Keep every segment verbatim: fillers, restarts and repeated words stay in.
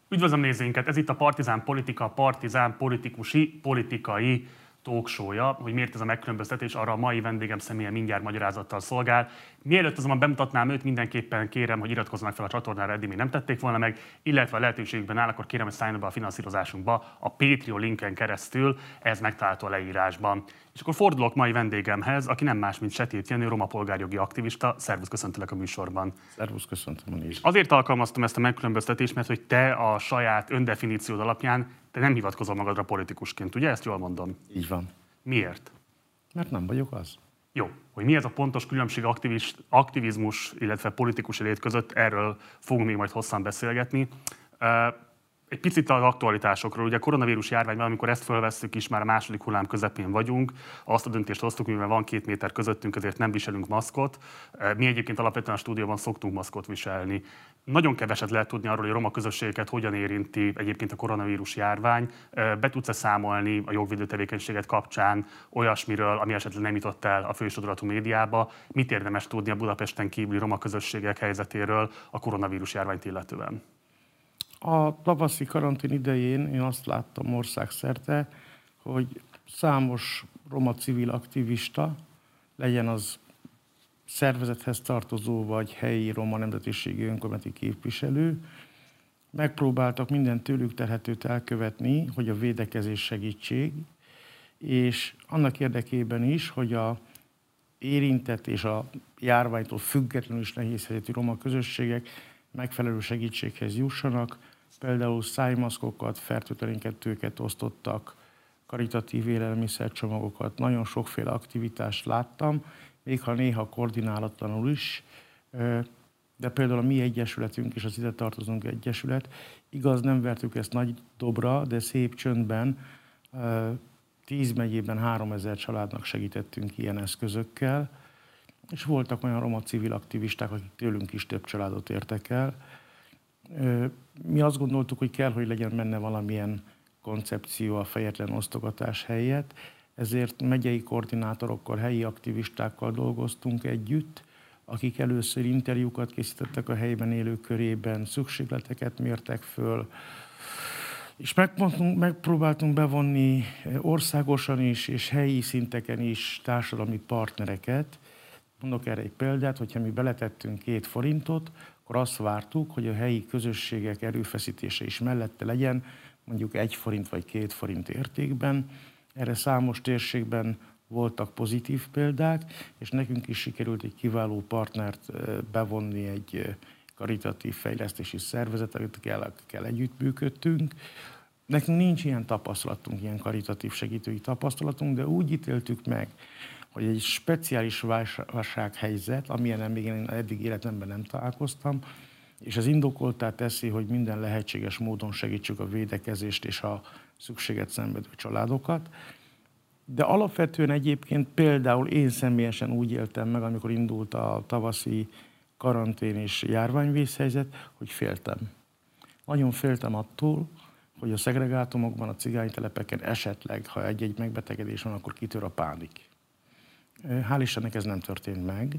Üdvözlöm nézőinket! Ez itt a Partizán Politika, Partizán politikusi, politikai talkshow-ja. Hogy miért ez a megkülönböztetés, arra a mai vendégem személye mindjárt magyarázattal szolgál. Mielőtt azonban bemutatnám őt, mindenképpen kérem, hogy iratkozzanak fel a csatornára, eddig még nem tették volna meg, illetve a lehetőségben áll, akkor kérem, hogy szálljon be a finanszírozásunkba a Patreon linken keresztül, ez megtalálható a leírásban. És akkor fordulok mai vendégemhez, aki nem más, mint Setét Jenő, roma polgárjogi aktivista. Szervusz, köszöntelek a műsorban. Szervusz, köszöntöm is. Azért alkalmaztam ezt a megkülönböztetést, mert hogy te a saját öndefiníciód alapján te nem hivatkozol magadra politikusként, ugye? Ezt jól mondom? Így van. Miért? Mert nem vagyok az. Jó, hogy mi ez a pontos különbség aktivizmus, illetve politikus lét között, erről fogunk még majd hosszan beszélgetni. Egy picit az aktualitásokról. Ugye a koronavírus járványban, amikor ezt fölvesszük is, már a második hullám közepén vagyunk, azt a döntést hoztuk, mivel van két méter közöttünk, ezért nem viselünk maszkot. Mi egyébként alapvetően a stúdióban szoktunk maszkot viselni. Nagyon keveset lehet tudni arról, hogy a roma közösségeket hogyan érinti egyébként a koronavírus járvány. Be tudsz-e számolni a jogvédő tevékenységet kapcsán olyasmiről, ami esetleg nem jutott el a fősodratú médiába? Mit érdemes tudni a Budapesten kívüli roma közösségek helyzetéről a koronavírus járványt illetően? A tavaszi karantén idején én azt láttam országszerte, hogy számos roma civil aktivista, legyen az szervezethez tartozó vagy helyi roma nemzetiségi önkormányzati képviselő, megpróbáltak minden tőlük telhetőt elkövetni, hogy a védekezés segítség, és annak érdekében is, hogy a érintett és a járványtól függetlenül is nehéz helyzetű roma közösségek megfelelő segítséghez jussanak. Például szájmaszkokat, fertőtlenítőket osztottak, karitatív élelmiszercsomagokat, nagyon sokféle aktivitást láttam, még ha néha koordinálatlanul is, de például a mi egyesületünk és az ide tartozunk egyesület, igaz, nem vertük ezt nagy dobra, de szép csöndben tíz megyében háromezer családnak segítettünk ilyen eszközökkel, és voltak olyan roma civil aktivisták, akik tőlünk is több családot értek el. Mi azt gondoltuk, hogy kell, hogy legyen benne valamilyen koncepció a fejetlen osztogatás helyett, ezért megyei koordinátorokkal, helyi aktivistákkal dolgoztunk együtt, akik először interjúkat készítettek a helyben élők körében, szükségleteket mértek föl, és megpróbáltunk bevonni országosan is, és helyi szinteken is társadalmi partnereket. Mondok erre egy példát, hogyha mi beletettünk két forintot, akkor azt vártuk, hogy a helyi közösségek erőfeszítése is mellette legyen, mondjuk egy forint vagy két forint értékben. Erre számos térségben voltak pozitív példák, és nekünk is sikerült egy kiváló partnert bevonni, egy karitatív fejlesztési szervezetet, akikkel együttműködtünk. Nekünk nincs ilyen tapasztalatunk, ilyen karitatív segítői tapasztalatunk, de úgy ítéltük meg, hogy egy speciális válsághelyzet, amilyen még én eddig életemben nem találkoztam, és ez indokoltá teszi, hogy minden lehetséges módon segítsük a védekezést és a szükséget szenvedő családokat. De alapvetően egyébként például én személyesen úgy éltem meg, amikor indult a tavaszi karantén és járványvészhelyzet, hogy féltem. Nagyon féltem attól, hogy a szegregátumokban, a cigánytelepeken esetleg, ha egy-egy megbetegedés van, akkor kitör a pánik. Hál' Istennek ez nem történt meg,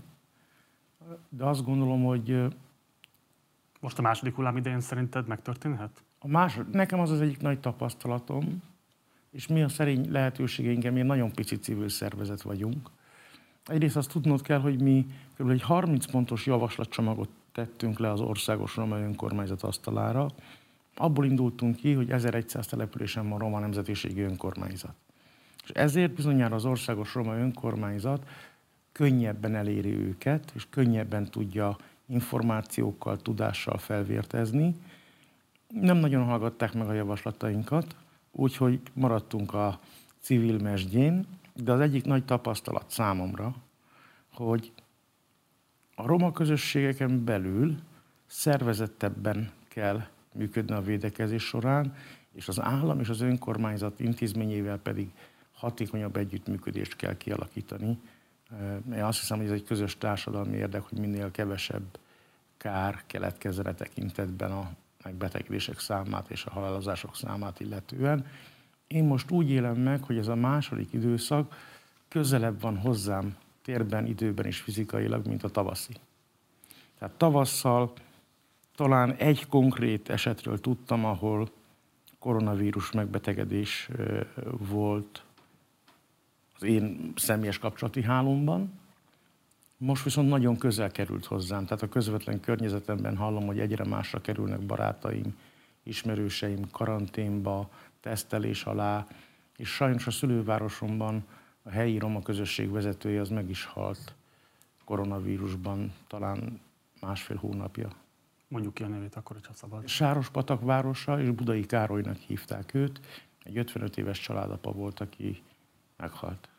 de azt gondolom, hogy... Most a második hullám idején szerinted megtörténhet? A másod... Nekem az az egyik nagy tapasztalatom, és mi a szerény lehetőségeink, mi nagyon pici civil szervezet vagyunk. Egyrészt azt tudnod kell, hogy mi kb. Egy harminc pontos javaslatcsomagot tettünk le az országos roma önkormányzat asztalára. Abból indultunk ki, hogy ezerszáz településen van roma nemzetiségi önkormányzat. És ezért bizonyára az országos roma önkormányzat könnyebben eléri őket, és könnyebben tudja információkkal, tudással felvértezni. Nem nagyon hallgatták meg a javaslatainkat, úgyhogy maradtunk a civil mesdjén, de az egyik nagy tapasztalat számomra, hogy a roma közösségeken belül szervezettebben kell működni a védekezés során, és az állam és az önkormányzat intézményével pedig hatékonyabb együttműködést kell kialakítani. Én azt hiszem, hogy ez egy közös társadalmi érdek, hogy minél kevesebb kár keletkezzen a tekintetben a megbetegedések számát és a halálozások számát illetően. Én most úgy élem meg, hogy ez a második időszak közelebb van hozzám térben, időben és fizikailag, mint a tavaszi. Tehát tavasszal talán egy konkrét esetről tudtam, ahol koronavírus megbetegedés volt az én személyes kapcsolati hálómban. Most viszont nagyon közel került hozzám, tehát a közvetlen környezetemben hallom, hogy egyre másra kerülnek barátaim, ismerőseim karanténba, tesztelés alá, és sajnos a szülővárosomban a helyi roma közösség vezetője az meg is halt koronavírusban, talán másfél hónapja. Mondjuk ki a nevét akkor, hogyha szabad. Sárospatak városa, és Budai Károlynak hívták őt. Egy ötvenöt éves családapa volt, aki meghalt.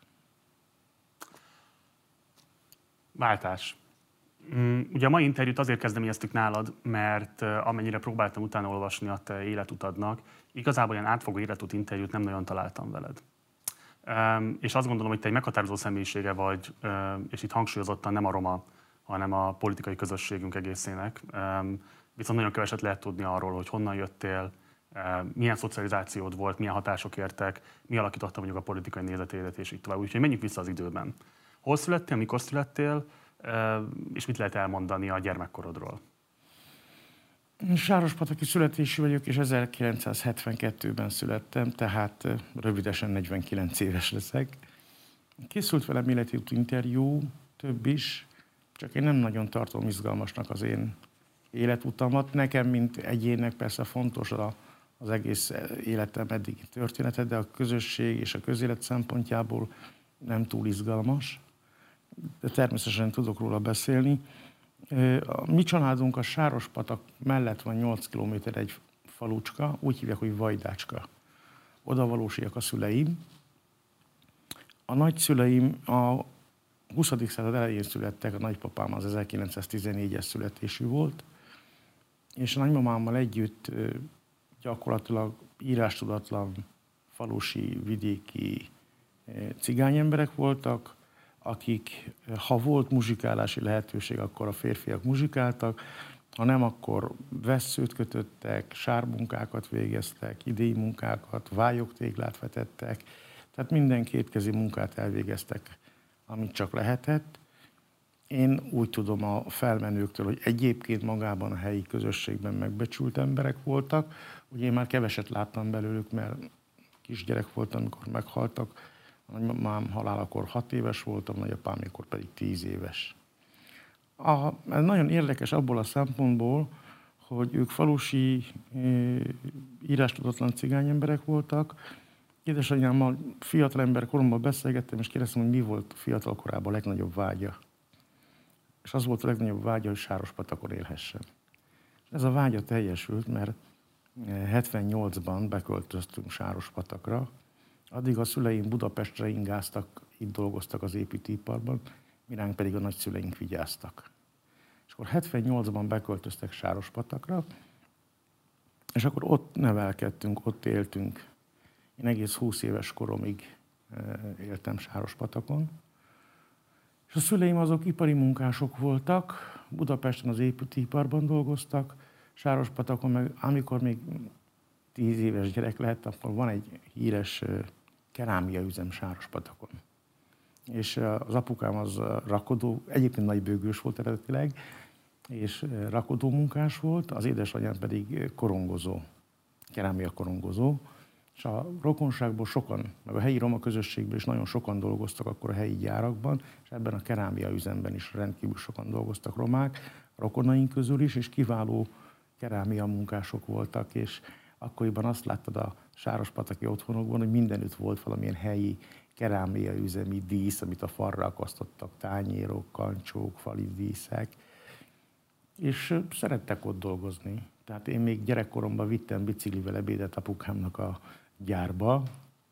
Váltás. Ugye a mai interjút azért kezdeményeztük nálad, mert amennyire próbáltam utána olvasni a te életutadnak, igazából ilyen átfogó életút interjút nem nagyon találtam veled. És azt gondolom, hogy te egy meghatározó személyisége vagy, és itt hangsúlyozottan nem a roma, hanem a politikai közösségünk egészének. Viszont nagyon keveset lehet tudni arról, hogy honnan jöttél, milyen szocializációd volt, milyen hatások értek, mi alakította mondjuk a politikai nézetédet, és így tovább. Úgyhogy menjünk vissza az időben. Hol születtél, mikor születtél, és mit lehet elmondani a gyermekkorodról? Sárospataki születésű vagyok, és ezerkilencszázhetvenkettőben születtem, tehát rövidesen negyvenkilenc éves leszek. Készült velem életút interjú, több is, csak én nem nagyon tartom izgalmasnak az én életutamat. Nekem, mint egyénnek persze fontos az egész életem eddigi története, de a közösség és a közélet szempontjából nem túl izgalmas. De természetesen tudok róla beszélni. A mi családunk a Sárospatak mellett van nyolc kilométer egy falucska, úgy hívják, hogy Vajdácska. Oda valósiak a szüleim. A nagyszüleim a huszadik század elején születtek, a nagypapám az ezerkilencszáztizennégyes születésű volt, és a nagymamámmal együtt gyakorlatilag írástudatlan falusi, vidéki cigány emberek voltak, akik, ha volt muzsikálási lehetőség, akkor a férfiak muzsikáltak, ha nem, akkor vesszőt kötöttek, sármunkákat végeztek, idéi munkákat, vályogtéglát vetettek, tehát minden kétkezi munkát elvégeztek, amit csak lehetett. Én úgy tudom a felmenőktől, hogy egyébként magában a helyi közösségben megbecsült emberek voltak, hogy én már keveset láttam belőlük, mert kisgyerek voltam, amikor meghaltak. A nagymamám halálakor hat éves voltam, nagyapámékor pedig tíz éves. A, ez nagyon érdekes abból a szempontból, hogy ők falusi, e, írástudatlan cigány emberek voltak. Édesanyámmal fiatal ember koromban beszélgettem, és kérdeztem, hogy mi volt fiatal korában a legnagyobb vágya. És az volt a legnagyobb vágya, hogy Sárospatakon élhessen. És ez a vágya teljesült, mert hetvennyolcban beköltöztünk Sárospatakra. Addig a szüleim Budapestre ingáztak, itt dolgoztak az építőiparban, mi ránk pedig a nagyszüleink vigyáztak. És akkor hetvennyolcban beköltöztek Sárospatakra, és akkor ott nevelkedtünk, ott éltünk. Én egész húsz éves koromig éltem Sárospatakon. És a szüleim azok ipari munkások voltak, Budapesten az építőiparban dolgoztak, Sárospatakon meg, amikor még tíz éves gyerek lett, akkor van egy híres kerámia üzem Sárospatakon. És az apukám az rakodó, egyébként nagybőgős volt eredetileg, és rakodó munkás volt, az édesanyám pedig korongozó, kerámia korongozó. És a rokonságból sokan, meg a helyi roma közösségből is nagyon sokan dolgoztak akkor a helyi gyárakban, és ebben a kerámia üzemben is rendkívül sokan dolgoztak romák, rokonaink közül is, és kiváló kerámia munkások voltak, és akkoriban azt láttad a sárospataki otthonokban, hogy mindenütt volt valamilyen helyi kerámia üzemi dísz, amit a falra akasztottak, tányérok, kancsók, fali díszek, és szerettek ott dolgozni. Tehát én még gyerekkoromban vittem biciklivel ebédet apukámnak a gyárba,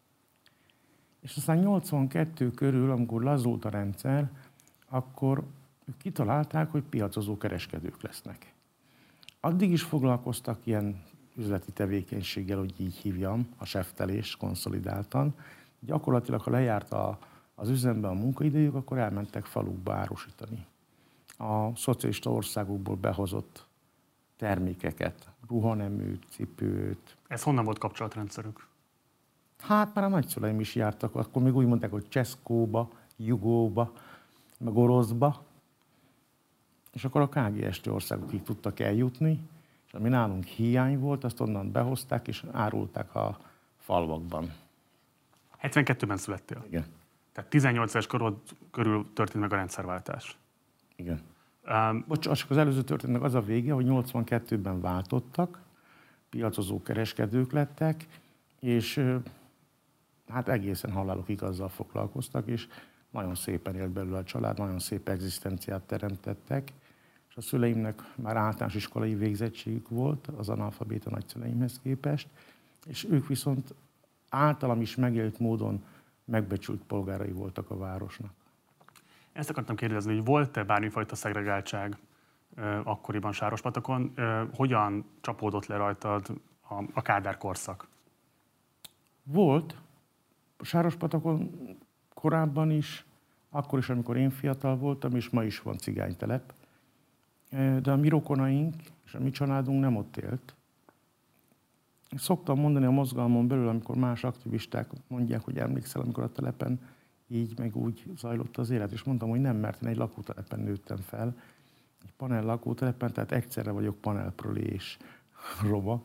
és aztán nyolcvankettő körül, amikor lazult a rendszer, akkor ők kitalálták, hogy piacozó kereskedők lesznek. Addig is foglalkoztak ilyen üzleti tevékenységgel, hogy így hívjam, a seftelés konszolidáltan. Gyakorlatilag, ha lejárt a, az üzemben a munkaidejük, akkor elmentek falukba árusítani. A szocialista országokból behozott termékeket, ruhaneműt, cipőt. Ez honnan volt kapcsolatrendszerük? Hát már a nagyszüleim is jártak, akkor még úgy mondták, hogy Cseszkóba, Jugóba, meg Oroszba. És akkor a ká gé es té országokig tudtak eljutni, És ami nálunk hiány volt, azt onnan behozták és árulták a falvakban. hetvenkettőben születtél? Igen. Tehát tizennyolc éves korod körül történt meg a rendszerváltás. Igen. Um, Bocs, csak az előző történetnek az a vége, hogy nyolcvankettőben váltottak, piacozó kereskedők lettek, és hát egészen halálokig azzal foglalkoztak, és nagyon szépen élt belőle a család, nagyon szép egzisztenciát teremtettek, és a szüleimnek már általános iskolai végzettségük volt az analfabéta nagyszüleimhez képest, és ők viszont általam is megélt módon megbecsült polgárai voltak a városnak. Ezt akartam kérdezni, hogy volt-e bármifajta szegregáltság uh, akkoriban Sárospatakon? Uh, hogyan csapódott le rajtad a, a Kádár korszak? Volt. Sárospatakon korábban is, akkor is, amikor én fiatal voltam, és ma is van cigánytelep. De a mi rokonaink és a mi családunk nem ott élt. Szoktam mondani a mozgalmon belül, amikor más aktivisták mondják, hogy emlékszel, amikor a telepen így meg úgy zajlott az élet, és mondtam, hogy nem, mert én egy lakótelepen nőttem fel, egy panel lakótelepen, tehát egyszerre vagyok panelproli és roma.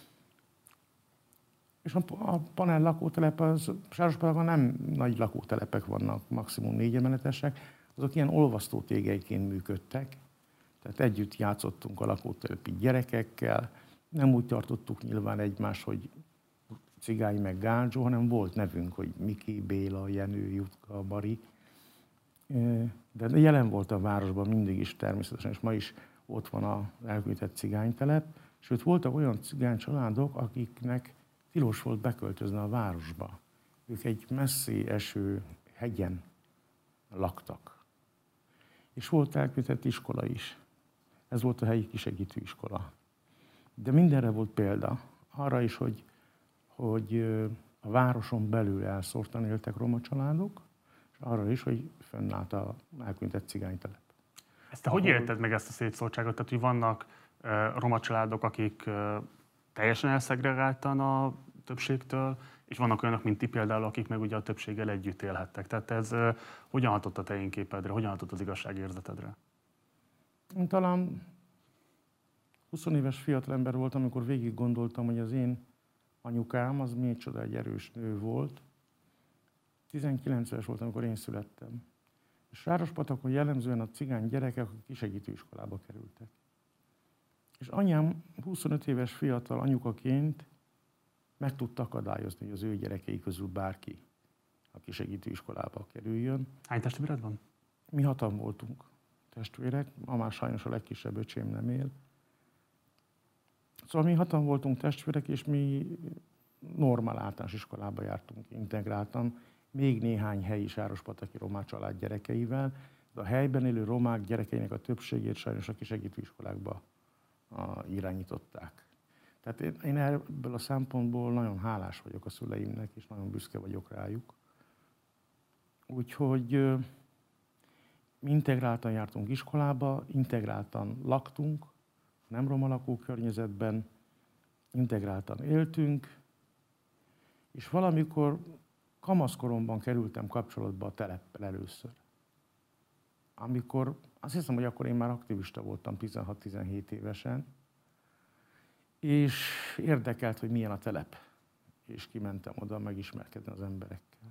És a panel lakótelep, az Sárospatakon nem nagy lakótelepek vannak, maximum négy emeletesek, azok ilyen olvasztó tégelyként működtek, tehát együtt játszottunk a lakótelepi gyerekekkel, nem úgy tartottuk nyilván egymást, hogy Cigány meg Gálzsó, hanem volt nevünk, hogy Miki, Béla, Jenő, Jutka, Bari. De jelen volt a városban mindig is természetesen, és ma is ott van az elkülönített cigánytelep. Sőt, voltak olyan cigány családok, akiknek tilos volt beköltözni a városba. Ők egy messzi eső hegyen laktak. És volt elkülönített iskola is. Ez volt a helyi kisegítő iskola. De mindenre volt példa. Arra is, hogy, hogy a városon belül elszórtan éltek roma családok, és arra is, hogy fönnállt a elkülönített cigánytelep. Ezt te Ahol... hogy élted meg ezt a szétszórtságot? Tehát, hogy vannak uh, roma családok, akik uh, teljesen elszegregáltan a többségtől, és vannak olyanok, mint ti például, akik meg ugye a többséggel együtt élhettek. Tehát ez uh, hogyan hatott a te én képedre, hogyan hatott az igazságérzetedre? Talán húsz éves fiatalember voltam, amikor végig gondoltam, hogy az én anyukám az micsoda egy erős nő volt. tizenkilenc éves voltam, amikor én születtem. És Sárospatakon jellemzően a cigány gyerekek, akik kisegítő iskolába kerültek. És anyám huszonöt éves fiatal anyukaként meg tudta akadályozni, hogy az ő gyerekei közül bárki a kisegítő iskolába kerüljön. Hány testvéred van? Mi hatan voltunk testvérek, ma már sajnos a legkisebb öcsém nem él. Szóval mi hatan voltunk testvérek, és mi normál általános iskolába jártunk integráltan, még néhány helyi sárospataki romák család gyerekeivel, de a helyben élő romák gyerekeinek a többségét sajnos a kisegítő iskolákba a, irányították. Tehát én, én ebből a szempontból nagyon hálás vagyok a szüleimnek, és nagyon büszke vagyok rájuk. Úgyhogy mi integráltan jártunk iskolába, integráltan laktunk, nem roma lakókörnyezetben, integráltan éltünk, és valamikor kamaszkoromban kerültem kapcsolatba a teleppel először. Amikor, azt hiszem, hogy akkor én már aktivista voltam tizenhat-tizenhét évesen, és érdekelt, hogy milyen a telep. És kimentem oda megismerkedni az emberekkel.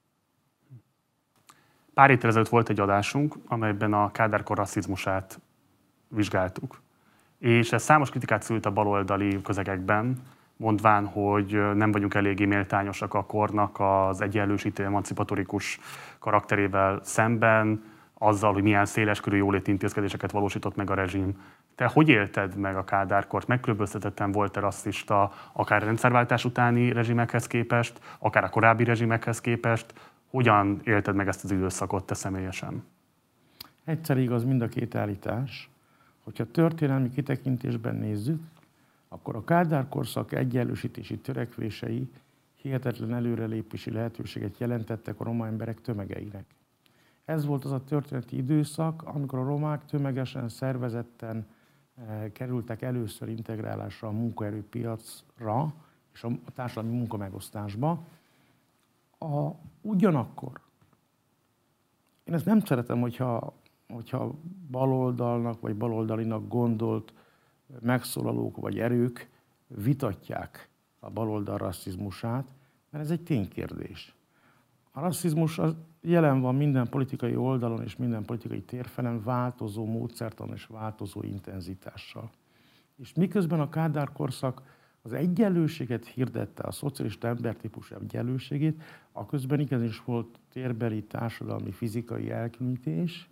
Pár héttel ezelőtt volt egy adásunk, amelyben a Kádár-kor rasszizmusát vizsgáltuk. És ez számos kritikát szült a baloldali közegekben, mondván, hogy nem vagyunk eléggé méltányosak a kornak az egyenlősítő, emancipatorikus karakterével szemben, azzal, hogy milyen széleskörű jóléti intézkedéseket valósított meg a rezsim. Te hogy élted meg a Kádár-kort? Megkülönböztetetten volt-e rasszista, akár a rendszerváltás utáni rezsimekhez képest, akár a korábbi rezsimekhez képest? Hogyan élted meg ezt az időszakot te személyesen? Egyszer igaz mind a két állítás. Hogyha történelmi kitekintésben nézzük, akkor a Kádár-korszak egyenlősítési törekvései hihetetlen előrelépési lehetőséget jelentettek a roma emberek tömegeinek. Ez volt az a történeti időszak, amikor a romák tömegesen, szervezetten eh, kerültek először integrálásra a munkaerőpiacra és a társadalmi munkamegosztásba. A, ugyanakkor, én ezt nem szeretem, hogyha, hogyha baloldalnak vagy baloldalinak gondolt megszólalók vagy erők vitatják a baloldal rasszizmusát, mert ez egy ténykérdés. A rasszizmus az jelen van minden politikai oldalon és minden politikai térfelen változó módszertan és változó intenzitással. És miközben a Kádár korszak az egyenlőséget hirdette, a szocialista embertípus egyenlőségét, aközben igenis volt térbeli, társadalmi, fizikai elkülönítés,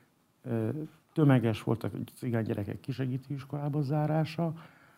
tömeges volt a cigány gyerekek kisegítő iskolába zárása,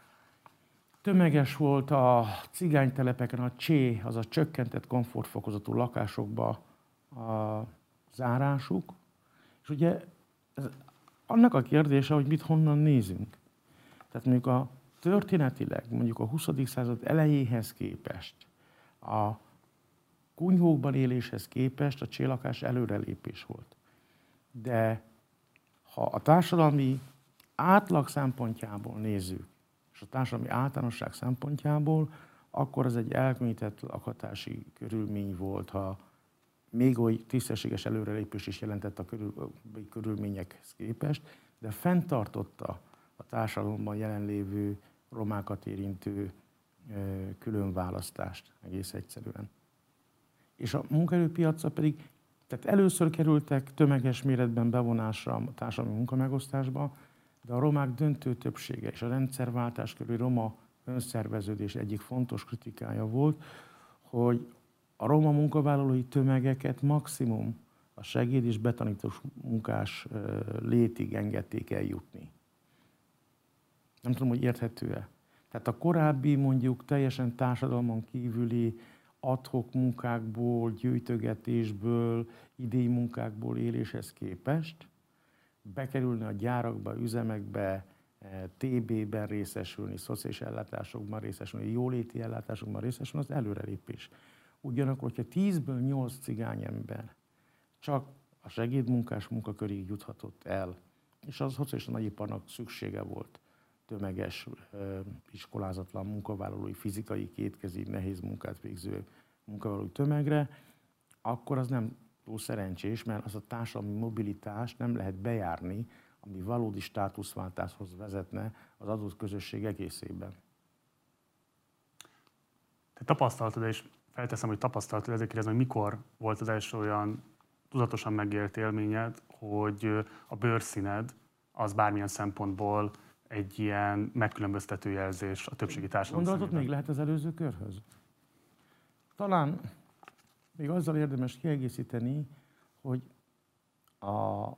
tömeges volt a cigánytelepeken a csé, az a csökkentett komfortfokozatú lakásokba a zárásuk. És ugye ez annak a kérdése, hogy mit honnan nézünk. Tehát mondjuk a történetileg, mondjuk a huszadik század elejéhez képest, a kunyhókban éléshez képest a csélakás előrelépés volt. De ha a társadalmi átlag szempontjából nézzük, és a társadalmi általánosság szempontjából, akkor ez egy elkülönített lakhatási körülmény volt, ha még oly tisztességes előrelépés is jelentett a körül, körülményekhez képest, de fenntartotta a társadalomban jelenlévő romákat érintő különválasztást egész egyszerűen. És a munkaerőpiacra pedig, tehát először kerültek tömeges méretben bevonásra a társadalmi munkamegosztásba, de a romák döntő többsége és a rendszerváltás körül roma önszerveződés egyik fontos kritikája volt, hogy a roma munkavállalói tömegeket maximum a segéd és betanítós munkás létig engedték eljutni. Nem tudom, hogy érthető-e. Tehát a korábbi, mondjuk teljesen társadalmon kívüli ad-hoc munkákból, gyűjtögetésből, idény munkákból éléshez képest bekerülni a gyárakba, üzemekbe, té bé-ben részesülni, szociális ellátásokban részesülni, jóléti ellátásokban részesülni, az előrelépés. Ugyanakkor, hogyha tízből nyolc cigány ember csak a segédmunkás munkakörig juthatott el, és az szocialista nagyiparnak szüksége volt tömeges, iskolázatlan munkavállalói, fizikai, kétkezi, nehéz munkát végző munkavállalói tömegre, akkor az nem túl szerencsés, mert az a társadalmi mobilitást nem lehet bejárni, ami valódi státuszváltáshoz vezetne az adott közösség egészében. Te tapasztaltad, és felteszem, hogy tapasztaltad, ezért kérdezem, hogy mikor volt az első olyan tudatosan megélt élményed, hogy a bőrszíned az bármilyen szempontból egy ilyen megkülönböztető jelzés a többségi társadalom szemében. Gondolatot még lehet az előző körhöz? Talán még azzal érdemes kiegészíteni, hogy a,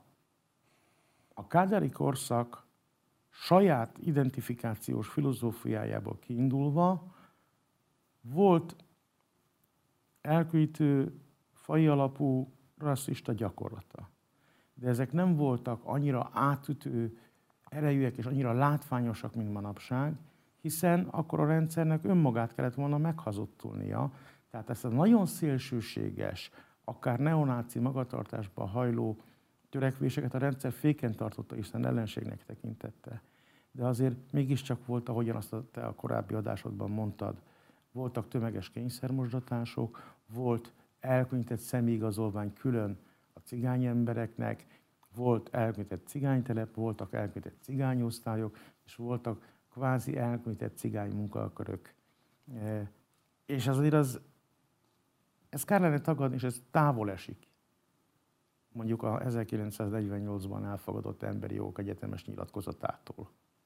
a kádári korszak saját identifikációs filozófiájából kiindulva volt elkülönítő, faji alapú rasszista gyakorlata. De ezek nem voltak annyira átütő erejűek és annyira látványosak, mint manapság, hiszen akkor a rendszernek önmagát kellett volna meghazudtolnia. Tehát ezt a nagyon szélsőséges, akár neonáci magatartásba hajló törekvéseket a rendszer féken tartotta, hiszen ellenségnek tekintette. De azért mégiscsak volt, ahogyan azt te a korábbi adásodban mondtad, voltak tömeges kényszermosdatások, volt elkülönített személyigazolvány külön a cigány embereknek, volt elkülönített cigánytelep, voltak elkülönített cigányosztályok, és voltak kvázi elkülönített cigány munkakörök. És azért az, ez kár lenne tagadni, és ez távol esik. Mondjuk a ezerkilencszáznegyvennyolcban elfogadott emberi jogok egyetemes nyilatkozatától.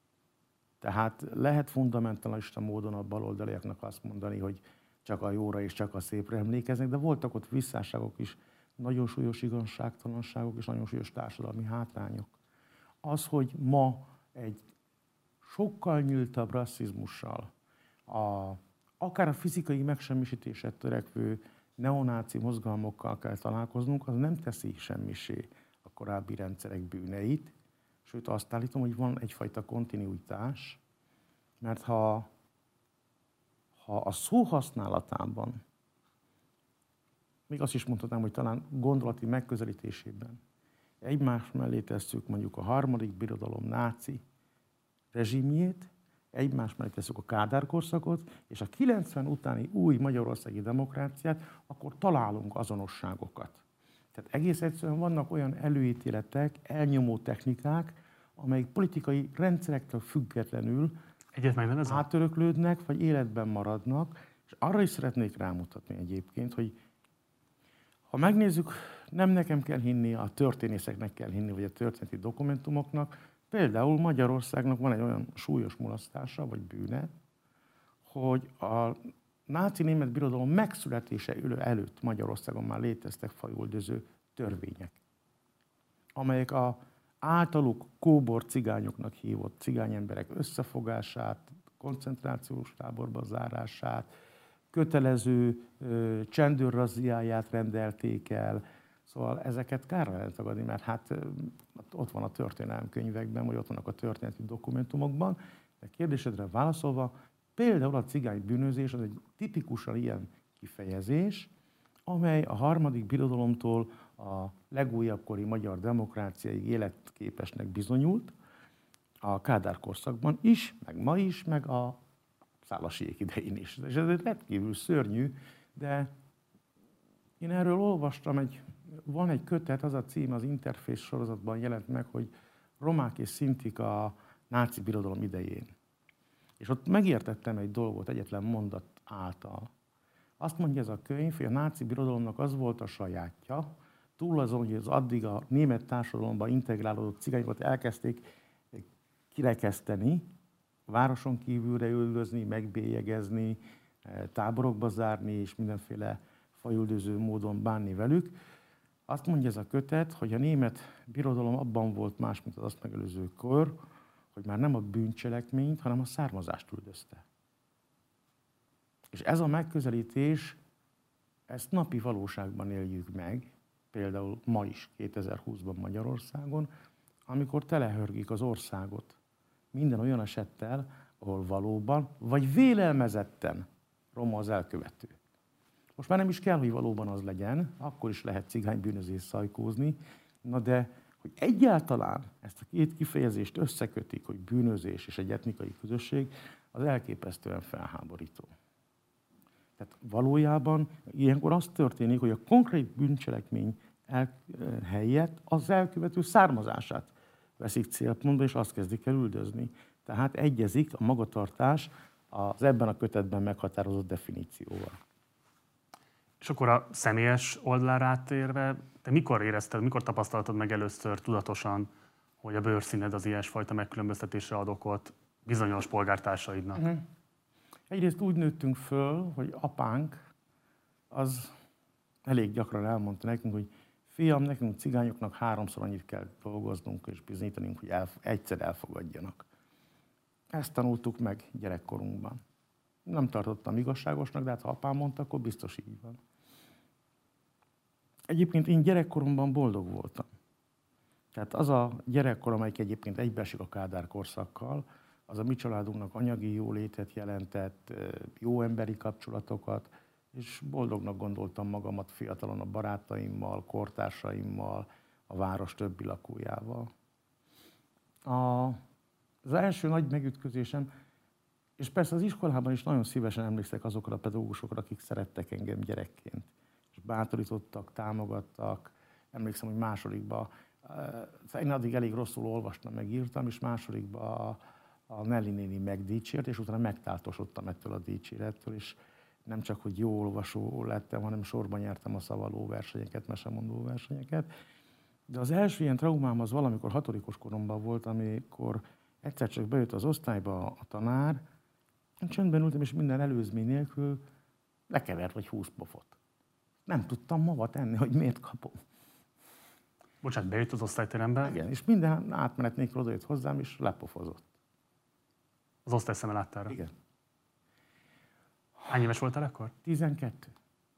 Tehát lehet fundamentalista módon a baloldaliaknak azt mondani, hogy csak a jóra és csak a szépre emlékeznek, de voltak ott visszásságok is, nagyon súlyos igazságtalanságok és nagyon súlyos társadalmi hátrányok. Az, hogy ma egy sokkal nyíltabb rasszizmussal, a, akár a fizikai megsemmisítésre törekvő neonáci mozgalmokkal kell találkoznunk, az nem teszi semmisé a korábbi rendszerek bűneit, sőt azt állítom, hogy van egyfajta kontinuitás, mert ha, ha a szó használatában, még azt is mondhatnám, hogy talán gondolati megközelítésében egymás mellé tesszük mondjuk a harmadik birodalom náci rezsimjét, egymás mellé tesszük a Kádár korszakot, és a kilencven utáni új magyarországi demokráciát, akkor találunk azonosságokat. Tehát egész egyszerűen vannak olyan előítéletek, elnyomó technikák, amelyik politikai rendszerektől függetlenül Egyet megnevezem? átöröklődnek, vagy életben maradnak, és arra is szeretnék rámutatni egyébként, hogy ha megnézzük, nem nekem kell hinni, a történészeknek kell hinni, vagy a történeti dokumentumoknak. Például Magyarországnak van egy olyan súlyos mulasztása, vagy bűne, hogy a náci német birodalom megszületése előtt Magyarországon már léteztek fajüldöző törvények, amelyek a általuk kóbor cigányoknak hívott cigányemberek összefogását, koncentrációs táborba zárását, kötelező ö, csendőrrazziáját rendelték el. Szóval ezeket kár lehet tagadni, mert hát ö, ott van a történelemkönyvekben, vagy ott vannak a történeti dokumentumokban. De kérdésedre válaszolva, például a cigány bűnözés az egy tipikusan ilyen kifejezés, amely a harmadik birodalomtól a legújabbkori magyar demokráciáig életképesnek bizonyult, a Kádár korszakban is, meg ma is, meg a Szálasiék idején is. És ez egy rendkívül szörnyű, de én erről olvastam, egy, van egy kötet, az a cím, az Interfész sorozatban jelent meg, hogy Romák és Szintik a náci birodalom idején. És ott megértettem egy dolgot egyetlen mondat által. Azt mondja ez a könyv, hogy a náci birodalomnak az volt a sajátja, túl azon, hogy az addig a német társadalomban integrálódott cigányokat elkezdték kirekeszteni, városon kívülre üldözni, megbélyegezni, táborokba zárni, és mindenféle fajüldöző módon bánni velük. Azt mondja ez a kötet, hogy a német birodalom abban volt más, mint az azt megelőző kor, hogy már nem a bűncselekményt, hanem a származást üldözte. És ez a megközelítés, ezt napi valóságban éljük meg, például ma is, kétezer-húszban Magyarországon, amikor telehörgik az országot minden olyan esettel, ahol valóban, vagy vélelmezetten roma az elkövető. Most már nem is kell, hogy valóban az legyen, akkor is lehet cigánybűnözést szajkózni, na de, hogy egyáltalán ezt a két kifejezést összekötik, hogy bűnözés és egy etnikai közösség, az elképesztően felháborító. Tehát valójában ilyenkor az történik, hogy a konkrét bűncselekmény el, helyett az elkövető származását veszik célpontba, és azt kezdik el üldözni. Tehát egyezik a magatartás az ebben a kötetben meghatározott definícióval. És akkor a személyes oldalára áttérve, te mikor érezted, mikor tapasztaltad meg először tudatosan, hogy a bőrszíned az ilyesfajta megkülönböztetésre ad okot bizonyos polgártársaidnak? Uh-huh. Egyrészt úgy nőttünk föl, hogy apánk az elég gyakran elmondta nekünk, hogy fiam, nekünk cigányoknak háromszor annyit kell dolgoznunk és bizonyítanunk, hogy el, egyszer elfogadjanak. Ezt tanultuk meg gyerekkorunkban. Nem tartottam igazságosnak, de hát ha apám mondta, akkor biztos így van. Egyébként én gyerekkoromban boldog voltam. Tehát az a gyerekkor, amelyik egyébként egybeesik a Kádár korszakkal, az a mi családunknak anyagi jólétet jelentett, jó emberi kapcsolatokat, és boldognak gondoltam magamat fiatalon a barátaimmal, kortársaimmal, a város többi lakójával. A, az első nagy megütközésem, és persze az iskolában is nagyon szívesen emlékszek azokra a pedagógusokra, akik szerettek engem gyerekként, és bátorítottak, támogattak. Emlékszem, hogy másodikban, én addig elég rosszul olvastam, meg írtam, és másodikban a, a Nelly néni megdicsért, és utána megtáltosodtam ettől a dicsérettől, és nem csak, hogy jó olvasó lettem, hanem sorban nyertem a szavaló versenyeket, mesemondó versenyeket. De az első ilyen traumám az valamikor hatodikos koromban volt, amikor egyszer csak bejött az osztályba a tanár, én csöndben ültem, és minden előzmény nélkül lekevert vagy húsz pofot. Nem tudtam hova tenni, hogy miért kapom. Bocsánat, bejött az osztályterembe? Igen, és minden átmenet nélkül odajött hozzám, és lepofozott. Az osztály szeme láttára? Igen. Hány éves voltál akkor? tizenkettő.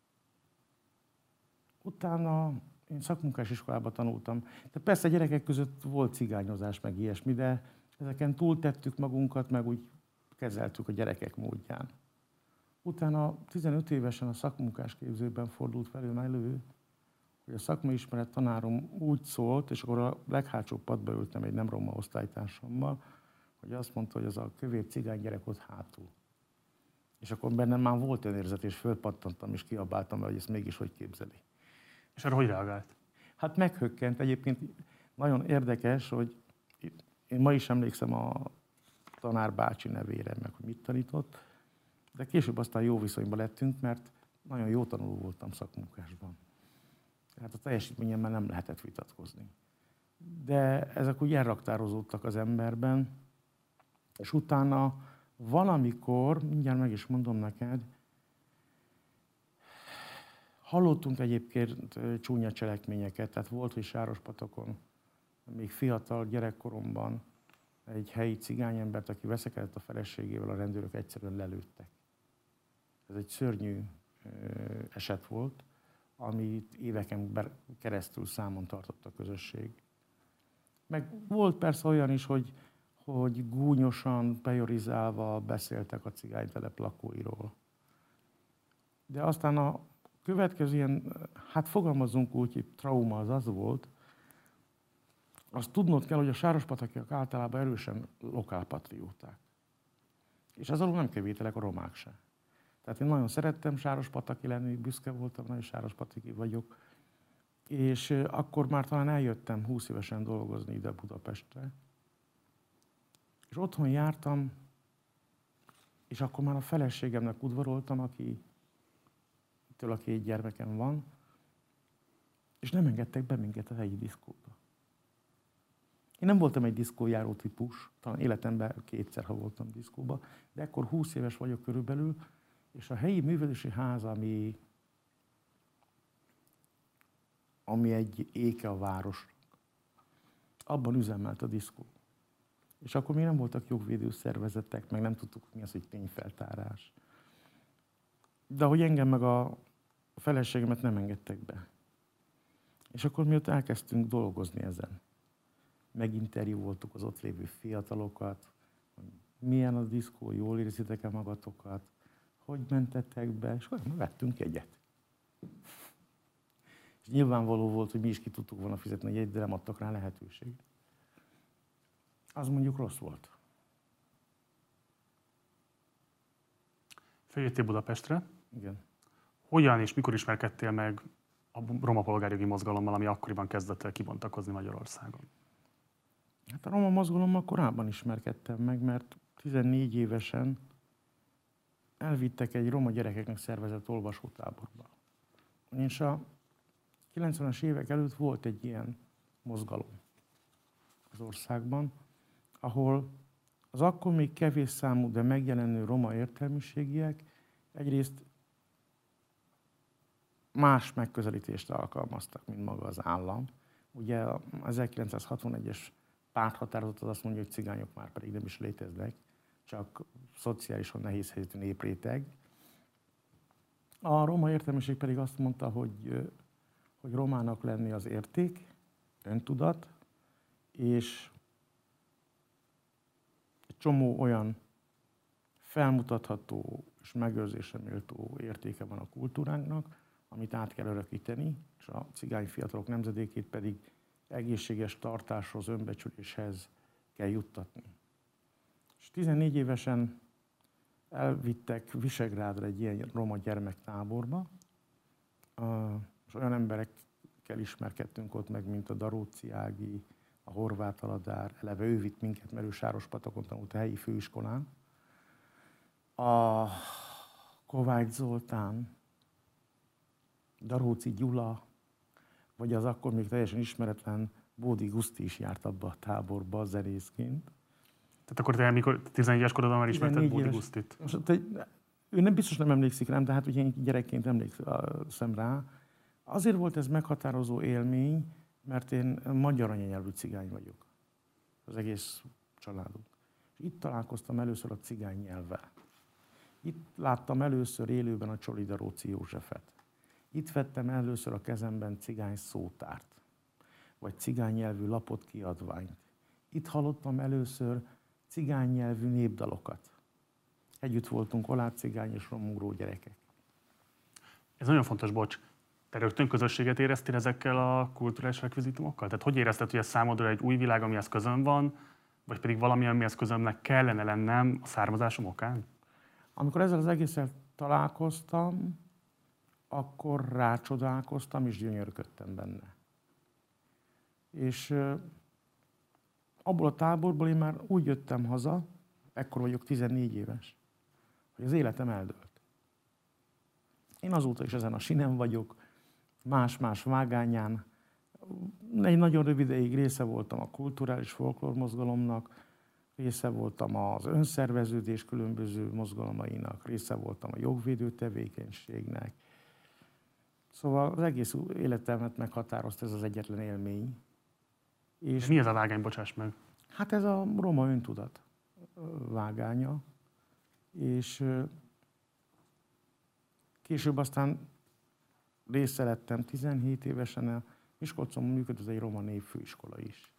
Utána én szakmunkás iskolában tanultam. De persze gyerekek között volt cigányozás, meg ilyesmi, de ezeken túltettük magunkat, meg úgy kezeltük a gyerekek módján. Utána tizenöt évesen a szakmunkás képzőben fordult velem elő, hogy a szakmaismeret tanárom úgy szólt, és akkor a leghátsó padba ültem egy nem roma osztálytársammal, hogy azt mondta, hogy az a kövér cigány gyerek ott hátul. És akkor bennem már volt önérzet, és fölpattantam, és kiabáltam, hogy ezt mégis hogy képzeli. És arra hogy reagált? Hát meghökkent. Egyébként nagyon érdekes, hogy én ma is emlékszem a tanár bácsi nevére, meg hogy mit tanított, de később aztán jó viszonyban lettünk, mert nagyon jó tanuló voltam szakmunkásban. Tehát a teljesítményemmel nem lehetett vitatkozni. De ezek úgy elraktározódtak az emberben, és utána valamikor, mindjárt meg is mondom neked, hallottunk egyébként csúnya cselekményeket, tehát volt, hogy Sárospatakon, még fiatal gyerekkoromban egy helyi cigányembert, aki veszekedett a feleségével, a rendőrök egyszerűen lelőttek. Ez egy szörnyű eset volt, amit éveken keresztül számon tartott a közösség. Meg volt persze olyan is, hogy, hogy gúnyosan, pejorizálva beszéltek a cigánytelep lakóiról. De aztán a következő ilyen, hát fogalmazzunk úgy, hogy trauma az az volt, azt tudnod kell, hogy a sárospatakiak általában erősen lokálpatrióták. És ez alól nem kevételek a romák se. Tehát én nagyon szerettem sárospataki lenni, büszke voltam, nagyon sárospataki vagyok. És akkor már talán eljöttem húsz évesen dolgozni ide Budapestre. És otthon jártam, és akkor már a feleségemnek udvaroltam, aki től a két gyermekem van, és nem engedtek be minket a helyi diszkóba. Én nem voltam egy diszkójáró típus, talán életemben kétszer, ha voltam diszkóba, de ekkor húsz éves vagyok körülbelül, és a helyi művelési ház, ami, ami egy éke a városnak, abban üzemelt a diszkó. És akkor még nem voltak jogvédő szervezetek, meg nem tudtuk, mi az, hogy tényfeltárás. De hogy engem meg a feleségemet nem engedtek be. És akkor miatt elkezdtünk dolgozni ezen. Meginterjúvoltuk az ott lévő fiatalokat, hogy milyen a diszkó, jól érzitek-e magatokat, hogy mentettek be, és akkor vettünk egyet. És nyilvánvaló volt, hogy mi is ki tudtuk volna fizetni egy jegyet, de nem adtak rá lehetőséget. Az mondjuk rossz volt. Feljöttél Budapestre. Igen. Hogyan és mikor ismerkedtél meg a roma polgárjogi mozgalommal, ami akkoriban kezdett el kibontakozni Magyarországon? Hát a roma mozgalommal korábban ismerkedtem meg, mert tizennégy évesen elvittek egy roma gyerekeknek szervezett olvasótáborba. És a kilencvenes évek előtt volt egy ilyen mozgalom az országban, ahol az akkor még kevés számú, de megjelenő roma értelmiségiek egyrészt más megközelítést alkalmaztak, mint maga az állam. Ugye az ezerkilencszázhatvanegyes párthatározat az azt mondja, hogy cigányok már pedig nem is léteznek, csak szociálisan nehéz helyzetű népréteg. A roma értelmiség pedig azt mondta, hogy, hogy romának lenni az érték, öntudat, és egy csomó olyan felmutatható és megőrzésre méltó értéke van a kultúránknak, amit át kell örökíteni, és a cigány fiatalok nemzedékét pedig egészséges tartáshoz, önbecsüléshez kell juttatni. És tizennégy évesen elvittek Visegrádra egy ilyen roma gyermektáborba, és olyan emberekkel ismerkedtünk ott meg, mint a Daróczi Ági, a Horváth Aladár, eleve ő vitt minket, mert ő Sárospatakon tanult a helyi főiskolán, a Kovács Zoltán, Daróczi Gyula, vagy az akkor még teljesen ismeretlen Bódi Guszti is járt abba a táborba zenészként. Tehát akkor te mikor tizenegy éves korodban már ismerted Bódi Gusztit? Ő nem biztos nem emlékszik rám, de hát ugye én gyerekként emlékszem rá. Azért volt ez meghatározó élmény, mert én magyar anyanyelvű cigány vagyok. Az egész családunk. És itt találkoztam először a cigány nyelvvel. Itt láttam először élőben a Csoli Daróczi Józsefet. Itt vettem először a kezemben cigány szótárt, vagy cigány nyelvű lapot, kiadványt. Itt hallottam először cigány nyelvű népdalokat. Együtt voltunk olácigány és romugró gyerekek. Ez nagyon fontos, bocs. Te rögtön közösséget éreztél ezekkel a kulturális rekvizitumokkal? Tehát hogy érezted, hogy ez számodra egy új világ, amihez közöm van, vagy pedig valami, amihez közömnek kellene lennem a származásom okán? Amikor ezzel az egésszel találkoztam, akkor rácsodálkoztam és gyönyörködtem benne. És abból a táborból én már úgy jöttem haza, ekkor vagyok tizennégy éves, hogy az életem eldőlt. Én azóta is ezen a sinen vagyok, más-más vágányán. Egy nagyon rövid ideig része voltam a kulturális folklórmozgalomnak, része voltam az önszerveződés különböző mozgalmainak, része voltam a jogvédő tevékenységnek. Szóval az egész életemet meghatározta ez az egyetlen élmény. És mi ez a vágány, bocsáss meg? Hát ez a roma öntudat vágánya. És később aztán része lettem tizenhét évesen, a Miskolcon működött egy roma népfőiskola is.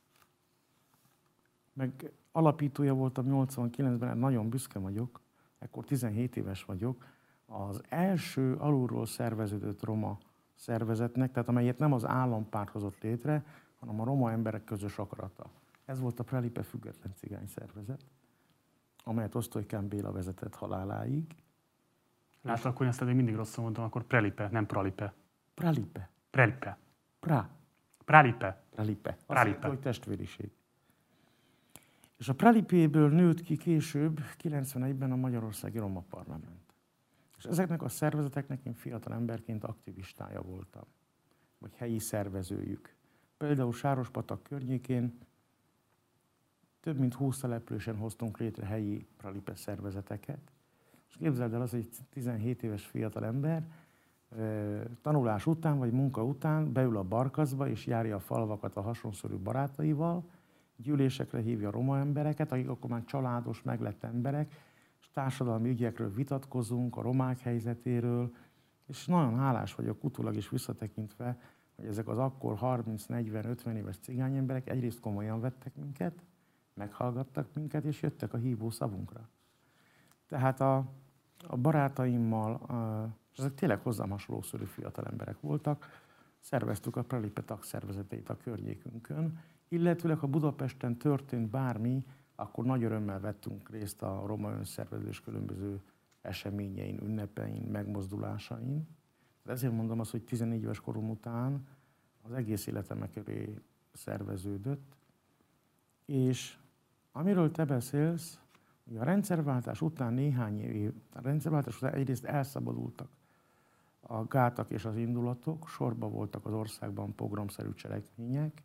Meg alapítója voltam nyolcvankilencben, nagyon büszke vagyok, ekkor tizenhét éves vagyok, az első alulról szerveződött roma szervezetnek, tehát amelyet nem az állampárt hozott létre, hanem a roma emberek közös akarata. Ez volt a Prelipe független cigány szervezet, amelyet Osztolykán Béla vezetett haláláig. Látod, akkor én ezt még mindig rosszul mondtam, akkor Prelipe, nem Pralipe. Prelipe. Prelipe. Pra. Pralipe. Prelipe. Azt Pralipe. mondta, hogy testvériség. És a Prelipéből nőtt ki később, kilencvenegyben a Magyarországi Roma Parlament. És ezeknek a szervezeteknek én fiatal emberként aktivistája voltam, vagy helyi szervezőjük. Például Sárospatak környékén több mint húsz településen hoztunk létre helyi Prelipe szervezeteket. És képzeld el, az egy tizenhét éves fiatal ember tanulás után vagy munka után beül a barkaszba és járja a falvakat a hasonszörű barátaival, gyűlésekre hívja a roma embereket, akik akkor már családos, meglett emberek, és társadalmi ügyekről vitatkozunk, a romák helyzetéről, és nagyon hálás vagyok utólag is visszatekintve, hogy ezek az akkor harminc, negyven, ötven éves cigány emberek egyrészt komolyan vettek minket, meghallgattak minket, és jöttek a hívó szavunkra. Tehát a, a barátaimmal, a, és ezek tényleg hozzám hasonlószörű fiatal emberek voltak, szerveztük a Prelipe tagszervezeteit a környékünkön, illetőleg ha Budapesten történt bármi, akkor nagy örömmel vettünk részt a roma önszervezés különböző eseményein, ünnepein, megmozdulásain. Ezért mondom azt, hogy tizennégy éves korom után az egész életem köré szerveződött. És amiről te beszélsz, hogy a rendszerváltás után néhány év, a rendszerváltás után egyrészt elszabadultak a gátak és az indulatok, sorba voltak az országban pogromszerű cselekmények.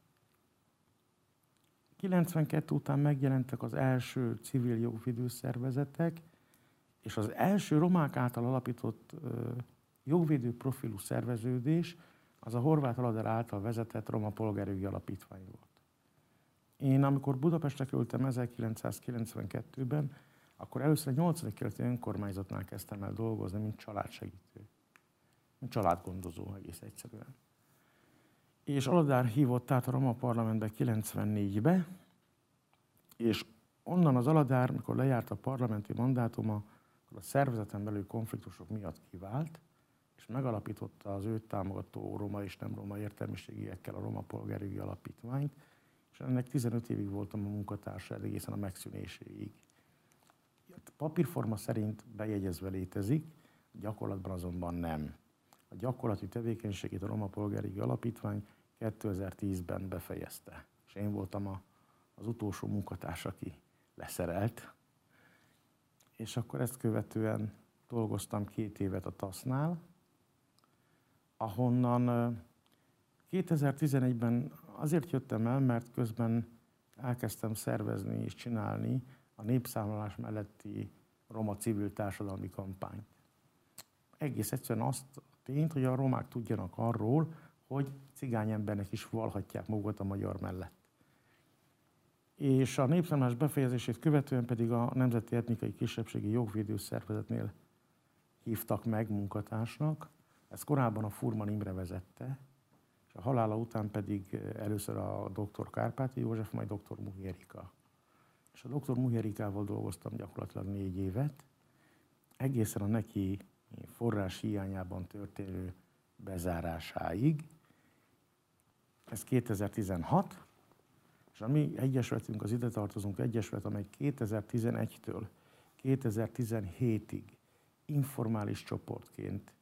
kilencvenkettő után megjelentek az első civil jogvédő szervezetek, és az első romák által alapított jogvédő profilú szerveződés az a Horváth Aladár által vezetett Roma Polgárjogi Alapítvány volt. Én amikor Budapestre kerültem ezerkilencszázkilencvenkettőben, akkor először a nyolcadik kerületi önkormányzatnál kezdtem el dolgozni, mint családsegítő, mint családgondozó egész egyszerűen. És Aladár hívott át a Roma Parlamentbe kilencvennégybe, és onnan az Aladár, mikor lejárt a parlamenti mandátuma, akkor a szervezeten belül konfliktusok miatt kivált, és megalapította az őt támogató roma és nem roma értelmiségiekkel a Roma Polgárjogi Alapítványt, és ennek tizenöt évig voltam a munkatársa, egészen a megszűnéséig. A papírforma szerint bejegyezve létezik, gyakorlatban azonban nem. A gyakorlati tevékenységét a Roma Polgárjogi Alapítvány kétezer-tízben befejezte. És én voltam a, az utolsó munkatárs, aki leszerelt. És akkor ezt követően dolgoztam két évet a tasznál, ahonnan kétezer-tizenegyben azért jöttem el, mert közben elkezdtem szervezni és csinálni a népszámlálás melletti roma civil társadalmi kampányt. Egész egyszerűen azt a tényt, hogy a romák tudjanak arról, hogy cigány embernek is vallhatják magukat a magyar mellett. És a népszámlálás befejezését követően pedig a Nemzeti Etnikai Kisebbségi Jogvédő Szervezetnél hívtak meg munkatársnak. Ezt korábban a Furman Imre vezette, és a halála után pedig először a doktor Kárpáti József, majd doktor Muhi Erika. És a doktor Muhi Erikával dolgoztam gyakorlatilag négy évet, egészen a neki forrás hiányában történő bezárásáig. Ez kétezer-tizenhat, és a mi egyesületünk, az ide tartozunk egyesület, amely kétezer-tizenegytől kétezer-tizenhétig informális csoportként,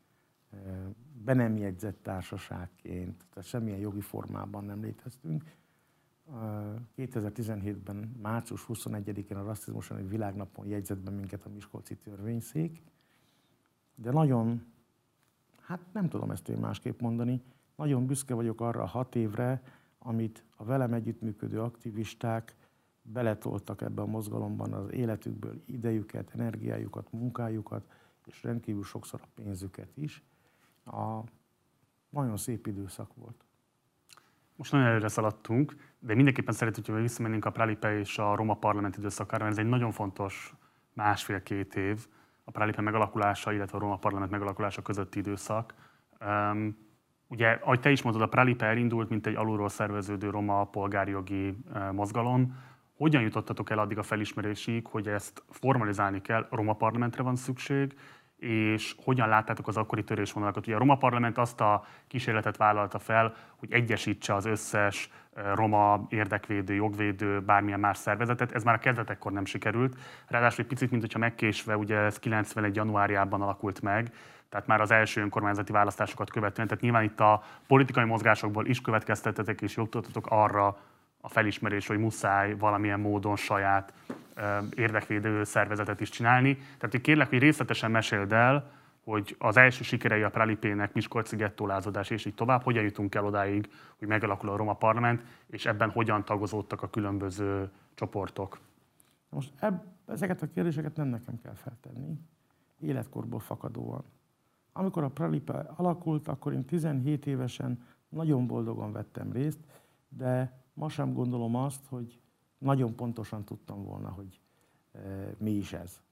be nem jegyzett társaságként, tehát semmilyen jogi formában nem léteztünk. kétezer-tizenhétben, március huszonegyedikén a rasszizmus elleni világnapon jegyzett be minket a miskolci törvényszék, de nagyon, hát nem tudom ezt én másképp mondani, nagyon büszke vagyok arra a hat évre, amit a velem együttműködő aktivisták beletoltak ebbe a mozgalomban az életükből idejüket, energiájukat, munkájukat, és rendkívül sokszor a pénzüket is. A nagyon szép időszak volt. Most nagyon előre szaladtunk, de mindenképpen szeretjük, hogy visszamennénk a Pralipe és a Roma Parlament időszakára, mert ez egy nagyon fontos másfél-két év, a Pralipe megalakulása, illetve a Roma Parlament megalakulása közötti időszak. Um, ugye, ahogy te is mondod, a Pralipe elindult, mint egy alulról szerveződő roma polgárjogi uh, mozgalom. Hogyan jutottatok el addig a felismerésig, hogy ezt formalizálni kell, a Roma Parlamentre van szükség, és hogyan láttátok az akkori törésvonalakat? Ugye a Roma Parlament azt a kísérletet vállalta fel, hogy egyesítse az összes roma érdekvédő, jogvédő, bármilyen más szervezetet. Ez már a kezdetekkor nem sikerült. Ráadásul egy picit, mintha megkésve, ugye ez kilencvenegy januárjában alakult meg, tehát már az első önkormányzati választásokat követően. Tehát nyilván itt a politikai mozgásokból is következtetetek és jutottatok arra a felismerés, hogy muszáj valamilyen módon saját érdekvédő szervezetet is csinálni. Tehát hogy kérlek, hogy részletesen meséld el, hogy az első sikerei a Pralipének, Miskolci gettólázadás és így tovább, hogyan jutunk el odáig, hogy megalakul a Roma Parlament, és ebben hogyan tagozódtak a különböző csoportok. Most ebb, ezeket a kérdéseket nem nekem kell feltenni, életkorból fakadóan. Amikor a Pralipe alakult, akkor én tizenhét évesen nagyon boldogan vettem részt, de ma sem gondolom azt, hogy nagyon pontosan tudtam volna, hogy e, mi is ez.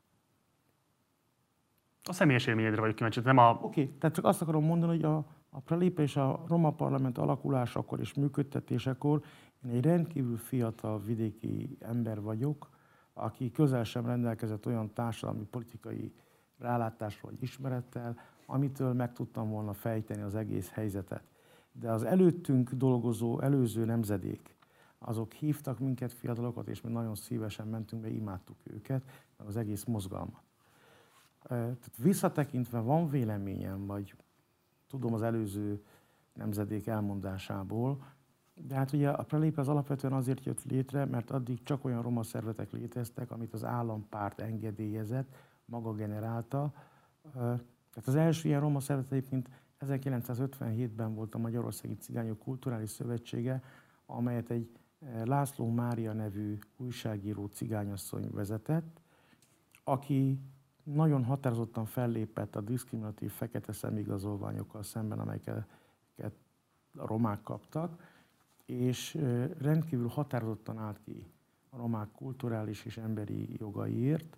A személyes élményedre vagyok kíváncsi, nem a... Oké, okay, tehát csak azt akarom mondani, hogy a, a Pralipe és a Roma Parlament alakulásakor és működtetésekor én egy rendkívül fiatal vidéki ember vagyok, aki közel sem rendelkezett olyan társadalmi politikai rálátásról vagy ismerettel, amitől meg tudtam volna fejteni az egész helyzetet. De az előttünk dolgozó előző nemzedék, azok hívtak minket, fiatalokat, és mi nagyon szívesen mentünk be, imádtuk őket, meg az egész mozgalmat. Tehát visszatekintve van véleményem, vagy tudom az előző nemzedék elmondásából, de hát ugye a Pralipe az alapvetően azért jött létre, mert addig csak olyan roma szervezetek léteztek, amit az állampárt engedélyezett, maga generálta. Tehát az első ilyen roma szervezet egyébként ezerkilencszázötvenhétben volt a Magyarországi Cigányok Kulturális Szövetsége, amelyet egy László Mária nevű újságíró cigányasszony vezetett, aki nagyon határozottan fellépett a diszkriminatív fekete szemigazolványokkal szemben, amelyeket a romák kaptak, és rendkívül határozottan állt ki a romák kulturális és emberi jogaiért.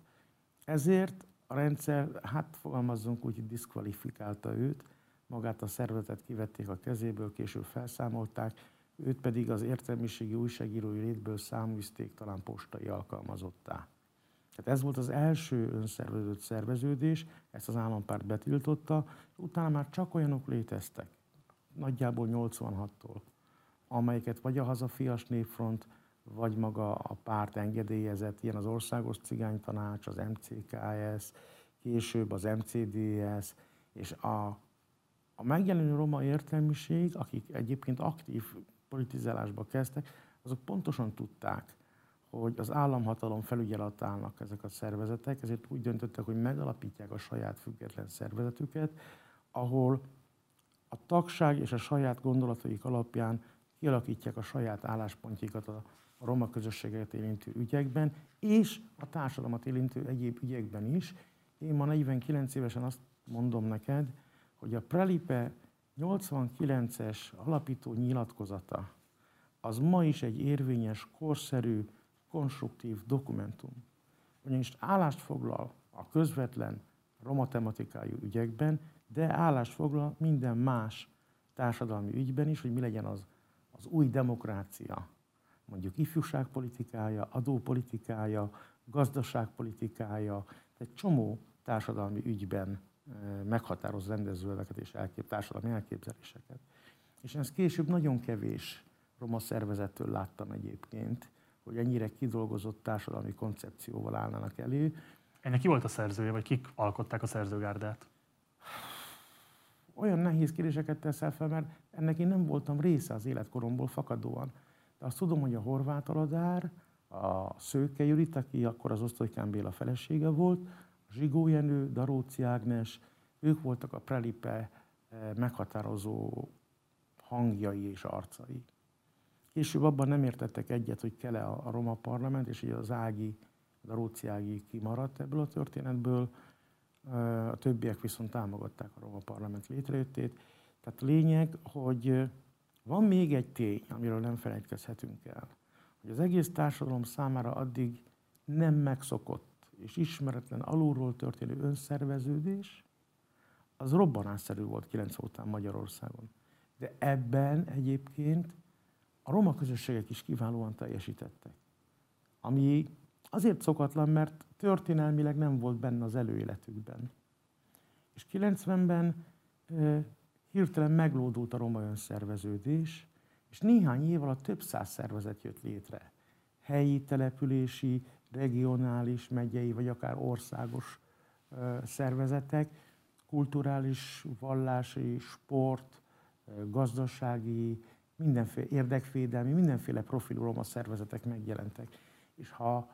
Ezért a rendszer, hát fogalmazzunk úgy, hogy diszkvalifikálta őt, magát a szervezetet kivették a kezéből, később felszámolták, őt pedig az értelmiségi újságírói létből száműzték talán postai alkalmazottá. Tehát ez volt az első önszerveződött szerveződés, ezt az állampárt betiltotta, utána már csak olyanok léteztek, nagyjából nyolcvanhattól, amelyeket vagy a Hazafias Népfront, vagy maga a párt engedélyezett, ilyen az Országos Cigánytanács, az em cé ká es, később az em cé dé es, és a, a megjelenő roma értelmiség, akik egyébként aktív politizálásba kezdtek, azok pontosan tudták, hogy az államhatalom felügyelet állnak ezek a szervezetek, ezért úgy döntöttek, hogy megalapítják a saját független szervezetüket, ahol a tagság és a saját gondolataik alapján kialakítják a saját álláspontjaikat a roma közösséget érintő ügyekben, és a társadalmat érintő egyéb ügyekben is. Én ma negyvenkilenc évesen azt mondom neked, hogy a Pralipe nyolcvankilences alapító nyilatkozata az ma is egy érvényes, korszerű, konstruktív dokumentum. Ugyanis állást foglal a közvetlen roma tematikájú ügyekben, de állást foglal minden más társadalmi ügyben is, hogy mi legyen az, az új demokrácia, mondjuk ifjúságpolitikája, adópolitikája, gazdaságpolitikája, egy csomó társadalmi ügyben meghatároz rendezőelveket és elkép, társadalmi elképzeléseket. És ezt később nagyon kevés roma szervezettől láttam egyébként, hogy ennyire kidolgozott társadalmi koncepcióval állnának elő. Ennek ki volt a szerzője, vagy kik alkották a szerzőgárdát? Olyan nehéz kérdéseket teszel fel, mert ennek én nem voltam része az életkoromból fakadóan. De azt tudom, hogy a Horváth Aladár, a Szőke Judit, aki akkor az Osztolykán Béla felesége volt, a Zsigó Jenő, Daróczi Ágnes, ők voltak a Prelipe meghatározó hangjai és arcai. Később abban nem értettek egyet, hogy kell-e a roma parlament, és így az Ági, a Daróczi Ági kimaradt ebből a történetből, a többiek viszont támogatták a roma parlament létrejöttét. Tehát lényeg, hogy van még egy tény, amiről nem felejtkezhetünk el, hogy az egész társadalom számára addig nem megszokott és ismeretlen alulról történő önszerveződés, az robbanásszerű volt kilenc után Magyarországon. De ebben egyébként a roma közösségek is kiválóan teljesítettek. Ami azért szokatlan, mert történelmileg nem volt benne az előéletükben. És kilencvenben e, hirtelen meglódult a roma önszerveződés, és néhány év alatt több száz szervezet jött létre. Helyi, települési, regionális, megyei, vagy akár országos e, szervezetek, kulturális, vallási, sport, gazdasági, mindenféle érdekvédelmi, mindenféle profilú roma szervezetek megjelentek. És ha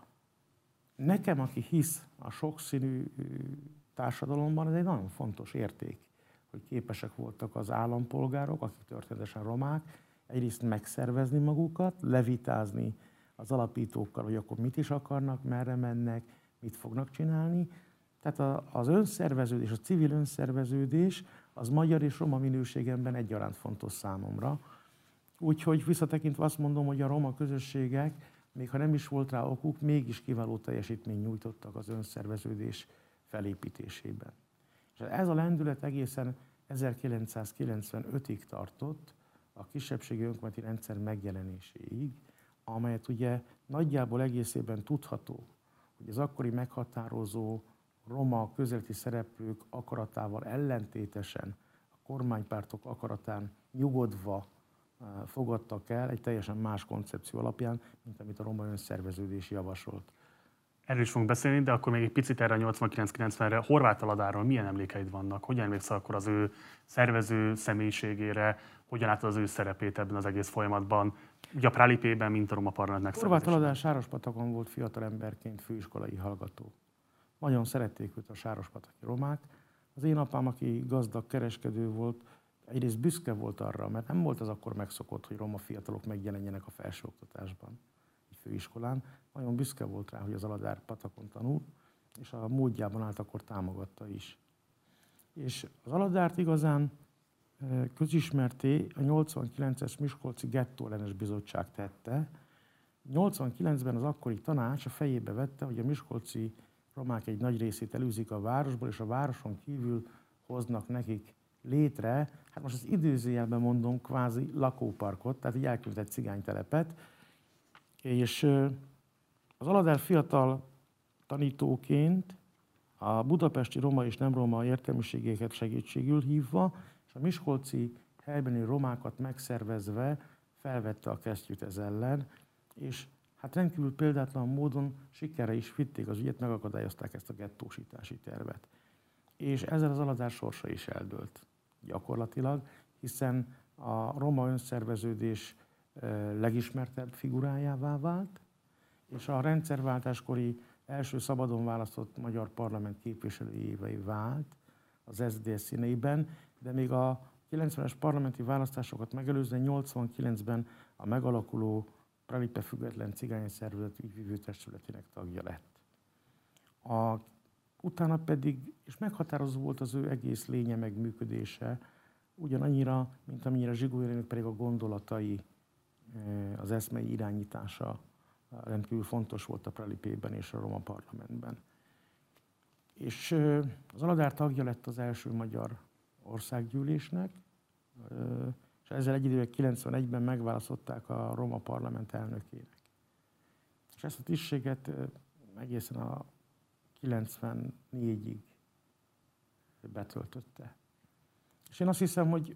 nekem, aki hisz a sokszínű társadalomban, ez egy nagyon fontos érték, hogy képesek voltak az állampolgárok, akik történetesen romák, egyrészt megszervezni magukat, levitázni az alapítókkal, hogy akkor mit is akarnak, merre mennek, mit fognak csinálni. Tehát az önszerveződés, a civil önszerveződés az magyar és roma minőségemben egyaránt fontos számomra. Úgyhogy visszatekintve azt mondom, hogy a roma közösségek, még ha nem is volt rá okuk, mégis kiváló teljesítményt nyújtottak az önszerveződés felépítésében. És ez a lendület egészen ezerkilencszázkilencvenötig tartott, a kisebbségi önkormányzati rendszer megjelenéséig, amelyet ugye nagyjából egészében tudható, hogy az akkori meghatározó roma közéleti szereplők akaratával ellentétesen, a kormánypártok akaratán nyugodva fogadtak el egy teljesen más koncepció alapján, mint amit a roma önszerveződés javasolt. Erről is fogunk beszélni, de akkor még egy picit erre a nyolcvankilenc kilencvenre. Horváth Aladáról milyen emlékeid vannak? Hogyan emlékszel akkor az ő szervező személyiségére? Hogyan látod az ő szerepét ebben az egész folyamatban? Ugye a Prelipében, mint a roma parlament megszervezésében. Horváth Aladár Sárospatakon volt fiatal emberként főiskolai hallgató. Nagyon szerették őt a sárospataki romák. Az én apám, aki gazdag kereskedő volt, egyrészt büszke volt arra, mert nem volt az akkor megszokott, hogy roma fiatalok megjelenjenek a felsőoktatásban, egy főiskolán. Nagyon büszke volt rá, hogy az Aladár patakon tanul, és a módjában állt, akkor támogatta is. És az Aladárt igazán közismerté a nyolcvankilences Miskolci Gettóellenes Bizottság tette. nyolcvankilencben az akkori tanács a fejébe vette, hogy a miskolci romák egy nagy részét elűzik a városból, és a városon kívül hoznak nekik létre, hát most az időzőjelben mondom, kvázi lakóparkot, tehát egy elkülönített cigánytelepet. És az Aladár fiatal tanítóként a budapesti roma és nem roma értelmiségeket segítségül hívva, és a miskolci helybeni romákat megszervezve felvette a kesztyűt ez ellen, és hát rendkívül példátlan módon sikerre is vitték az ügyet, megakadályozták ezt a gettósítási tervet. És ezzel az Aladár sorsa is eldőlt gyakorlatilag, hiszen a roma önszerveződés legismertebb figurájává vált, és a rendszerváltáskori első szabadon választott magyar parlament képviselőjévé vált az es zé dé es színeiben, de még a kilencvenes parlamenti választásokat megelőzően nyolcvankilencben a megalakuló Prelipe független cigány szervezet ügyvívő testületének tagja lett. A, utána pedig, és meghatározó volt az ő egész lénye megműködése, ugyanannyira, mint amennyire Zsigó Jenőnek pedig a gondolatai, az eszmei irányítása rendkívül fontos volt a Prelipében és a roma parlamentben. És az Aladár tagja lett az első magyar országgyűlésnek, és ezzel egyidejűleg kilencvenegyben megválasztották a roma parlament elnökének. És ezt a tisztséget egészen a kilencvennégyig betöltötte. És én azt hiszem, hogy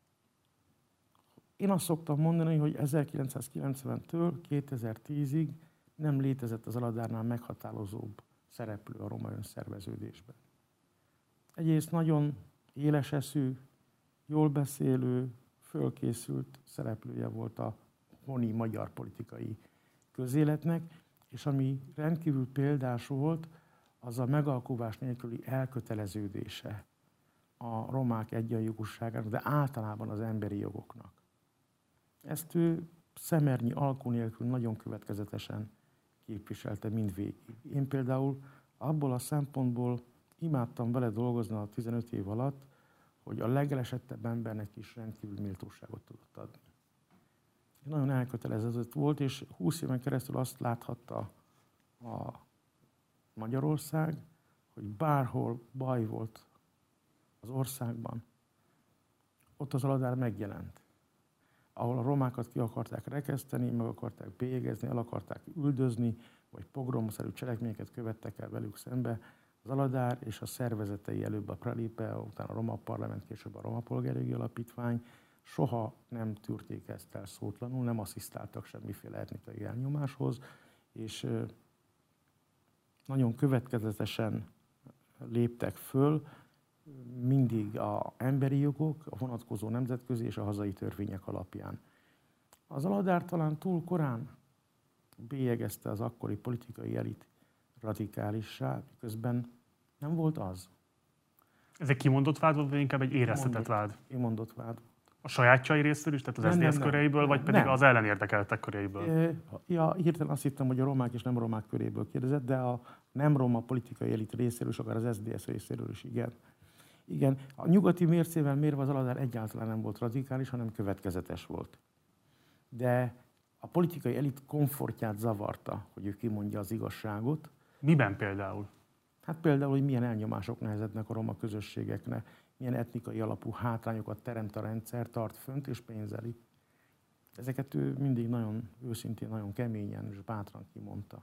én azt szoktam mondani, hogy ezerkilencszázkilencventől kétezer-tízig nem létezett az Aladárnál meghatározóbb szereplő a roma önszerveződésben. Egyrészt nagyon éleseszű, jól beszélő, fölkészült szereplője volt a honi magyar politikai közéletnek, és ami rendkívül példás volt, az a megalkuvás nélküli elköteleződése a romák egyenjogúságának, de általában az emberi jogoknak. Ezt ő szemernyi alkú nélkül nagyon következetesen képviselte mindvégig. Én például abból a szempontból imádtam vele dolgozni a tizenöt év alatt, hogy a legelesettebb embernek is rendkívül méltóságot tudott adni. Nagyon elkötelezett volt, és húsz éven keresztül azt láthatta a Magyarország, hogy bárhol baj volt az országban, ott az Aladár megjelent. Ahol a romákat ki akarták rekeszteni, meg akarták bélyegezni, el akarták üldözni, vagy pogromszerű cselekményeket követtek el velük szembe, az Aladár és a szervezetei, előbb a Pralipe, utána a Roma Parlament, később a Roma Polgárjogi Alapítvány soha nem tűrték ezt el szótlanul, nem asszisztáltak semmiféle etnikai elnyomáshoz, és nagyon következetesen léptek föl mindig az emberi jogok, a vonatkozó nemzetközi és a hazai törvények alapján. Az Aladár talán túl korán bélyegezte az akkori politikai elit radikálissá, miközben nem volt az. Ez egy kimondott vád volt, vagy inkább egy éreztetett vád? Kimondott vád. A sajátjai részéről is, tehát az es zé es köreiből, nem, vagy pedig nem. Az ellenérdekeltek köréből? Ja, hirtelen azt hittem, hogy a romák és nem romák köréből kérdezett, de a nem roma politikai elit részéről, és akár az es zé es részéről is, igen. Igen, a nyugati mércével mérve az Aladár egyáltalán nem volt radikális, hanem következetes volt. De a politikai elit komfortját zavarta, hogy ő kimondja az igazságot. Miben például? Hát például, hogy milyen elnyomások nehezednek a roma közösségeknek, milyen etnikai alapú hátrányokat teremt a rendszer, tart fönt és pénzeli. Ezeket ő mindig nagyon őszintén, nagyon keményen és bátran kimondta.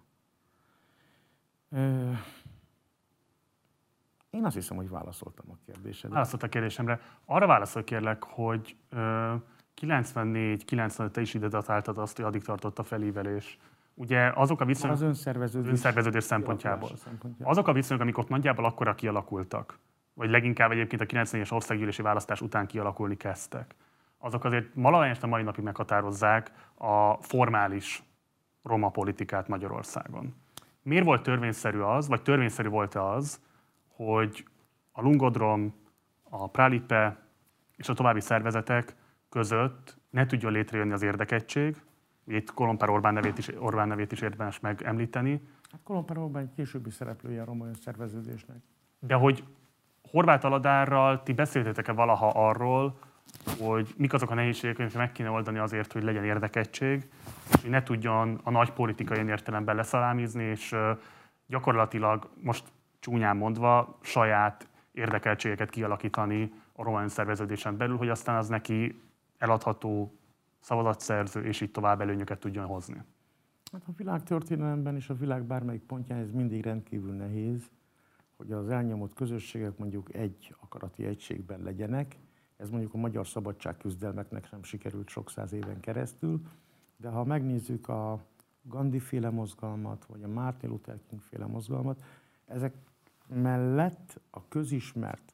Én azt hiszem, hogy válaszoltam a kérdésedre. Válaszolt a kérdésemre. Arra válaszol kérlek, hogy kilencvennégy kilencvenöt te is ide datáltad azt, hogy addig tartott a felívelés. Ugye azok a viszonyok... Az önszerveződés, önszerveződés szempontjából. szempontjából. Azok a viszonyok, amik ott nagyjából akkora kialakultak, vagy leginkább egyébként a kilencvennégyes országgyűlési választás után kialakulni kezdtek, azok azért valamelyest a mai napig meghatározzák a formális roma politikát Magyarországon. Miért volt törvényszerű az, vagy törvényszerű volt-e az, hogy a Lungodrom, a Pralipe és a további szervezetek között ne tudjon létrejönni az érdekegység? Itt Kolompár Orbán nevét is, Orbán nevét is érdemes megemlíteni. Hát Kolompár Orbán egy későbbi szereplője a roma önszerveződésnek. De hogy Horváth Aladárral ti beszéltetek-e valaha arról, hogy mik azok a nehézségek, amiket meg kéne oldani azért, hogy legyen érdekegység, és hogy ne tudjon a nagy politikai értelemben leszalámizni, és gyakorlatilag most csúnyán mondva saját érdekeltségeket kialakítani a roma önszerveződésen belül, hogy aztán az neki eladható, szavazatszerző, és így tovább előnyöket tudjon hozni. Hát a világ történelemben és a világ bármelyik pontján ez mindig rendkívül nehéz, hogy az elnyomott közösségek mondjuk egy akarati egységben legyenek. Ez mondjuk a magyar szabadságküzdelmeknek sem sikerült sok száz éven keresztül, de ha megnézzük a Gandhi-féle mozgalmat, vagy a Martin Luther King-féle mozgalmat, ezek mellett, a közismert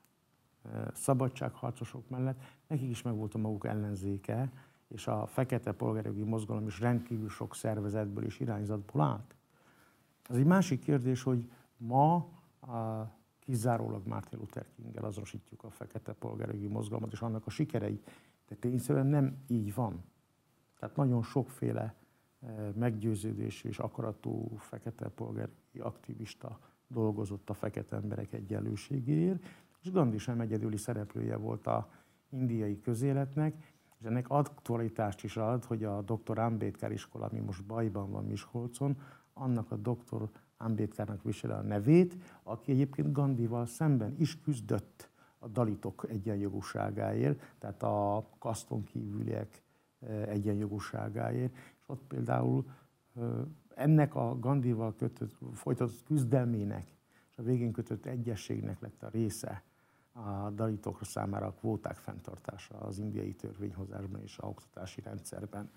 szabadságharcosok mellett nekik is megvolt a maguk ellenzéke, és a fekete polgárjogi mozgalom is rendkívül sok szervezetből és irányzatból állt. Ez egy másik kérdés, hogy ma a kizárólag Martin Luther Kinggel azonosítjuk a fekete polgárjogi mozgalmat és annak a sikereit, de tényszerűen nem így van. Tehát nagyon sokféle meggyőződésű és akaratú fekete polgárjogi aktivista dolgozott a fekete emberek egyenlőségéért, és Gandhi sem egyedüli szereplője volt az indiai közéletnek, és ennek aktualitást is ad, hogy a doktor Ambedkar iskola, ami most bajban van Miskolcon, annak a doktor Ambedkarnak viseli a nevét, aki egyébként Gandhival szemben is küzdött a dalitok egyenjogúságáért, tehát a kaszton kívüliek egyenjogúságáért. És ott például ennek a Gandhival kötött, folytatott küzdelmének és a végén kötött egyességnek lett a része a dalitokra számára a kvóták fenntartása az indiai törvényhozásban és az oktatási rendszerben.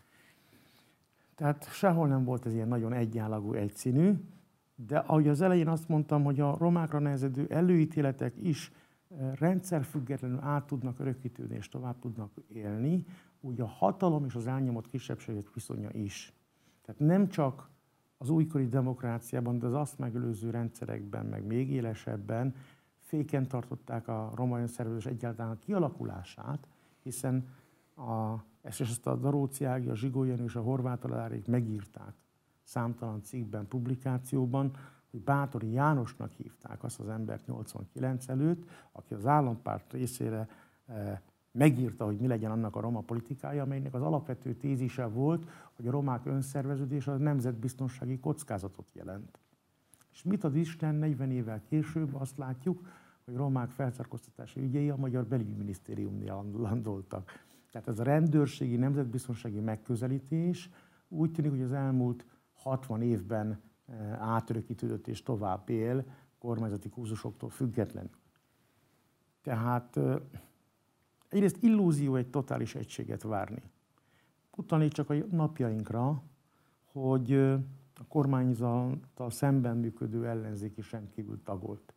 Tehát sehol nem volt ez ilyen nagyon egyenlagú, egyszínű, de ahogy az elején azt mondtam, hogy a romákra nehezedő előítéletek is rendszerfüggetlenül át tudnak örökítődni és tovább tudnak élni, úgy a hatalom és az elnyomott kisebbségek viszonya is. Tehát nem csak az újkori demokráciában, de az azt megelőző rendszerekben, meg még élesebben féken tartották a roma önszerveződés egyáltalán a kialakulását, hiszen a, ezt, ezt a Daróci Ági, a Zsigó Jenő és a Horváth Alárék megírták számtalan cikkben, publikációban, hogy Báthori Jánosnak hívták azt az embert nyolcvankilenc előtt, aki az állampárt részére e, megírta, hogy mi legyen annak a roma politikája, amelynek az alapvető tézise volt, hogy a romák önszerveződése a nemzetbiztonsági kockázatot jelent. És mit ad Isten, negyven évvel később azt látjuk, hogy romák felzárkóztatási ügyei a Magyar Belügyminisztériumnél landoltak. Tehát ez a rendőrségi, nemzetbiztonsági megközelítés úgy tűnik, hogy az elmúlt hatvan évben átörökítődött és tovább él kormányzati kurzusoktól függetlenül. Tehát egyrészt illúzió egy totális egységet várni. Utalnék csak a napjainkra, hogy a kormányzattal szemben működő ellenzék is rendkívül tagolt.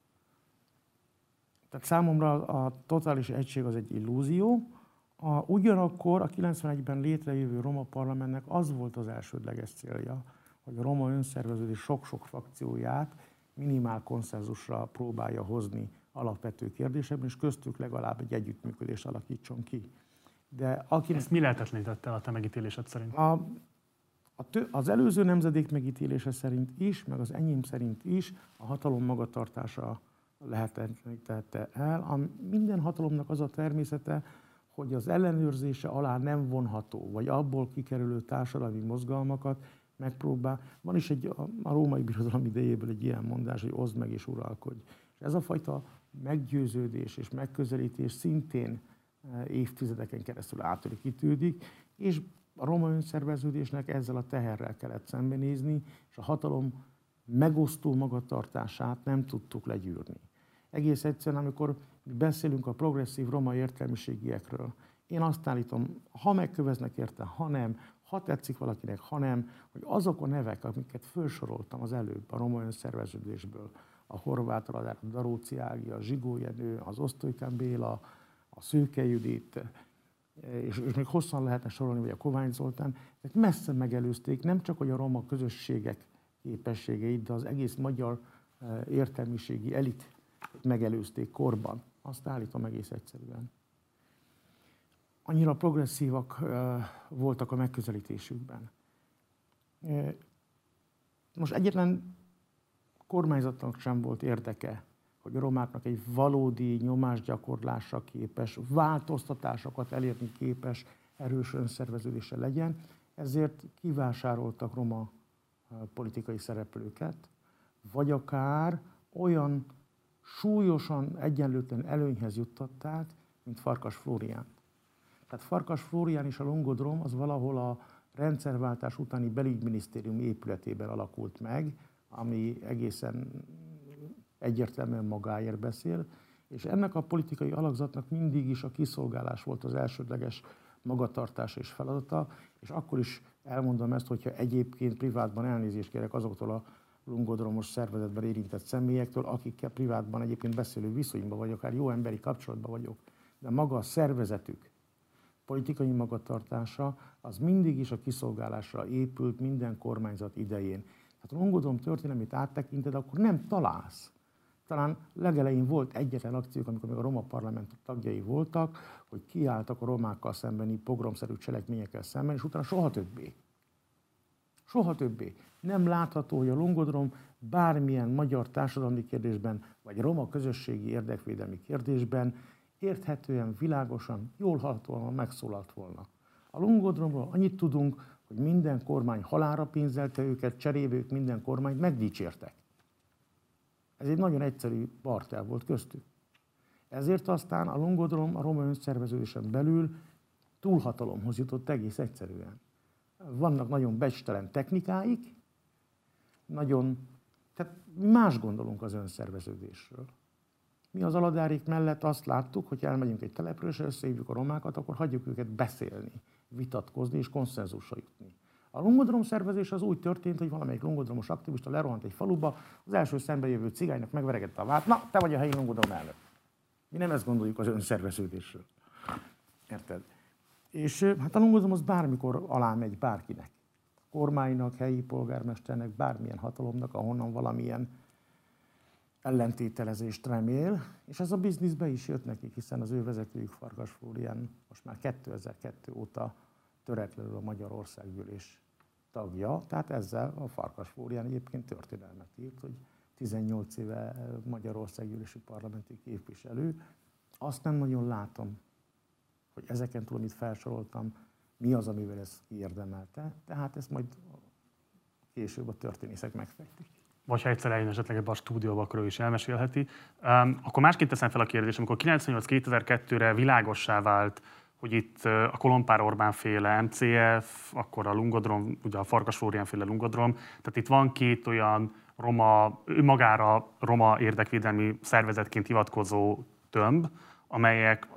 Tehát számomra a totális egység az egy illúzió. A, ugyanakkor a kilencvenegyben létrejövő roma parlamentnek az volt az elsődleges célja, hogy a roma önszerveződés sok-sok frakcióját minimál konszenzusra próbálja hozni alapvető kérdésekben, és köztük legalább egy együttműködést alakítson ki. De akinek... Ezt mi lehetetlenítette a te megítélésed szerint? A, a tő, az előző nemzedék megítélése szerint is, meg az enyém szerint is a hatalom magatartása lehetetlenítette el. A, minden hatalomnak az a természete, hogy az ellenőrzése alá nem vonható, vagy abból kikerülő társadalmi mozgalmakat megpróbál. Van is egy, a római birodalom idejéből egy ilyen mondás, hogy oszd meg és uralkodj. És ez a fajta meggyőződés és megközelítés szintén évtizedeken keresztül átörökítődik, és a roma önszerveződésnek ezzel a teherrel kellett szembenézni, és a hatalom megosztó magatartását nem tudtuk legyűrni. Egész egyszerűen, amikor beszélünk a progresszív roma értelmiségiekről, én azt állítom, ha megköveznek érte, ha nem, ha tetszik valakinek, ha nem, hogy azok a nevek, amiket felsoroltam az előbb a roma önszerveződésből, a Horváth Aladár, a Daróci Ági, a Zsigó Jenő, az Osztolykán Béla, a Szőke Judit, és, és még hosszan lehetne sorolni, vagy a Kovács Zoltán, ezek messze megelőzték nem csak hogy a roma közösségek képességeit, de az egész magyar értelmiségi elit megelőzték korban. Azt állítom egész egyszerűen. Annyira progresszívak voltak a megközelítésükben. Most egyetlen kormányzatnak sem volt érdeke, hogy a romáknak egy valódi nyomásgyakorlásra képes, változtatásokat elérni képes, erős önszerveződése legyen, ezért kivásároltak roma politikai szereplőket, vagy akár olyan súlyosan egyenlőtlen előnyhez juttatták, mint Farkas Flórián. Tehát Farkas Flórián és a Longodrom az valahol a rendszerváltás utáni belügyminisztérium épületében alakult meg, ami egészen egyértelműen magáért beszél, és ennek a politikai alakzatnak mindig is a kiszolgálás volt az elsődleges magatartás és feladata, és akkor is elmondom ezt, hogyha egyébként privátban elnézést kérek azoktól a lungodromos szervezetben érintett személyektől, akikkel privátban egyébként beszélő viszonyban vagy, akár jó emberi kapcsolatban vagyok, de maga a szervezetük, politikai magatartása, az mindig is a kiszolgálásra épült minden kormányzat idején. Hát a Longodrom történelmét áttekinted, akkor nem találsz. Talán legelején volt egyetlen akciók, amikor még a roma parlament tagjai voltak, hogy kiálltak a romákkal szembeni pogromszerű cselekményekkel szemben, és utána soha többé. Soha többé. Nem látható, hogy a Longodrom bármilyen magyar társadalmi kérdésben, vagy roma közösségi érdekvédelmi kérdésben érthetően, világosan, jól hallhatóan megszólalt volna. A Longodromról annyit tudunk, hogy minden kormány halálra pénzelte őket, cserébe ők minden kormányt megdicsértek. Ez egy nagyon egyszerű partel volt köztük. Ezért aztán a Longodrom a roma önszerveződésen belül túlhatalomhoz jutott egész egyszerűen. Vannak nagyon becstelen technikáik, nagyon, tehát más gondolunk az önszerveződésről. Mi az Aladárék mellett azt láttuk, hogy elmegyünk egy telepről, és összehívjuk a romákat, akkor hagyjuk őket beszélni, vitatkozni és konszenzusra jutni. A Longodrom szervezés az úgy történt, hogy valamelyik longodromos aktivista lerohant egy faluba, az első szembejövő cigánynak megveregette a vált, na, te vagy a helyi Longodrom elnök. Mi nem ezt gondoljuk az önszerveződésről. Érted? És hát a lungozom az bármikor alá megy bárkinek. Kormánynak, helyi polgármesternek, bármilyen hatalomnak, ahonnan valamilyen ellentételezést remél, és ez a bizniszbe is jött nekik, hiszen az ő vezetőjük Farkas Flórián most már kétezer-kettő óta töretlenül a Magyar Országgyűlés tagja, tehát ezzel a Farkas Flórián egyébként történelmet írt, hogy tizennyolc éve Magyar Országgyűlési parlamenti képviselő. Azt nem nagyon látom, hogy ezeken túl, amit felsoroltam, mi az, amivel ezt kiérdemelte, tehát ezt majd később a történészek megfejtik. Vagy ha egyszer eljön esetleg ebbe a stúdióba, akkor ő is elmesélheti. Um, akkor másként teszem fel a kérdést, amikor kilencvennyolc-kétezer-kettőre világossá vált, hogy itt a Kolompár Orbán féle em cé ef, akkor a Lungodrom, ugye a Farkas Flórián féle Lungodrom, tehát itt van két olyan roma, önmagára roma érdekvédelmi szervezetként hivatkozó tömb, amelyek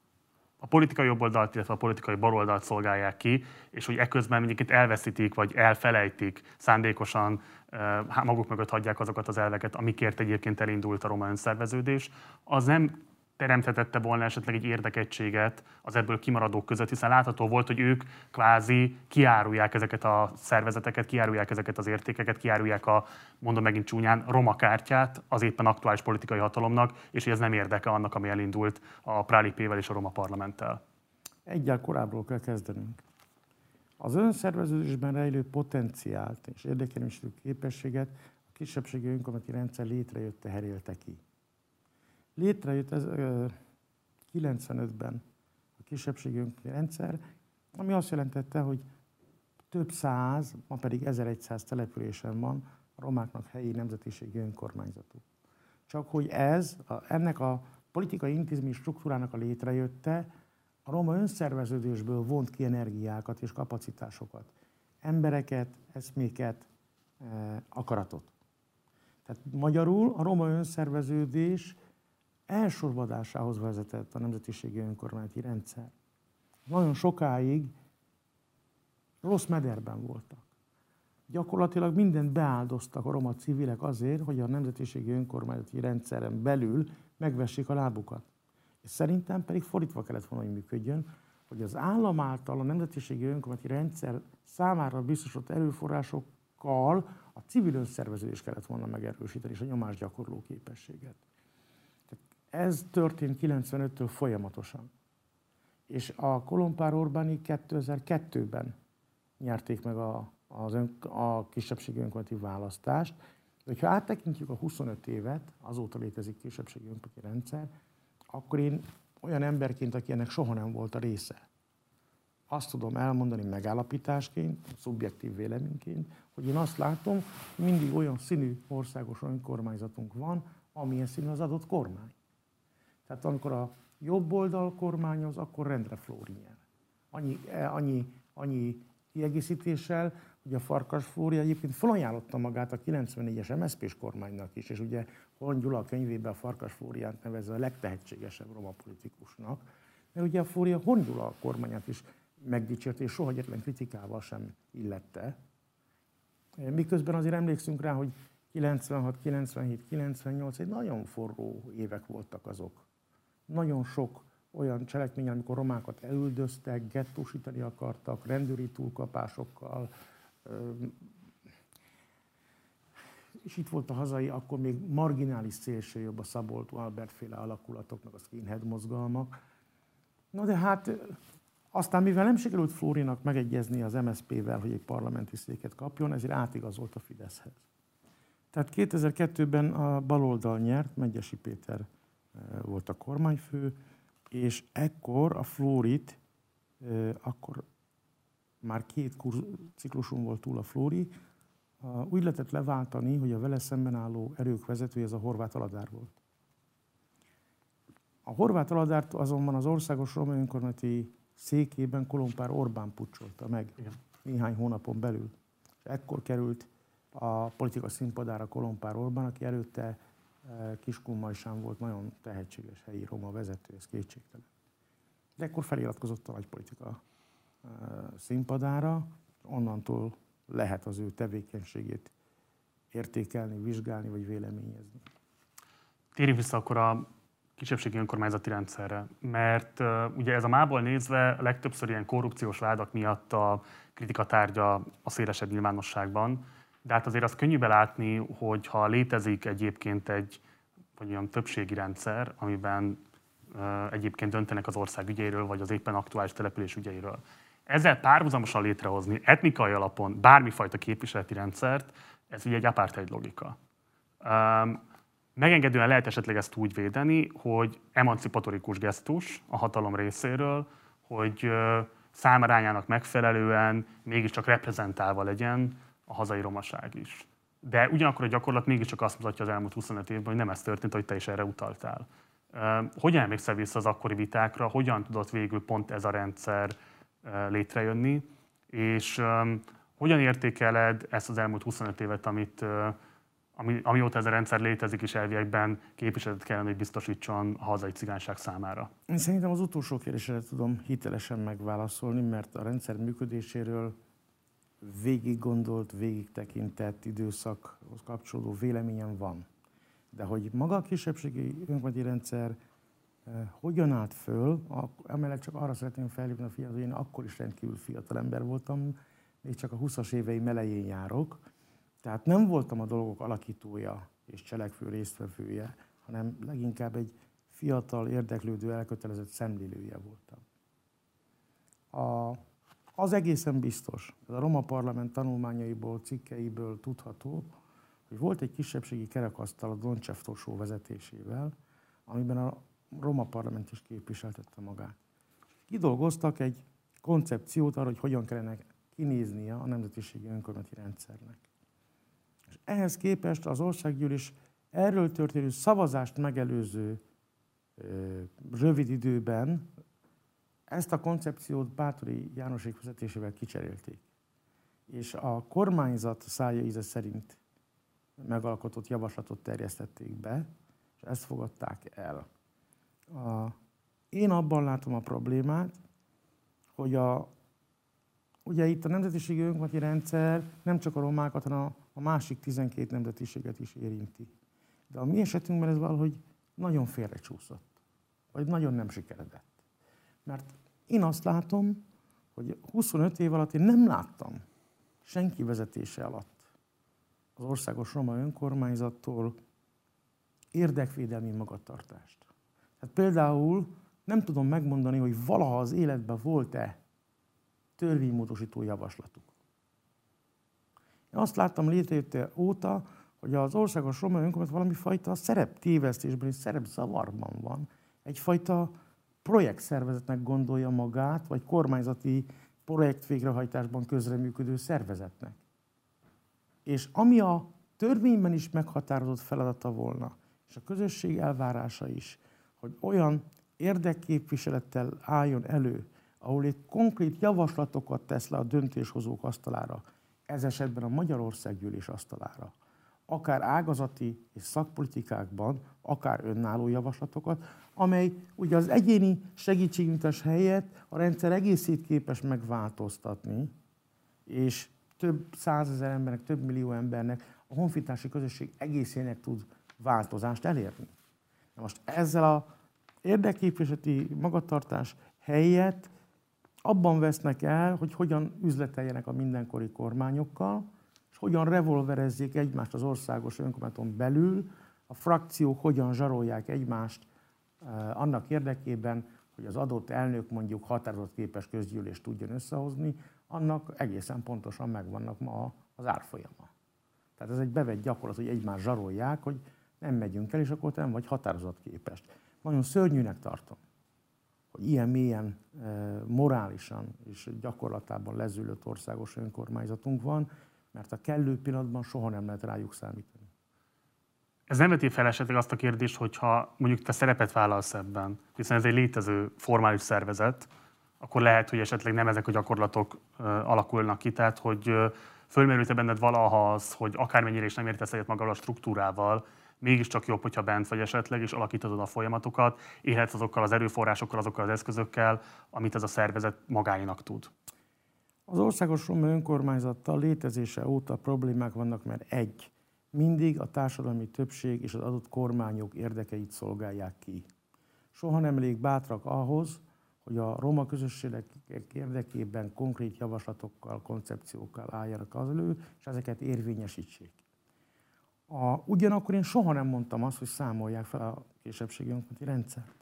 a politikai jobboldalt, illetve a politikai baloldalt szolgálják ki, és hogy eközben egyébként elveszítik, vagy elfelejtik szándékosan, maguk mögött hagyják azokat az elveket, amikért egyébként elindult a roma önszerveződés, az nem teremthetette volna esetleg egy érdekegységet az ebből kimaradók között, hiszen látható volt, hogy ők kvázi kiárulják ezeket a szervezeteket, kiárulják ezeket az értékeket, kiárulják a, mondom megint csúnyán, roma kártyát az éppen aktuális politikai hatalomnak, és hogy ez nem érdeke annak, ami elindult a Prálipével és a roma parlamenttel. Egyel korábbról kell kezdenünk. Az önszerveződésben rejlő potenciált és érdekelmésítő képességet a kisebbségi önkormányzati rendszer létrejötte, herélte ki. Létrejött ez, kilencvenötben a kisebbségi önkormányzati rendszer, ami azt jelentette, hogy több száz, ma pedig ezerszáz településen van a romáknak helyi nemzetiségi önkormányzatuk. Csak hogy ez, a, ennek a politikai intézmény struktúrának a létrejötte, a roma önszerveződésből vont ki energiákat és kapacitásokat, embereket, eszméket, akaratot. Tehát magyarul a roma önszerveződés elsorvadásához vezetett a nemzetiségi önkormányzati rendszer. Nagyon sokáig rossz mederben voltak. Gyakorlatilag mindent beáldoztak a roma civilek azért, hogy a nemzetiségi önkormányzati rendszeren belül megvessék a lábukat. És szerintem pedig fordítva kellett volna, hogy működjön, hogy az állam által a nemzetiségi önkormányzati rendszer számára biztosított erőforrásokkal a civil önszerveződést kellett volna megerősíteni, és a nyomásgyakorló képességet. Ez történt kilencvenöttől folyamatosan. És a Kolompár Orbáni kétezer-kettőben nyerték meg a, az ön, a kisebbségi önkormányzati választást. De ha áttekintjük a huszonöt évet, azóta létezik kisebbségi önkormányzati rendszer, akkor én olyan emberként, aki ennek soha nem volt a része, azt tudom elmondani megállapításként, szubjektív véleményként, hogy én azt látom, hogy mindig olyan színű országos önkormányzatunk van, amilyen színű az adott kormány. Tehát amikor a jobb oldal kormányoz, akkor rendre Flóri nyer. Annyi, annyi, annyi kiegészítéssel, hogy a Farkas Flóri egyébként felajánlotta magát a kilencvennégyes em es zé pés kormánynak is, és ugye Horn Gyula a könyvében a Farkas Flóriánt nevezze a legtehetségesebb roma politikusnak, mert ugye a Flóri a Horn Gyula kormányát is megdicsért, és soha egyetlen kritikával sem illette. Miközben azért emlékszünk rá, hogy kilencvenhat, kilencvenhét, kilencvennyolc egy nagyon forró évek voltak azok. Nagyon sok olyan cselekmény, amikor romákat elüldöztek, gettósítani akartak, rendőri túlkapásokkal. És itt volt a hazai, akkor még marginális szélsőjobb a Szabolcs Albert-féle alakulatoknak, a skinhead mozgalmak. Na de hát aztán, mivel nem sikerült Flórinak megegyezni az em es zé pével, hogy egy parlamenti széket kapjon, ezért átigazolt a Fideszhez. Tehát kétezer-kettőben a baloldal nyert, Medgyessy Péter volt a kormányfő, és ekkor a Flórit, akkor már két cikluson volt túl a Flóri, úgy lehetett leváltani, hogy a vele szemben álló erők vezetője ez a Horváth Aladár volt. A Horváth Aladárt azonban az országos roma önkormányzati székében Kolompár Orbán pucsolta meg. Igen. Néhány hónapon belül. És ekkor került a politika színpadára Kolompár Orbán, aki előtte Kiskunmajsán volt nagyon tehetséges helyi roma vezető, ez kétségtelen. De ekkor feliratkozott a nagypolitika színpadára, onnantól lehet az ő tevékenységét értékelni, vizsgálni vagy véleményezni. Térjünk vissza akkor a kisebbségi önkormányzati rendszerre, mert uh, ugye ez a mából nézve legtöbbször ilyen korrupciós vádak miatt a kritika tárgya a szélesebb nyilvánosságban, de hát azért azt könnyű belátni, hogy ha létezik egyébként egy vagy olyan többségi rendszer, amiben uh, egyébként döntenek az ország ügyeiről, vagy az éppen aktuális település ügyeiről. Ezzel párhuzamosan létrehozni etnikai alapon bármifajta képviseleti rendszert, ez ugye egy apartheid logika. Um, Megengedően lehet esetleg ezt úgy védeni, hogy emancipatorikus gesztus a hatalom részéről, hogy számarányának megfelelően mégiscsak reprezentálva legyen a hazai romaság is. De ugyanakkor a gyakorlat mégiscsak azt mutatja az elmúlt huszonöt évben, hogy nem ez történt, hogy te is erre utaltál. Hogyan emlékszel vissza az akkori vitákra, hogyan tudott végül pont ez a rendszer létrejönni, és hogyan értékeled ezt az elmúlt huszonöt évet, amit Ami, amióta ez a rendszer létezik, és elviekben képviseletet kellene, hogy biztosítson a hazai cigányság számára? Én szerintem az utolsó kérdésre tudom hitelesen megválaszolni, mert a rendszer működéséről végig gondolt, végig tekintett időszakhoz kapcsolódó véleményem van. De hogy maga a kisebbségi önkormányzati rendszer eh, hogyan állt föl, emellett csak arra szeretném felhívni a fiatal, hogy én akkor is rendkívül fiatal ember voltam, még csak a huszas éveim elején járok. Tehát nem voltam a dolgok alakítója és cselekvő résztvevője, hanem leginkább egy fiatal, érdeklődő, elkötelezett szemlélője voltam. A, az egészen biztos, ez a Roma Parlament tanulmányaiból, cikkeiből tudható, hogy volt egy kisebbségi kerekasztal a Doncsev Tosó vezetésével, amiben a Roma Parlament is képviseltette magát. Kidolgoztak egy koncepciót arra, hogy hogyan kellene kinéznie a nemzetiségi önkormányzati rendszernek. És ehhez képest az országgyűlés erről történő szavazást megelőző ö, rövid időben ezt a koncepciót Báthori Jánosék vezetésével kicserélték. És a kormányzat szája íze szerint megalkotott javaslatot terjesztették be, és ezt fogadták el. A, én abban látom a problémát, hogy a, ugye itt a nemzetiségi önkormányzati rendszer nem csak a romákat, hanem a, a másik tizenkét nemzetiséget is érinti. De a mi esetünkben ez valahogy nagyon félrecsúszott, vagy nagyon nem sikeredett. Mert én azt látom, hogy huszonöt év alatt én nem láttam senki vezetése alatt az Országos Roma Önkormányzattól érdekvédelmi magatartást. Tehát például nem tudom megmondani, hogy valaha az életben volt-e törvénymódosító javaslatuk. Én azt láttam létrejötte óta, hogy az Országos Roma Önkormányzat valami fajta szereptévesztésben és szerepzavarban van. Egyfajta projektszervezetnek gondolja magát, vagy kormányzati projekt végrehajtásban közreműködő szervezetnek. És ami a törvényben is meghatározott feladata volna, és a közösség elvárása is, hogy olyan érdekképviselettel álljon elő, ahol egy konkrét javaslatokat tesz le a döntéshozók asztalára, ez esetben a Magyarországgyűlés asztalára, akár ágazati és szakpolitikákban, akár önálló javaslatokat, amely ugye az egyéni segítségnyújtás helyett a rendszer egészét képes megváltoztatni, és több százezer embernek, több millió embernek, a honfitársi közösség egészének tud változást elérni. Na most ezzel az érdekképviseleti magatartás helyett abban vesznek el, hogy hogyan üzleteljenek a mindenkori kormányokkal, és hogyan revolverezzék egymást az országos önkormányzaton belül, a frakciók hogyan zsarolják egymást eh, annak érdekében, hogy az adott elnök mondjuk határozatképes közgyűlést tudjon összehozni, annak egészen pontosan megvannak ma az árfolyama. Tehát ez egy bevett gyakorlat, hogy egymást zsarolják, hogy nem megyünk el, és akkor nem vagy határozatképes. Nagyon szörnyűnek tartom, hogy ilyen mélyen eh, morálisan és gyakorlatában lezűlött országos önkormányzatunk van, mert a kellő pillanatban soha nem lehet rájuk számítani. Ez nem veti fel esetleg azt a kérdést, hogyha mondjuk te szerepet vállalsz ebben, hiszen ez egy létező formális szervezet, akkor lehet, hogy esetleg nem ezek a gyakorlatok uh, alakulnak ki, tehát hogy uh, fölmerült-e benned valaha az, hogy akármennyire is nem értesz egyet magával a struktúrával, mégiscsak jobb, hogyha bent vagy esetleg, és alakítod a folyamatokat, élhetsz azokkal az erőforrásokkal, azokkal az eszközökkel, amit ez a szervezet magáénak tud. Az Országos Roma Önkormányzattal létezése óta problémák vannak, mert egy, mindig a társadalmi többség és az adott kormányok érdekeit szolgálják ki. soha nem elég bátrak ahhoz, hogy a roma közösségek érdekében konkrét javaslatokkal, koncepciókkal álljanak az elő, és ezeket érvényesítsék. A, ugyanakkor én soha nem mondtam azt, hogy számolják fel a kisebbségi önkormányzati rendszert.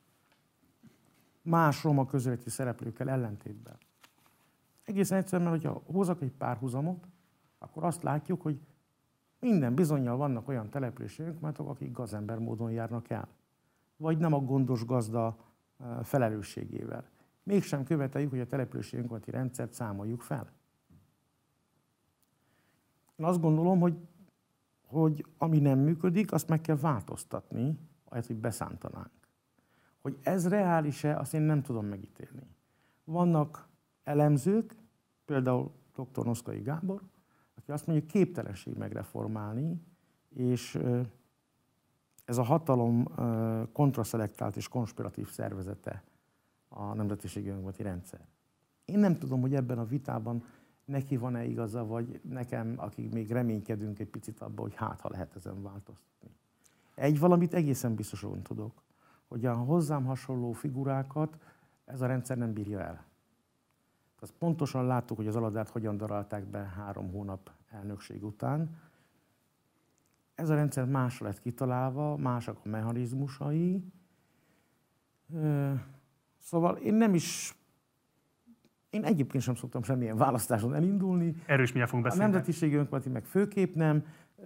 Más roma közéleti szereplőkkel ellentétben. Egészen egyszerűen, hogyha hozok egy párhuzamot, akkor azt látjuk, hogy minden bizonnyal vannak olyan települési önkormányzatok, akik gazember módon járnak el. Vagy nem a gondos gazda felelősségével. Mégsem követeljük, hogy a települési önkormányzati rendszert számoljuk fel. Én azt gondolom, hogy, hogy ami nem működik, azt meg kell változtatni, ahelyett, hogy beszántanánk. Hogy ez reális-e, azt én nem tudom megítélni. Vannak elemzők, például dr. Noszkai Gábor, aki azt mondja, hogy képtelenség megreformálni, és ez a hatalom kontraszelektált és konspiratív szervezete a nemzetiségi önkormányzati rendszer. Én nem tudom, hogy ebben a vitában neki van-e igaza, vagy nekem, akik még reménykedünk egy picit abban, hogy hát, ha lehet ezen változtatni. Egy valamit egészen biztosan tudok, hogy a hozzám hasonló figurákat ez a rendszer nem bírja el. Azt pontosan láttuk, hogy az Aladát hogyan darálták be három hónap elnökség után. Ez a rendszer másra lett kitalálva, másak a mechanizmusai. Szóval én nem is, én egyébként sem szoktam semmilyen választáson elindulni. Erről is mindjárt fogunk beszélni. A nemzetiségi önkormányzati meg főképp nem.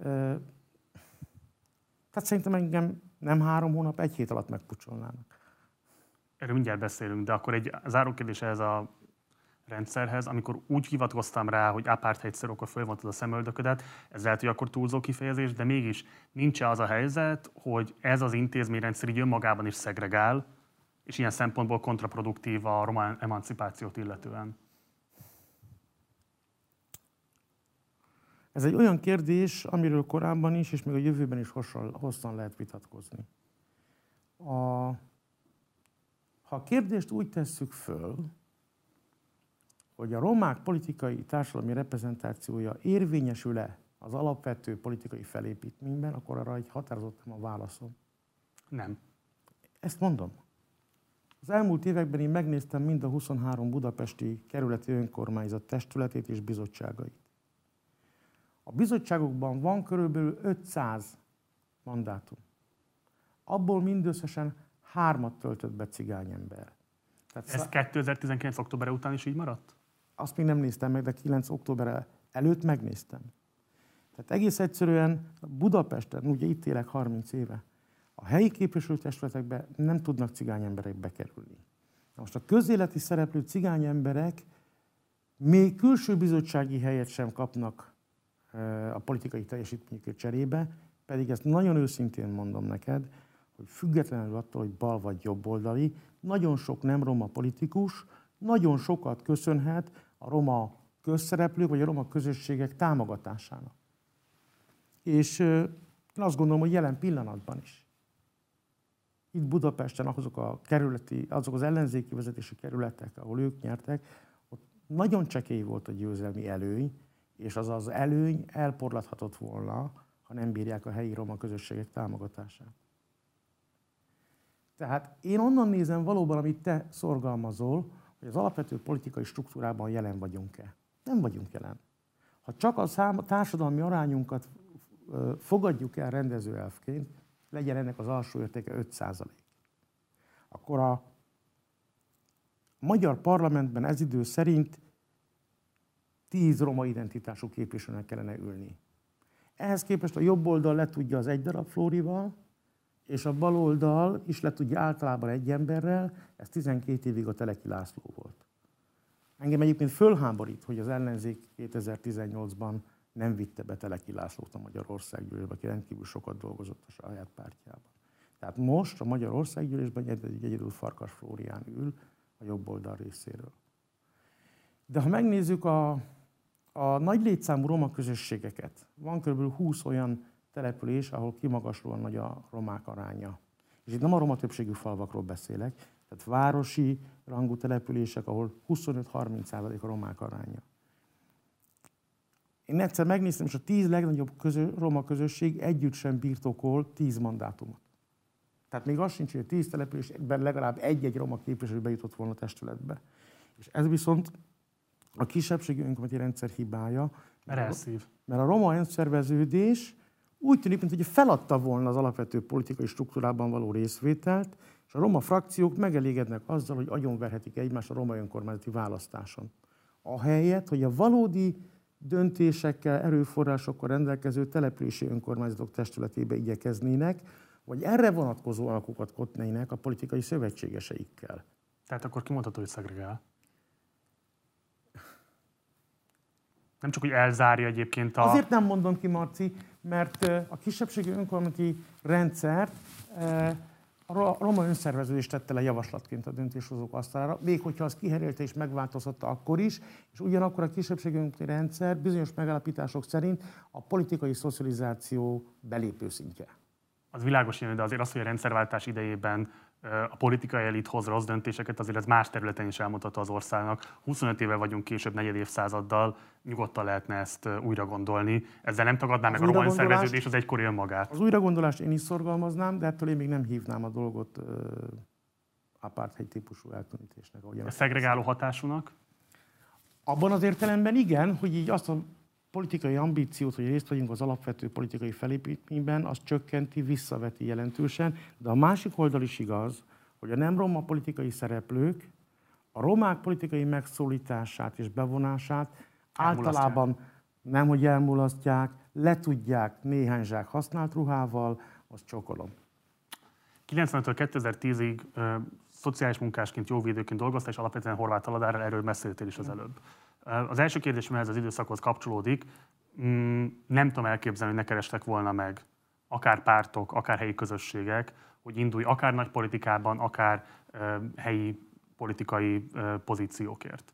Tehát szerintem engem nem három hónap, egy hét alatt megpucsolnának. Erről mindjárt beszélünk, de akkor egy zárókérdés ehhez a rendszerhez, amikor úgy hivatkoztam rá, hogy apartheidszer, akkor fölvontad a szemöldöködet, ez lehet, hogy akkor túlzó kifejezés, de mégis nincs az a helyzet, hogy ez az intézményrendszer így önmagában is szegregál, és ilyen szempontból kontraproduktív a roma emancipációt illetően? Ez egy olyan kérdés, amiről korábban is, és még a jövőben is hosszan lehet vitatkozni. A, ha a kérdést úgy tesszük föl, hogy a romák politikai társadalmi reprezentációja érvényesül-e az alapvető politikai felépítményben, akkor arra egy határozott a válaszom. Nem. Ezt mondom. Az elmúlt években én megnéztem mind a huszonhárom budapesti kerületi önkormányzat testületét és bizottságait. A bizottságokban van körülbelül ötszáz mandátum. Abból mindösszesen hármat töltött be cigányember. Tehát Ez kétezer-tizenkilenc október után is így maradt? Azt még nem néztem meg, de kilenc október előtt megnéztem. Tehát egész egyszerűen Budapesten, ugye itt élek harminc éve, a helyi képviselőtestületekbe nem tudnak cigányemberek bekerülni. Na most a közéleti szereplő cigányemberek még külső bizottsági helyet sem kapnak a politikai teljesítményükért cserébe, pedig ezt nagyon őszintén mondom neked, hogy függetlenül attól, hogy bal vagy jobboldali, nagyon sok nem roma politikus, nagyon sokat köszönhet a roma közszereplők vagy a roma közösségek támogatásának. És én azt gondolom, hogy jelen pillanatban is. Itt Budapesten azok, a kerületi, azok az ellenzéki vezetési kerületek, ahol ők nyertek, ott nagyon csekély volt a győzelmi előny, és az az előny elporlathatott volna, ha nem bírják a helyi roma közösségek támogatását. Tehát én onnan nézem valóban, amit te szorgalmazol, hogy az alapvető politikai struktúrában jelen vagyunk-e. Nem vagyunk jelen. Ha csak a szám, társadalmi arányunkat fogadjuk el rendezőelvként, legyen ennek az alsó értéke öt százalék. Akkor a magyar parlamentben ez idő szerint tíz roma identitású képviselőnek kellene ülni. Ehhez képest a jobb oldal le tudja az egy darab Flórival, és a bal oldal is le tudja általában egy emberrel, ez tizenkét évig a Teleki László volt. Engem egyébként fölháborít, hogy az ellenzék kétezer-tizennyolcban nem vitte be Teleki Lászlót a Magyarországgyűlésbe, aki rendkívül sokat dolgozott a saját pártjában. Tehát most a Magyarországgyűlésben egyedül Farkas Flórián ül a jobb oldal részéről. De ha megnézzük a, a nagy létszámú roma közösségeket, van kb. húsz olyan település, ahol kimagaslóan nagy a romák aránya. És itt nem a roma többségű falvakról beszélek, tehát városi rangú települések, ahol huszonöt-harminc százalék a romák aránya. Én egyszer megnéztem, és a tíz legnagyobb közö, roma közösség együtt sem birtokol tíz mandátumot. Tehát még az sincs, hogy a tíz településben legalább egy-egy roma képviselő bejutott volna a testületbe. És ez viszont a kisebbségi önkormányzati rendszer hibája, mert a, mert a roma önszerveződés úgy tűnik, mintha feladta volna az alapvető politikai struktúrában való részvételt, és a roma frakciók megelégednek azzal, hogy agyonverhetik egymást a roma önkormányzati választáson. Ahelyett, hogy a valódi döntésekkel, erőforrásokkal rendelkező települési önkormányzatok testületébe igyekeznének, vagy erre vonatkozó alkokat kötnének a politikai szövetségeseikkel. Tehát akkor kimondható, hogy szegregál? Nem csak, hogy elzárja egyébként a... Azért nem mondom ki, Marci, mert a kisebbségi önkormányzati rendszert a roma önszerveződés tette le javaslatként a döntéshozók asztalára, még hogyha az kiherélte és megváltoztatta akkor is, és ugyanakkor a kisebbségi önkormányzati rendszer bizonyos megállapítások szerint a politikai szocializáció belépő szintje. Az világos, de azért az, hogy a rendszerváltás idejében a politikai elit hoz rossz döntéseket, azért ez más területen is elmondható az országnak. huszonöt éve vagyunk később, negyed évszázaddal, nyugodtan lehetne ezt újra gondolni. Ezzel nem tagadná meg a roma önszerveződés az egykori önmagát. Az újragondolást én is szorgalmaznám, de ettől én még nem hívnám a dolgot uh, apartheid típusú elkülönítésnek. A szegregáló hatásúnak? Abban az értelemben igen, hogy így azt a politikai ambíciót, hogy részt vegyünk az alapvető politikai felépítményben, az csökkenti, visszaveti jelentősen, de a másik oldal is igaz, hogy a nem roma politikai szereplők a romák politikai megszólítását és bevonását általában nem, hogy elmulasztják, letudják néhány zsák használt ruhával, azt csokolom. kilencvenöttől kétezer-tízig ö, szociális munkásként, jogvédőként dolgoztál, és alapvetően Horváth Aladárral, erről beszéltél is az előbb. Az első kérdésem ehhez az időszakhoz kapcsolódik. Nem tudom elképzelni, hogy ne kerestek volna meg akár pártok, akár helyi közösségek, hogy indulj akár nagy politikában, akár helyi politikai pozíciókért.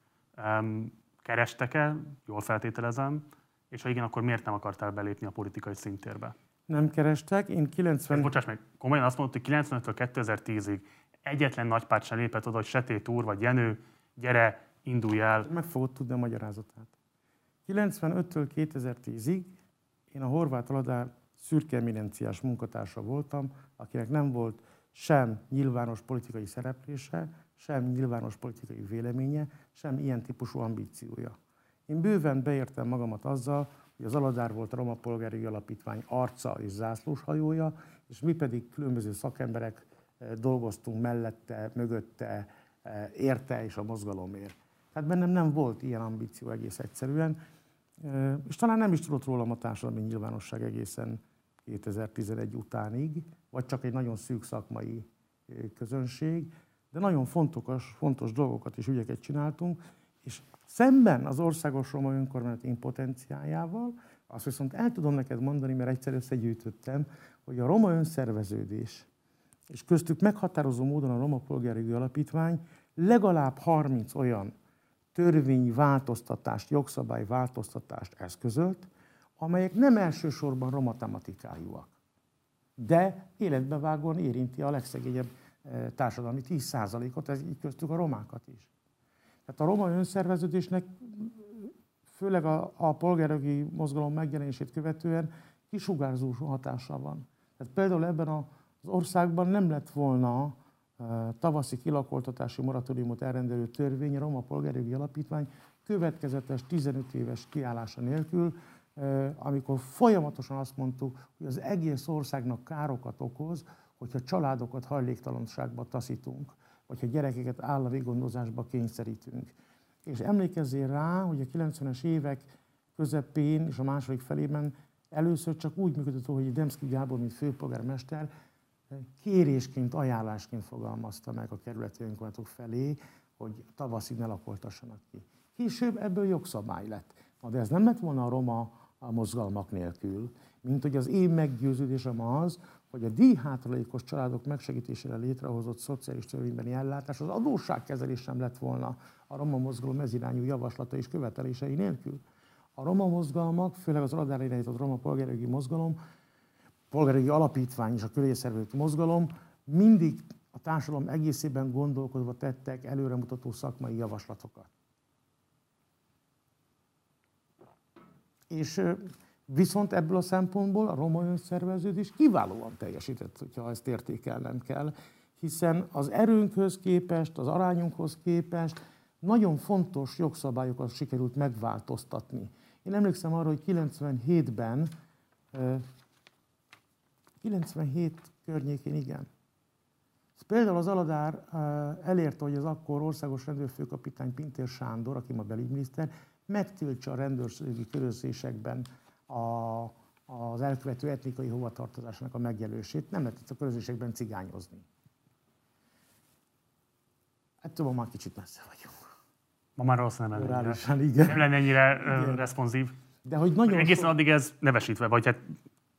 Kerestek-e? Jól feltételezem. És ha igen, akkor miért nem akartál belépni a politikai szintérbe? Nem kerestek. Én kilencven... Bocsáss meg, komolyan azt mondod, hogy kilencvenöttől kétezer-tízig egyetlen nagy párt sem lépett oda, hogy Setét úr vagy Jenő, gyere, indulj el. Meg fogod tudni a magyarázatát. kilencvenöttől kétezer-tízig én a Horváth Aladár szürke eminenciás munkatársa voltam, akinek nem volt sem nyilvános politikai szereplése, sem nyilvános politikai véleménye, sem ilyen típusú ambíciója. Én bőven beértem magamat azzal, hogy az Aladár volt a Roma Polgári Alapítvány arca és zászlóshajója, és mi pedig különböző szakemberek dolgoztunk mellette, mögötte, érte és a mozgalomért. Tehát bennem nem volt ilyen ambíció egész egyszerűen, és talán nem is tudott rólam a társadalmi nyilvánosság egészen kétezer-tizenegy utánig, vagy csak egy nagyon szűk szakmai közönség, de nagyon fontos, fontos dolgokat és ügyeket csináltunk, és szemben az országos roma önkormányzat impotenciájával, azt viszont el tudom neked mondani, mert egyszer összegyűjtöttem, hogy a roma önszerveződés, és köztük meghatározó módon a Roma Polgári Alapítvány legalább harminc olyan törvényi változtatást, jogszabályváltoztatást eszközölt, amelyek nem elsősorban roma tematikájúak, de életbevágóan érinti a legszegényebb társadalmi tíz százalékot, ez így köztük a romákat is. Tehát a roma önszerveződésnek, főleg a, a polgárjogi mozgalom megjelenését követően kisugárzó hatása van. Tehát például ebben az országban nem lett volna tavaszi kilakoltatási moratóriumot elrendelő törvény, a Roma Polgárjogi Alapítvány következetes tizenöt éves kiállása nélkül, amikor folyamatosan azt mondtuk, hogy az egész országnak károkat okoz, hogyha családokat hajléktalanságba taszítunk, vagy ha gyerekeket állami gondozásba kényszerítünk. És emlékezzél rá, hogy a kilencvenes évek közepén és a második felében először csak úgy működött, hogy Demszky Gábor, mint főpolgármester, kérésként, ajánlásként fogalmazta meg a kerületi önkormányzatok felé, hogy tavaszig ne lakoltassanak ki. Később ebből jogszabály lett. Na, de ez nem lett volna a roma a mozgalmak nélkül, mint hogy az én meggyőződésem az, hogy a díjhátralékos családok megsegítésére létrehozott szociális törvénybeni ellátás az adósságkezelés sem lett volna a roma mozgalom ezirányú javaslata és követelései nélkül. A roma mozgalmak, főleg az Aladár irányított Roma Polgárjogi Mozgalom, Polgárjogi Alapítvány és a körülszervező mozgalom mindig a társadalom egészében gondolkodva tettek előremutató szakmai javaslatokat. És Viszont ebből a szempontból a roma önszerveződés kiválóan teljesített, hogyha ezt értékelnem kell, hiszen az erőnkhöz képest, az arányunkhoz képest nagyon fontos jogszabályokat sikerült megváltoztatni. Én emlékszem arra, hogy kilencvenhétben, kilencvenhét környékén, igen. Például az Aladár elérte, hogy az akkor országos rendőrfőkapitány Pintér Sándor, aki ma belügyminiszter, megtiltsa a rendőrségi körözésekben a, az elkövető etnikai hovatartozásnak a megjelölését. Nem lehetett a körözésekben cigányozni. Ettől már kicsit messze vagyunk. Ma már rossz nem lenne ennyire, igen. nem lenne ennyire igen. responsív. De hogy nagyon egészen so... addig ez nevesítve, vagy hát...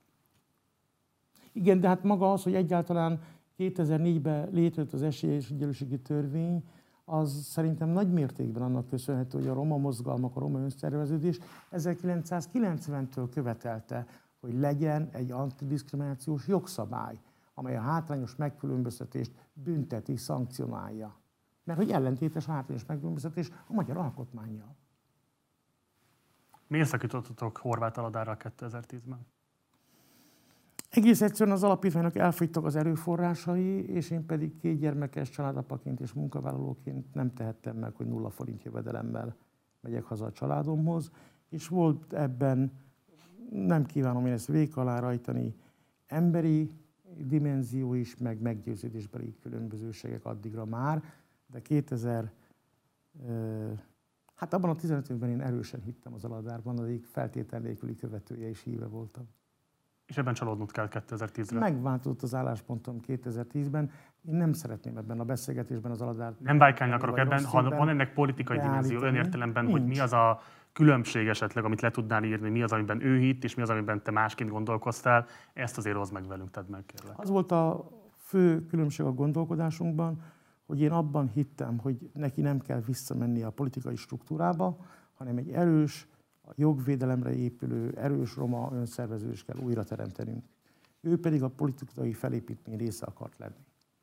Igen, de hát maga az, hogy egyáltalán kétezer-négyben létrejött az esélyegyenlőségi törvény, az szerintem nagy mértékben annak köszönhető, hogy a roma mozgalmak, a roma önszerveződés ezerkilencszázkilencventől követelte, hogy legyen egy antidiszkriminációs jogszabály, amely a hátrányos megkülönböztetést bünteti, szankcionálja. Mert hogy ellentétes a hátrányos megkülönböztetés a magyar alkotmánnyal. Miért szakítottatok Horváth Aladárral kétezer-tízben? Egész egyszerűen az alapítványnak elfogytak az erőforrásai, és én pedig két gyermekes családapaként és munkavállalóként nem tehettem meg, hogy nulla forint jövedelemmel megyek haza a családomhoz. És volt ebben, nem kívánom én ezt vék alá rajtani, emberi dimenzió is, meg meggyőződésbeli különbözőségek addigra már, de kétezer, hát abban a tizenöt évben én erősen hittem az Aladárban, az egyik feltétel nélküli követője és híve voltam. És ebben csalódnod kell kétezer-tízre. Megváltozott az álláspontom kétezer-tízben. Én nem szeretném ebben a beszélgetésben az Aladárt. Nem bájkálni akarok ebben, ha van ennek politikai dimenzió olyan értelemben, nincs. Hogy mi az a különbség esetleg, amit le tudnál írni, mi az, amiben ő hitt, és mi az, amiben te másként gondolkoztál, ezt azért hozd meg velünk, tedd meg, kérlek. Az volt a fő különbség a gondolkodásunkban, hogy én abban hittem, hogy neki nem kell visszamenni a politikai struktúrába, hanem egy erős, a jogvédelemre épülő, erős roma önszerveződést kell újra teremtenünk. Ő pedig a politikai felépítmény része akart lenni.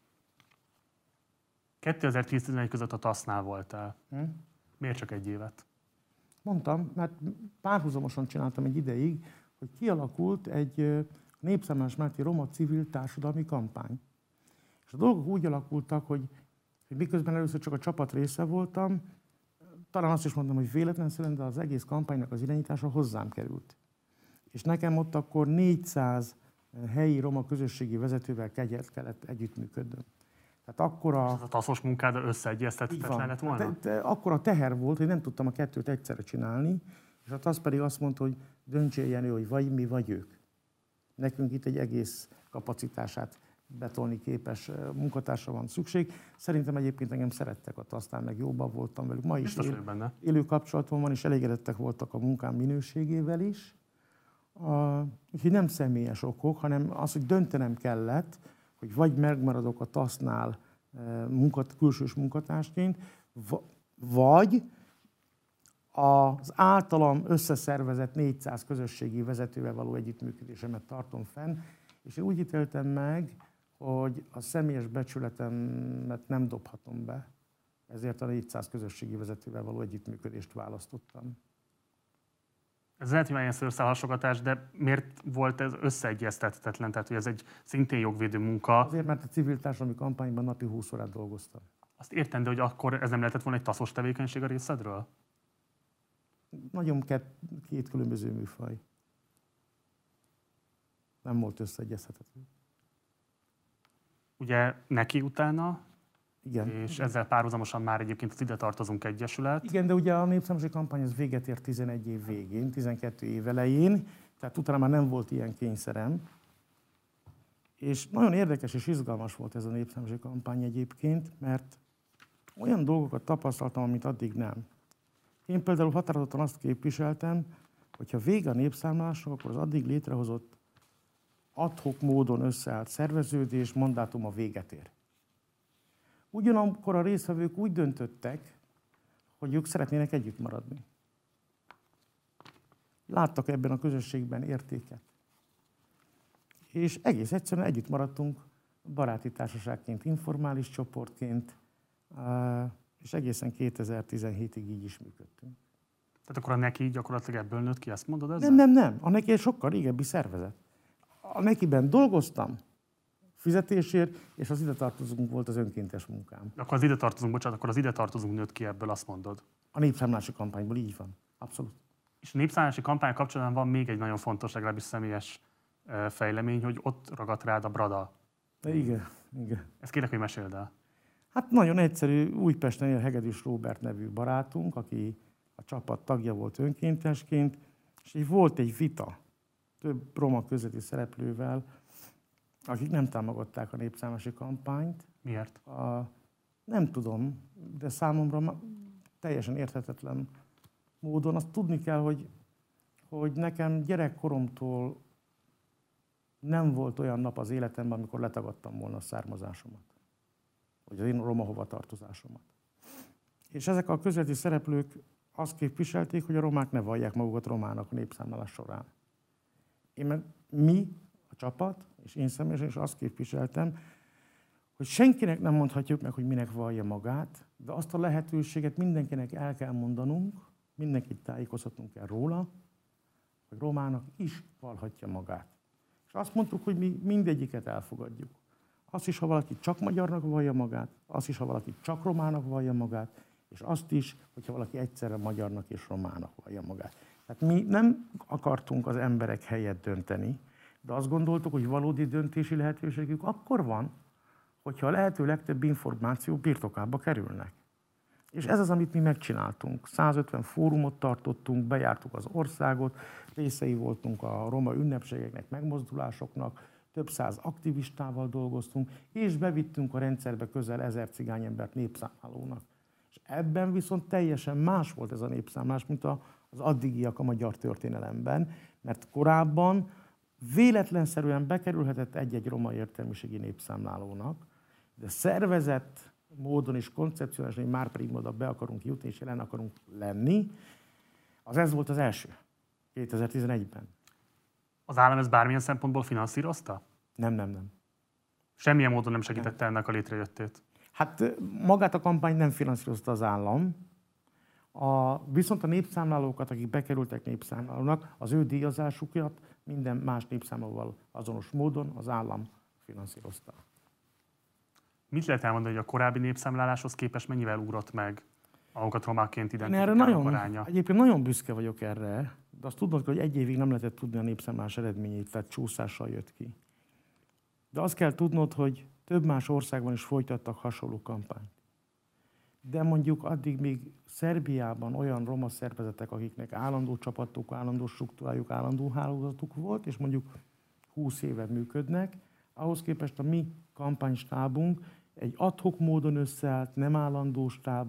kétezer-tíz-tizenegy között a tasznál voltál. Hm? Miért csak egy évet? Mondtam, mert párhuzamosan csináltam egy ideig, hogy kialakult egy népszámlálás melletti roma civil társadalmi kampány. És a dolgok úgy alakultak, hogy, hogy miközben először csak a csapat része voltam, talán azt is mondom, hogy véletlenszerűen, de az egész kampánynak az irányítása hozzám került. És nekem ott akkor négyszáz helyi roma közösségi vezetővel kellett együttműködnöm. Tehát akkora... Ez a taszos munkád összeegyeztethetetlen lett volna? Hát, akkora teher volt, hogy nem tudtam a kettőt egyszerre csinálni, és hát az pedig azt mondta, hogy döntsél Jenő, hogy vagy mi, vagy ők. Nekünk itt egy egész kapacitását betolni képes munkatársra van szükség. Szerintem egyébként engem szerettek ott, aztán meg jóban voltam velük. Ma is él, élő kapcsolatom van, és elégedettek voltak a munkám minőségével is. Uh, úgyhogy nem személyes okok, hanem az, hogy döntenem kellett, hogy vagy megmaradok a tasznál uh, munkat, külsős munkatársként, vagy az általam összeszervezett négyszáz közösségi vezetővel való együttműködésemet tartom fenn, és én úgy ítéltem meg, hogy a személyes becsületemet nem dobhatom be, ezért a négyszáz közösségi vezetővel való együttműködést választottam. Ez lehet, hogy ilyen szőrszálhasogatás, de miért volt ez összeegyeztethetetlen? Tehát, hogy ez egy szintén jogvédő munka. Azért, mert a civil társadalmi kampányban napi húsz órát dolgoztam. Azt értem, de hogy akkor ez nem lehetett volna egy taszos tevékenység a részedről? Nagyon két, két különböző műfaj. Nem volt összeegyeztethető. Ugye neki utána, igen, és igen. ezzel párhuzamosan már egyébként az Ide tartozunk egyesület. Igen, de ugye a népszámlálási kampány az véget ért tizenegy év végén, tizenkettő év elején, tehát utána már nem volt ilyen kényszerem. És nagyon érdekes és izgalmas volt ez a népszámlálási kampány egyébként, mert olyan dolgokat tapasztaltam, amit addig nem. Én például határozottan azt képviseltem, hogyha vége a népszámlálásnak, akkor az addig létrehozott ad-hoc módon összeállt szerveződés, mandátum a véget ér. Ugyanakkor a résztvevők úgy döntöttek, hogy ők szeretnének együtt maradni. Láttak ebben a közösségben értéket. És egész egyszerűen együtt maradtunk baráti társaságként, informális csoportként, és egészen kétezer-tizenhétig így is működtünk. Tehát akkor a neki gyakorlatilag ebből nőtt ki, ezt mondod ezzel? Nem, nem, nem. A neki egy sokkal régebbi szervezet. A nekiben dolgoztam fizetésért, és az ide tartozunk volt az önkéntes munkám. De akkor az ide tartozunk, bocsánat, akkor az ide tartozunk nőtt ki ebből, azt mondod. A népszámlási kampányból így van. Abszolút. És a népszámlási kampány kapcsolatban van még egy nagyon fontos, legalábbis személyes fejlemény, hogy ott ragadt rád a Brada. De igen, igen. Ezt kérlek, hogy meséld el. Hát nagyon egyszerű, Újpesten él Hegedűs Róbert nevű barátunk, aki a csapat tagja volt önkéntesként, és így volt egy vita több roma közötti szereplővel, akik nem támogatták a népszámlási kampányt. Miért? A, nem tudom, de számomra teljesen érthetetlen módon. Azt tudni kell, hogy, hogy nekem gyerekkoromtól nem volt olyan nap az életemben, amikor letagadtam volna a származásomat, vagy az én roma hovatartozásomat. És ezek a közveti szereplők azt képviselték, hogy a romák ne vallják magukat romának a népszámlálás során. Én meg mi, a csapat, és én személyesen is azt képviseltem, hogy senkinek nem mondhatjuk meg, hogy minek vallja magát, de azt a lehetőséget mindenkinek el kell mondanunk, mindenkit tájékoztatnunk kell róla, hogy romának is vallhatja magát. És azt mondtuk, hogy mi mindegyiket elfogadjuk. Azt is, ha valaki csak magyarnak vallja magát, azt is, ha valaki csak romának vallja magát, és azt is, hogyha valaki egyszerre magyarnak és romának vallja magát. Tehát mi nem akartunk az emberek helyett dönteni, de azt gondoltuk, hogy valódi döntési lehetőségük akkor van, hogyha a lehető legtöbb információ birtokába kerülnek. És ez az, amit mi megcsináltunk. százötven fórumot tartottunk, bejártuk az országot, részei voltunk a roma ünnepségeknek, megmozdulásoknak, több száz aktivistával dolgoztunk, és bevittünk a rendszerbe közel ezer cigányembert népszámlálónak. És ebben viszont teljesen más volt ez a népszámlás, mint az addigiak a magyar történelemben, mert korábban véletlenszerűen bekerülhetett egy-egy roma értelmiségi népszámlálónak, de szervezett módon és koncepcionálisan, hogy már pedig oda be akarunk jutni, és jelen akarunk lenni, az ez volt az első, kétezer-tizenegyben. Az állam ezt bármilyen szempontból finanszírozta? Nem, nem, nem. Semmilyen módon nem segítette nem. ennek a létrejöttét? Hát magát a kampányt nem finanszírozta az állam, a, viszont a népszámlálókat, akik bekerültek népszámlálónak, az ő díjazásukat minden más népszámlóval azonos módon az állam finanszírozta. Mit lehet elmondani, hogy a korábbi népszámláláshoz képest mennyivel ugrott meg magukat romákként identifikáló identifikálók aránya? Egyébként nagyon büszke vagyok erre, de azt tudod, hogy egy évig nem lehetett tudni a népszámlálás eredményét, tehát csúszással jött ki. De azt kell tudnod, hogy több más országban is folytattak hasonló kampányt. De mondjuk addig még Szerbiában olyan roma szervezetek, akiknek állandó csapatok, állandó struktúrájuk, állandó hálózatuk volt, és mondjuk húsz éve működnek, ahhoz képest a mi kampánystábunk egy ad-hoc módon összeállt, nem állandó stáb,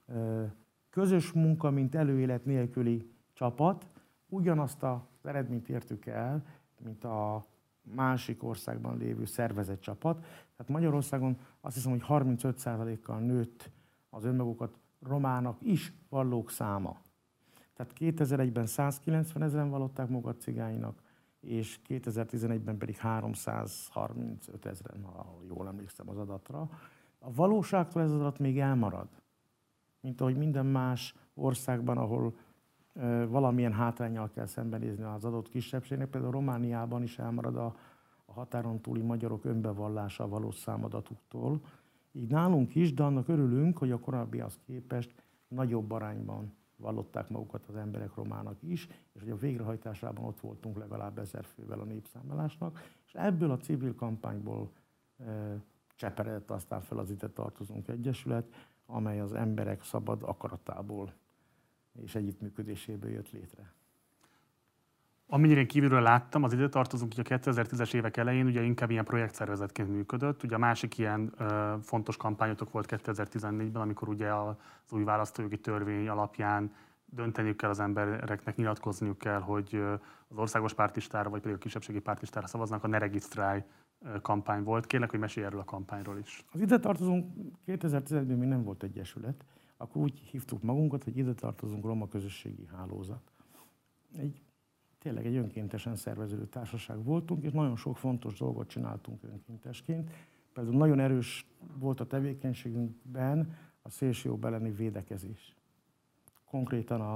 közös munka, mint előélet nélküli csapat, ugyanazt az eredményt értük el, mint a másik országban lévő szervezett csapat. Tehát Magyarországon azt hiszem, hogy harmincöt százalékkal nőtt az önmagukat romának is vallók száma. Tehát kétezer-egyben százkilencven ezeren vallották magukat cigánynak, és kétezer-tizenegyben pedig háromszázharmincöt ezeren, ha jól emlékszem az adatra. A valóságtól ez az adat még elmarad. Mint ahogy minden más országban, ahol e, valamilyen hátránnyal kell szembenézni az adott kisebbségnek, például Romániában is elmarad a, a határon túli magyarok önbevallása a valós számadatuktól. Így nálunk is, de annak örülünk, hogy a korábbihoz képest nagyobb arányban vallották magukat az emberek romának is, és hogy a végrehajtásában ott voltunk legalább ezer fővel a népszámlálásnak, és ebből a civil kampányból e, cseperedett aztán fel az Ide tartozunk egyesület, amely az emberek szabad akaratából és együttműködéséből jött létre. Amennyire én kívülről láttam, az Ide tartozunk, hogy a kétezer-tízes évek elején ugye inkább ilyen projektszervezetként működött. Ugye a másik ilyen ö, fontos kampányotok volt kétezer-tizennégyben, amikor ugye az új választójogi törvény alapján dönteniük kell az embereknek, nyilatkozniuk kell, hogy az országos pártlistára, vagy pedig a kisebbségi pártlistára szavaznak, a Ne regisztrálj kampány volt. Kérlek, hogy mesélj erről a kampányról is. Az Ide tartozunk kétezer-tizenegyben még nem volt egyesület, akkor úgy hívtuk magunkat, hogy Ide tartozunk Roma Közösségi Hálózat. Egy, tényleg egy önkéntesen szerveződő társaság voltunk, és nagyon sok fontos dolgot csináltunk önkéntesként. Például nagyon erős volt a tevékenységünkben a szélsőjobb elleni védekezés. Konkrétan a,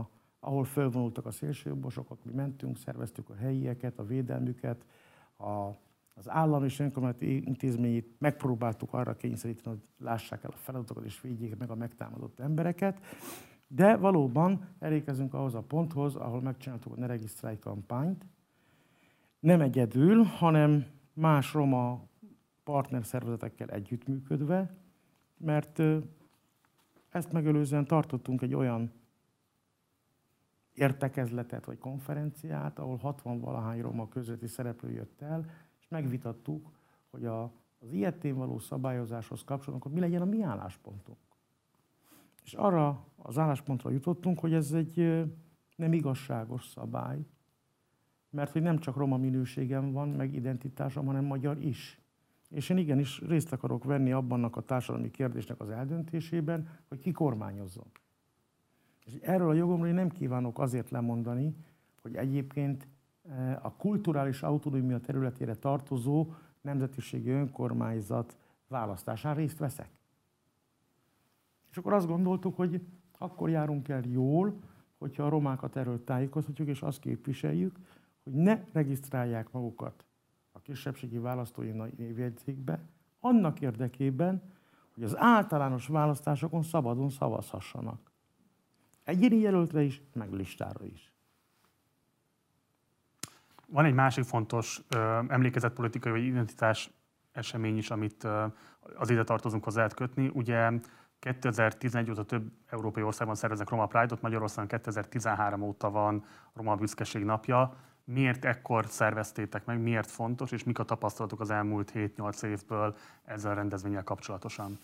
ahol fölvonultak a szélsőjobbosok, mi mentünk, szerveztük a helyieket, a védelmüket, a, az állam és önkormányzati intézményét megpróbáltuk arra kényszeríteni, hogy lássák el a feladatokat és védjék meg a megtámadott embereket. De valóban elérkezünk ahhoz a ponthoz, ahol megcsináltuk a Ne Regisztrálj kampányt. Nem egyedül, hanem más roma partnerszervezetekkel együttműködve, mert ezt megelőzően tartottunk egy olyan értekezletet vagy konferenciát, ahol hatvan-valahány roma közötti szereplő jött el, és megvitattuk, hogy a, az ilyetén való szabályozáshoz kapcsolatban mi legyen a mi álláspontunk. És arra az álláspontra jutottunk, hogy ez egy nem igazságos szabály, mert hogy nem csak roma minőségem van, meg identitásom, hanem magyar is. És én igenis részt akarok venni abban a társadalmi kérdésnek az eldöntésében, hogy ki kormányozzon. És erről a jogomról én nem kívánok azért lemondani, hogy egyébként a kulturális autonómia területére tartozó nemzetiségi önkormányzat választásán részt veszek. És akkor azt gondoltuk, hogy akkor járunk el jól, hogyha a romákat erről tájékoztatjuk, és azt képviseljük, hogy ne regisztrálják magukat a kisebbségi választói névjegyzékbe, annak érdekében, hogy az általános választásokon szabadon szavazhassanak. Egyéni jelöltre is, meg listára is. Van egy másik fontos ö, emlékezetpolitikai vagy identitás esemény is, amit ö, az ide tartozónkhoz lehet kötni. Ugye kétezer-tizenegy óta több európai országban szerveznek Roma Pride-ot, Magyarországon kétezer-tizenhárom óta van Roma Büszkeség napja. Miért ekkor szerveztétek meg, miért fontos, és mik a tapasztalatok az elmúlt hét-nyolc évből ezzel a rendezvénnyel kapcsolatosan?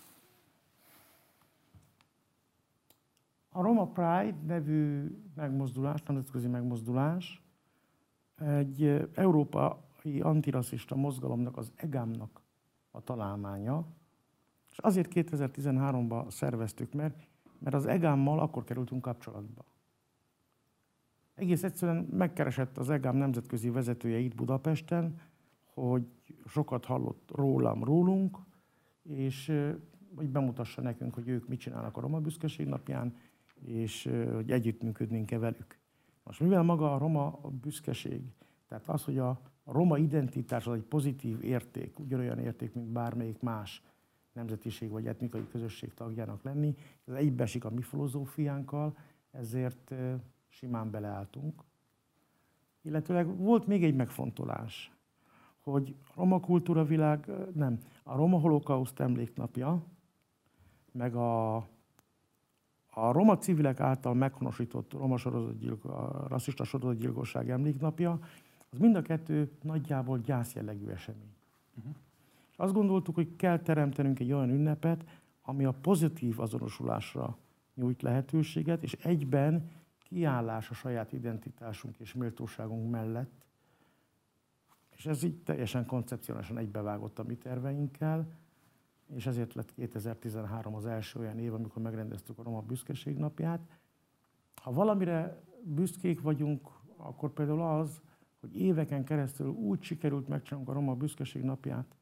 A Roma Pride nevű megmozdulás, nemzetközi megmozdulás egy európai antirasszista mozgalomnak, az egámnak a találmánya, és azért kétezer-tizenháromban szerveztük meg, mert az egámmal akkor kerültünk kapcsolatba. Egész egyszerűen megkeresett az egám nemzetközi vezetője itt Budapesten, hogy sokat hallott rólam, rólunk, és hogy bemutassa nekünk, hogy ők mit csinálnak a Roma Büszkeség napján, és hogy együttműködnénk-e velük. Most mivel maga a roma büszkeség, tehát az, hogy a roma identitás az egy pozitív érték, ugyanolyan érték, mint bármelyik más nemzetiség vagy etnikai közösség tagjának lenni, ez egybeesik a mi filozófiánkkal, ezért simán beleálltunk. Illetőleg volt még egy megfontolás, hogy a roma kultúra világ, nem, a roma holokauszt emléknapja, meg a, a roma civilek által meghonosított roma sorozatgyilkos, rasszista sorozatgyilkosság emléknapja, az mind a kettő nagyjából gyászjellegű esemény. Uh-huh. És azt gondoltuk, hogy kell teremtenünk egy olyan ünnepet, ami a pozitív azonosulásra nyújt lehetőséget, és egyben kiállás a saját identitásunk és méltóságunk mellett. És ez így teljesen koncepcionálisan egybevágott a mi terveinkkel, és ezért lett kétezer-tizenhárom az első olyan év, amikor megrendeztük a Roma Büszkeség napját. Ha valamire büszkék vagyunk, akkor például az, hogy éveken keresztül úgy sikerült megcsinálnunk a Roma Büszkeség napját,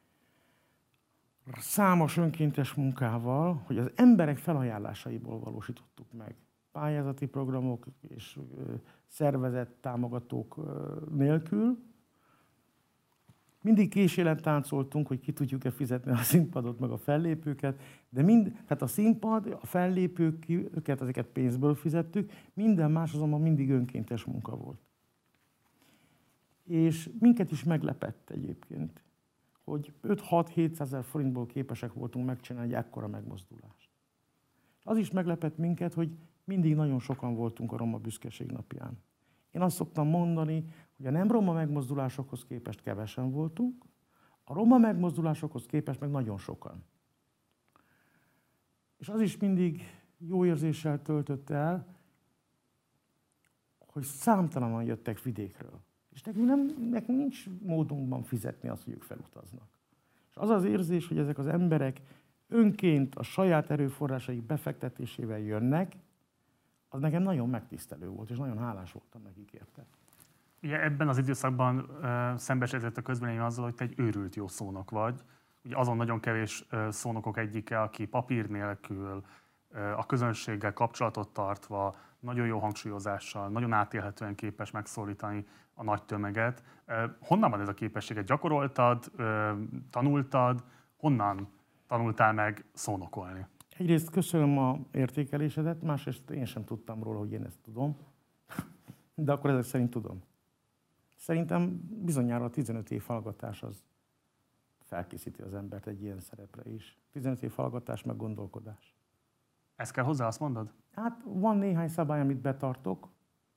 számos önkéntes munkával, hogy az emberek felajánlásaiból valósítottuk meg. Pályázati programok és szervezett támogatók nélkül. Mindig késélen táncoltunk, hogy ki tudjuk-e fizetni a színpadot, meg a fellépőket, de mind, tehát a színpad, a fellépőket, ezeket pénzből fizettük, minden más azonban mindig önkéntes munka volt. És minket is meglepett egyébként, hogy öt-hat-hétszázezer forintból képesek voltunk megcsinálni egy ekkora megmozdulást. Az is meglepett minket, hogy mindig nagyon sokan voltunk a Roma Büszkeség napján. Én azt szoktam mondani, hogy a nem roma megmozdulásokhoz képest kevesen voltunk, a roma megmozdulásokhoz képest meg nagyon sokan. És az is mindig jó érzéssel töltött el, hogy számtalanan jöttek vidékről. És nekünk, nem, nekünk nincs módunkban fizetni azt, hogy ők felutaznak. És az az érzés, hogy ezek az emberek önként a saját erőforrásaik befektetésével jönnek, az nekem nagyon megtisztelő volt, és nagyon hálás voltam nekik érte. Ugye ebben az időszakban uh, szembesített a közvélemény azzal, hogy te egy őrült jó szónok vagy. Ugye azon nagyon kevés uh, szónokok egyike, aki papír nélkül, uh, a közönséggel kapcsolatot tartva nagyon jó hangsúlyozással, nagyon átélhetően képes megszólítani a nagy tömeget. Honnan van ez a képességet? Gyakoroltad, tanultad? Honnan tanultál meg szónokolni? Egyrészt köszönöm a értékelésedet, másrészt én sem tudtam róla, hogy én ezt tudom. De akkor ezek szerint tudom. Szerintem bizonyára a tizenöt év hallgatás az felkészíti az embert egy ilyen szerepre is. tizenöt év hallgatás, meg gondolkodás. Ezt kell hozzá, azt mondod? Hát van néhány szabály, amit betartok.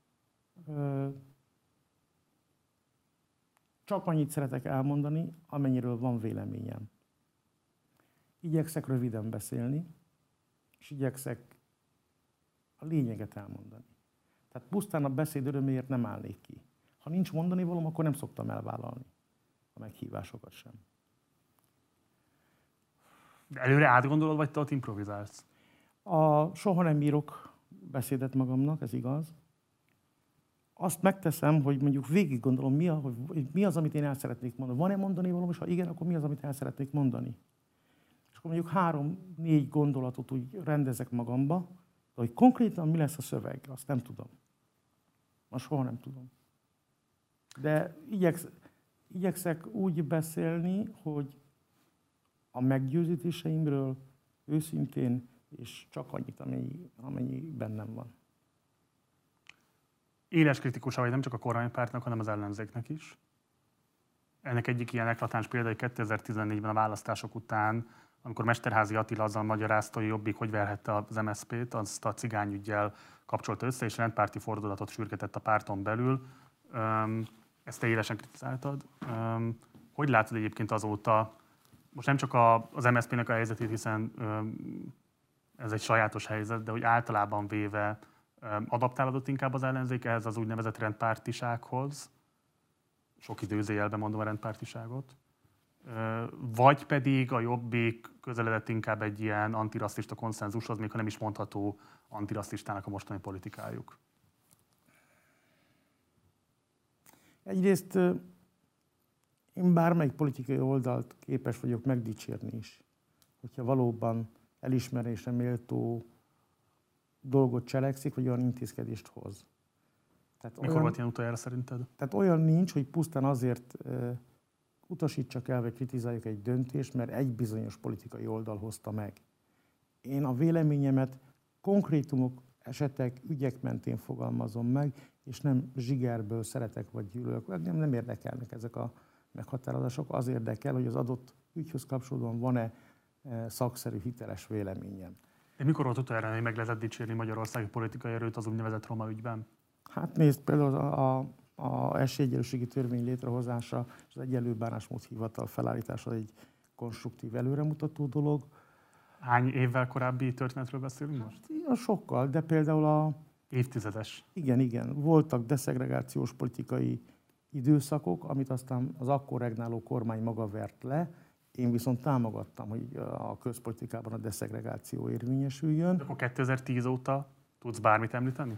Csak annyit szeretek elmondani, amennyiről van véleményem. Igyekszek röviden beszélni, és igyekszek a lényeget elmondani. Tehát pusztán a beszéd öröméért nem állnék ki. Ha nincs mondani valóm, akkor nem szoktam elvállalni a meghívásokat sem. De előre átgondolod, vagy te ott improvizálsz? A, soha nem írok beszédet magamnak, ez igaz. Azt megteszem, hogy mondjuk végig gondolom, mi, a, hogy mi az, amit én el szeretnék mondani. Van-e mondani valóm, és ha igen, akkor mi az, amit el szeretnék mondani. És akkor mondjuk három-négy gondolatot úgy rendezek magamba, de hogy konkrétan mi lesz a szöveg, azt nem tudom. Most soha nem tudom. De igyeksz, igyekszek úgy beszélni, hogy a meggyőződéseimről őszintén, és csak annyit, amennyi, amennyi bennem van. Éles kritikusa vagy nem csak a kormánypártnak, hanem az ellenzéknek is. Ennek egyik ilyen eklatáns példa, kétezer-tizennégyben a választások után, amikor Mesterházy Attila azzal magyarázta, hogy Jobbik hogy verhette az em es zé pét, azt a cigányüggyel kapcsolta össze, és rendpárti fordulatot sürgetett a párton belül. Ezt te élesen kritizáltad. Hogy látod egyébként azóta, most nem csak az em es zé pének a helyzetét, hiszen ez egy sajátos helyzet, de hogy általában véve adaptálódott inkább az ellenzék ehhez az úgynevezett rendpártisághoz, sok időzőjelben mondom a rendpártiságot, vagy pedig a Jobbik közeledett inkább egy ilyen antirasszista konszenzushoz, még ha nem is mondható antirasszistának a mostani politikájuk? Egyrészt én bármelyik politikai oldalt képes vagyok megdicsérni is, hogyha valóban elismerésre méltó dolgot cselekszik, vagy olyan intézkedést hoz. Tehát Mikor olyan, volt ilyen utoljára szerinted? Tehát olyan nincs, hogy pusztán azért uh, utasítsak el, vagy kritizáljuk egy döntést, mert egy bizonyos politikai oldal hozta meg. Én a véleményemet konkrétumok, esetek, ügyek mentén fogalmazom meg, és nem zsigerből szeretek vagy gyűlölök. Nem, nem érdekelnek ezek a meghatározások. Az érdekel, hogy az adott ügyhöz kapcsolódóan van-e szakszerű, hiteles véleményem. De mikor volt utoljára, hogy meg lehetett dicsérni magyarországi politikai erőt az úgynevezett roma ügyben? Hát nézd, például a, a, a esélyegyenlőségi törvény létrehozása és az egyenlő bánásmód hivatal felállítása egy konstruktív, előremutató dolog. Hány évvel korábbi történetről beszélünk most? Ja, sokkal, de például a... Évtizedes. Igen, igen. Voltak deszegregációs politikai időszakok, amit aztán az akkor regnáló kormány maga vert le. Én viszont támogattam, hogy a közpolitikában a deszegregáció érvényesüljön. De akkor kétezer-tíz óta tudsz bármit említeni?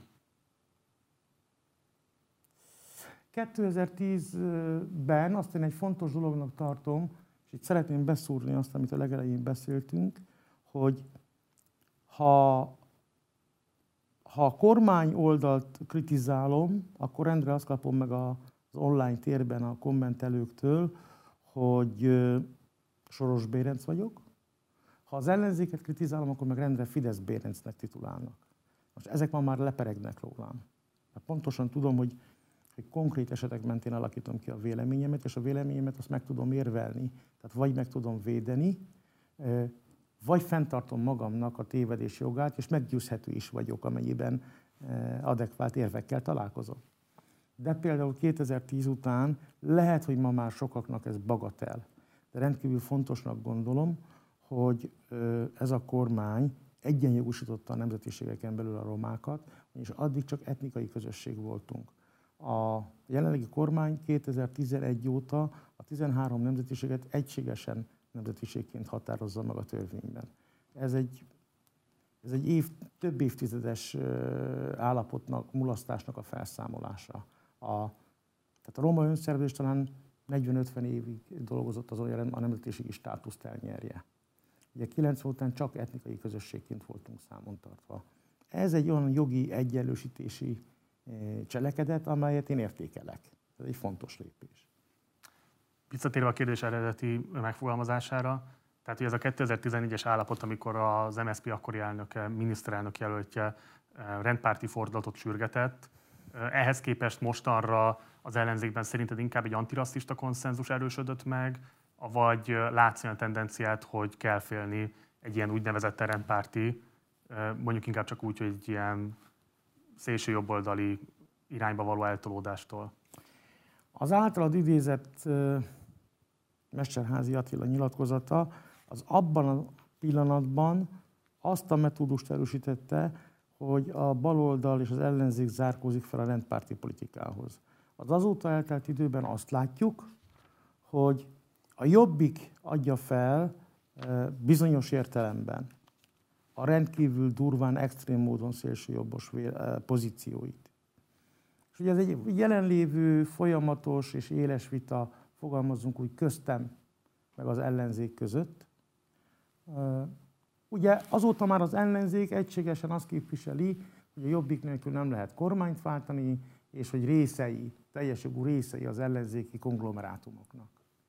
kétezer-tízben azt én egy fontos dolognak tartom, és itt szeretném beszúrni azt, amit a legelején beszéltünk, hogy ha, ha a kormány oldalt kritizálom, akkor rendre azt kapom meg az online térben a kommentelőktől, hogy Soros Bérenc vagyok. Ha az ellenzéket kritizálom, akkor meg rendre Fidesz Bérencnek titulálnak. Most ezek ma már leperegnek rólam. Hát pontosan tudom, hogy, hogy konkrét esetek mentén alakítom ki a véleményemet, és a véleményemet azt meg tudom érvelni. Tehát vagy meg tudom védeni, vagy fenntartom magamnak a tévedés jogát, és meggyőzhető is vagyok, amennyiben adekvát érvekkel találkozom. De például kétezer-tíz után lehet, hogy ma már sokaknak ez bagatel. De rendkívül fontosnak gondolom, hogy ez a kormány egyenjogosította a nemzetiségeken belül a romákat, és addig csak etnikai közösség voltunk. A jelenlegi kormány kétezer-tizenegy óta a tizenhárom nemzetiséget egységesen nemzetiségként határozza meg a törvényben. Ez egy, ez egy év, több évtizedes állapotnak, mulasztásnak a felszámolása. A, tehát a roma önszervezés talán negyven-ötven évig dolgozott azon, hogy a nemzetiségi státuszt elnyerje. Ugye kilencven után csak etnikai közösségként voltunk számon tartva. ez egy olyan jogi egyenlősítési cselekedet, amelyet én értékelek. Ez egy fontos lépés. Visszatérve a kérdés eredeti megfogalmazására, tehát hogy ez a kétezer-tizennégyes állapot, amikor az em es zé pé akkori elnöke, miniszterelnök jelöltje rendpárti fordulatot sürgetett, ehhez képest mostanra az ellenzékben szerinted inkább egy antirasszista konszenzus erősödött meg, vagy látsz olyan tendenciát, hogy kell félni egy ilyen úgynevezett rendpárti, mondjuk inkább csak úgy, hogy egy ilyen szélső jobboldali irányba való eltolódástól? Az általad idézett uh, Mesterházy Attila nyilatkozata az abban a pillanatban azt a metódust erősítette, hogy a baloldal és az ellenzék zárkózik fel a rendpárti politikához. Az azóta eltelt időben azt látjuk, hogy a Jobbik adja fel uh, bizonyos értelemben a rendkívül durván, extrém módon szélsőjobbos uh, pozícióit. És ugye ez egy jelenlévő, folyamatos és éles vita, fogalmazunk úgy, köztem, meg az ellenzék között. Ugye azóta már az ellenzék egységesen azt képviseli, hogy a Jobbik nélkül nem lehet kormányt váltani, és hogy részei, teljes jogú részei az ellenzéki konglomerátumoknak.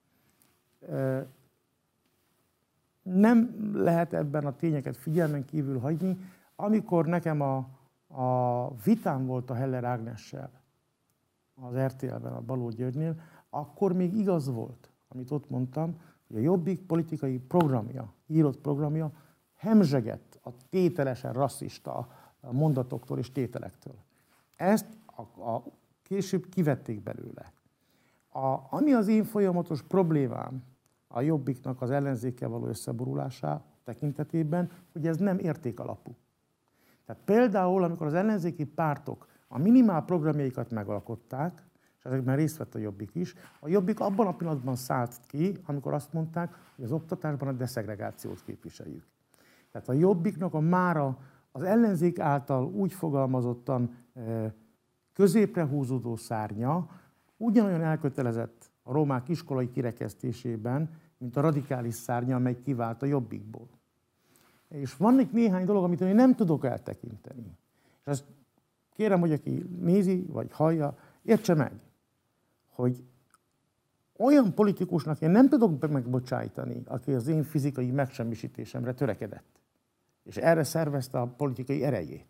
Nem lehet ebben a tényeket figyelmen kívül hagyni. Amikor nekem a, a vitám volt a Heller Ágnessel az er té el-ben, a Balogh Györgynél, akkor még igaz volt, amit ott mondtam, hogy a Jobbik politikai programja, írott programja hemzsegett a tételesen rasszista mondatoktól és tételektől. Ezt a, a, később kivették belőle. A, ami az én folyamatos problémám a Jobbiknak az ellenzékkel való összeborulása tekintetében, hogy ez nem értékalapú. Tehát például, amikor az ellenzéki pártok a minimál programjaikat megalkották, és ezekben részt vett a Jobbik is, a Jobbik abban a pillanatban szállt ki, amikor azt mondták, hogy az oktatásban a deszegregációt képviseljük. Tehát a Jobbiknak a mára az ellenzék által úgy fogalmazottan középre húzódó szárnya ugyanolyan elkötelezett a romák iskolai kirekesztésében, mint a radikális szárnya, amely kivált a Jobbikból. És van itt néhány dolog, amit én nem tudok eltekinteni. És ezt kérem, hogy aki nézi, vagy hallja, értse meg, hogy olyan politikusnak én nem tudok megbocsájtani, aki az én fizikai megsemmisítésemre törekedett. És erre szervezte a politikai erejét.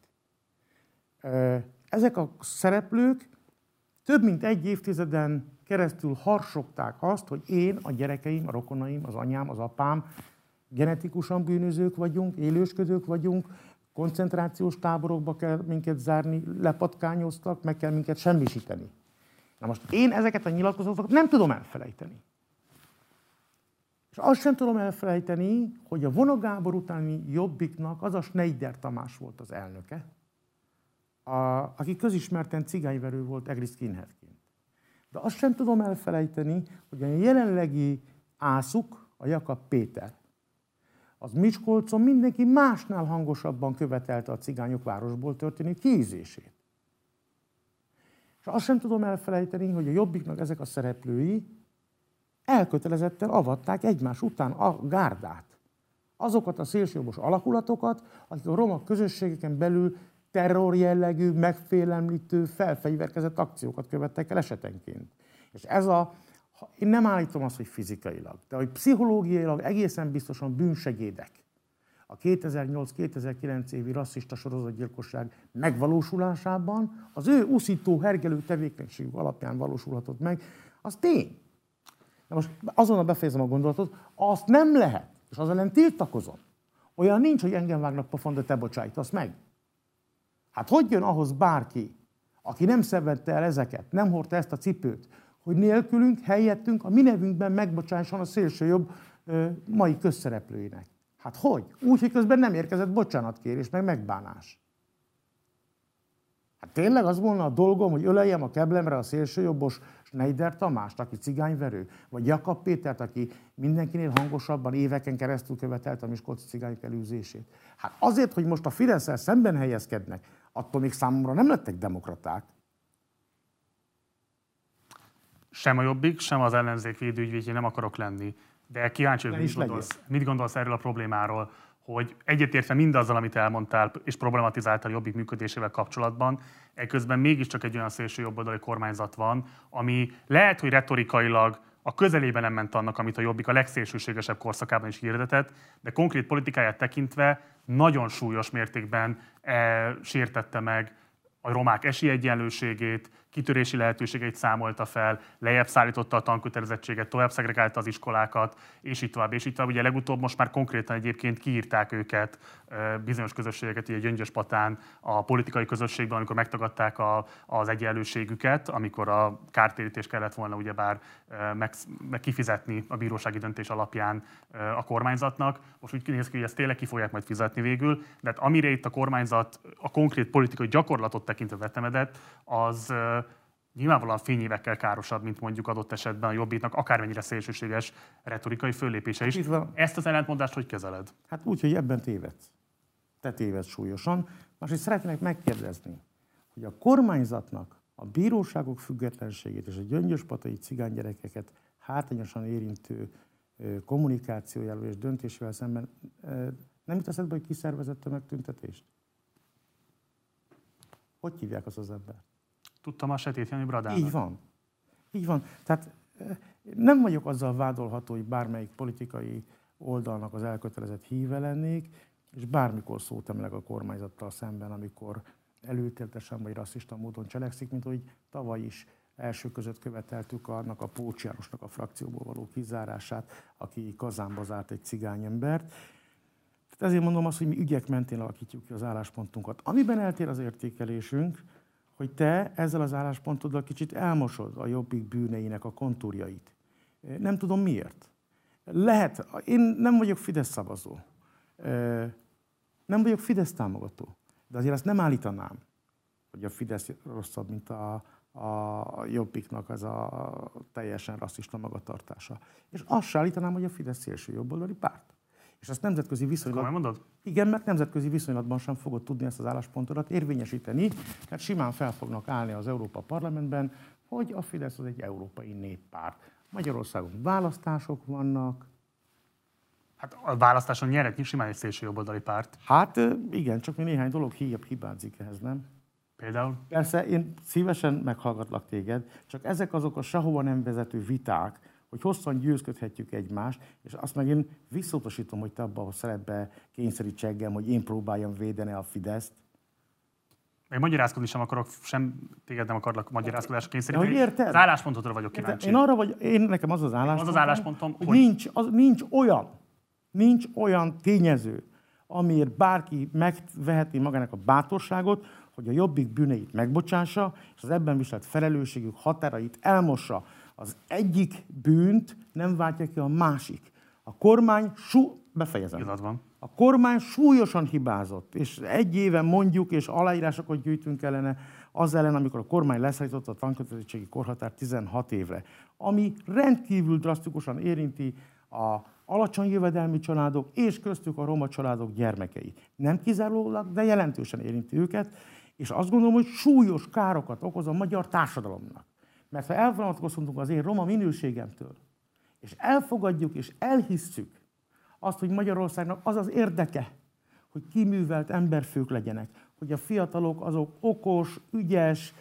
Ezek a szereplők több mint egy évtizeden keresztül harsogták azt, hogy én, a gyerekeim, a rokonaim, az anyám, az apám genetikusan bűnözők vagyunk, élősködők vagyunk, koncentrációs táborokba kell minket zárni, lepatkányoztak, meg kell minket semmisíteni. Na most én ezeket a nyilatkozatokat nem tudom elfelejteni. És azt sem tudom elfelejteni, hogy a Vona Gábor utáni Jobbiknak az a Schneider Tamás volt az elnöke, a, aki közismerten cigányverő volt egri skinheadként. De azt sem tudom elfelejteni, hogy a jelenlegi ászuk, a Jakab Péter, az Miskolcon mindenki másnál hangosabban követelte a cigányok városból történő kiűzését. És azt sem tudom elfelejteni, hogy a Jobbiknak ezek a szereplői elkötelezetten avatták egymás után a gárdát. Azokat a szélsőjobbos alakulatokat, akik a roma közösségeken belül terror jellegű, megfélemlítő, felfegyverkezett akciókat követtek el esetenként. És ez a, én nem állítom azt, hogy fizikailag, de hogy pszichológiailag egészen biztosan bűnsegédek a kétezer-nyolc kétezer-kilenc évi rasszista sorozatgyilkosság megvalósulásában, az ő uszító, hergelő tevékenységük alapján valósulhatott meg, az tény. Na most azonnal befejezem a gondolatot, azt nem lehet, és az ellen tiltakozom. Olyan nincs, hogy engem vágnak pofon, de te bocsájtasz meg. Hát hogy jön ahhoz bárki, aki nem szenvedte el ezeket, nem hordta ezt a cipőt, hogy nélkülünk, helyettünk, a mi nevünkben megbocsásson a szélsőjobb ö, mai közszereplőinek? Hát hogy? Úgy, hogy közben nem érkezett bocsánatkérés, meg megbánás. Hát tényleg az volna a dolgom, hogy öleljem a keblemre a szélsőjobbos Schneider Tamást, aki cigányverő, vagy Jakab Pétert, aki mindenkinél hangosabban éveken keresztül követelte a miskolci cigányok elűzését. Hát azért, hogy most a Fidesszel szemben helyezkednek, attól még számomra nem lettek demokraták. Sem a Jobbik, sem az ellenzék védőügyvédje nem akarok lenni. De kíváncsi, hogy mit gondolsz, mit gondolsz erről a problémáról, hogy egyetértve mindazzal, amit elmondtál, és problematizáltál a Jobbik működésével kapcsolatban, ekközben mégiscsak egy olyan szélső jobboldali kormányzat van, ami lehet, hogy retorikailag a közelében nem ment annak, amit a Jobbik a legszélsőségesebb korszakában is hirdetett, de konkrét politikáját tekintve nagyon súlyos mértékben e, sértette meg a romák esélyegyenlőségét, kitörési lehetőségeit számolta fel, lejjebb szállította a tankötelezettséget, tovább szegregálta az iskolákat, és így tovább, és így tovább. Ugye legutóbb most már konkrétan egyébként kiírták őket, bizonyos közösségeket, ugye Gyöngyöspatán a politikai közösségben, amikor megtagadták a, az egyenlőségüket, amikor a kártérítést kellett volna ugyebár meg, meg kifizetni a bírósági döntés alapján a kormányzatnak. Most úgy néz ki, hogy ezt tényleg ki fogják majd fizetni végül, de hát amire itt a kormányzat a konkrét politikai gyakorlatot tekintve vetemedett, az nyilvánvalóan fényévekkel károsabb, mint mondjuk adott esetben a Jobbiknak akármennyire szélsőséges retorikai föllépése is. Ezt az ellentmondást hogy kezeled? Hát úgy, hogy ebben tévedsz. Te tévedsz súlyosan. Másrészt szeretnék megkérdezni, hogy a kormányzatnak a bíróságok függetlenségét és a gyöngyöspatai cigánygyerekeket hátrányosan érintő kommunikációjával és döntésével szemben nem jut eszedbe, hogy kiszervezett a megtüntetést? Hogy hívják az az ember? Tudtam, a Setét Jani Bradának. Így van. Így van. Tehát nem vagyok azzal vádolható, hogy bármelyik politikai oldalnak az elkötelezett híve lennék, és bármikor szót emleg a kormányzattal szemben, amikor előtéltesen vagy rasszista módon cselekszik, mint hogy tavaly is első között követeltük annak a Pócs Jánosnak a frakcióból való kizárását, aki kazánba zárt egy cigányembert. Tehát ezért mondom azt, hogy mi ügyek mentén alakítjuk ki az álláspontunkat. Amiben eltér az értékelésünk, hogy te ezzel az álláspontoddal kicsit elmosod a Jobbik bűneinek a kontúrjait. Nem tudom miért. Lehet, én nem vagyok Fidesz szavazó, nem vagyok Fidesz támogató, de azért azt nem állítanám, hogy a Fidesz rosszabb, mint a, a Jobbiknak az a teljesen rasszista magatartása. És azt se állítanám, hogy a Fidesz szélső jobboldali párt. És ezt nemzetközi viszonylatban... mondod? Igen, mert nemzetközi viszonylatban sem fogod tudni ezt az álláspontodat érvényesíteni, mert simán fel fognak állni az Európa Parlamentben, hogy a Fidesz az egy európai néppárt. Magyarországon választások vannak. Hát a választáson nyerhet simán egy szélső jobboldali párt. Hát igen, csak még néhány dolog híjabb hibázik ehhez, nem? Például? Persze, én szívesen meghallgatlak téged, csak ezek azok a sehova nem vezető viták, hogy hosszan győzködhetjük egymást, és azt meg én visszautasítom, hogy te abban a szerepbe kényszeríts engem, hogy én próbáljam védeni a Fideszt. Én magyarázkodni sem akarok, sem téged nem akarlak magyarázkodásra kényszeríteni. Hogy érted? Az álláspontodra vagyok kíváncsi. Én arra vagy, én nekem az az álláspontom, az az álláspontom hogy, hogy... Nincs, az, nincs olyan, nincs olyan tényező, amiért bárki megveheti magának a bátorságot, hogy a Jobbik bűneit megbocsássa, és az ebben viselt felelősségük határait elmossa. Az egyik bűnt nem váltja ki a másik. A kormány, sú... befejezem. van. A kormány súlyosan hibázott, és egy éve mondjuk, és aláírásokat gyűjtünk ellene, az ellen, amikor a kormány leszállította a tankötelezettségi korhatárt tizenhat évre, ami rendkívül drasztikusan érinti a alacsony jövedelmi családok, és köztük a roma családok gyermekei. Nem kizárólag, de jelentősen érinti őket, és azt gondolom, hogy súlyos károkat okoz a magyar társadalomnak. Mert ha elvonatkozhatunk az én roma minőségemtől, és elfogadjuk és elhisszük azt, hogy Magyarországnak az az érdeke, hogy kiművelt emberfők legyenek, hogy a fiatalok azok okos, ügyes,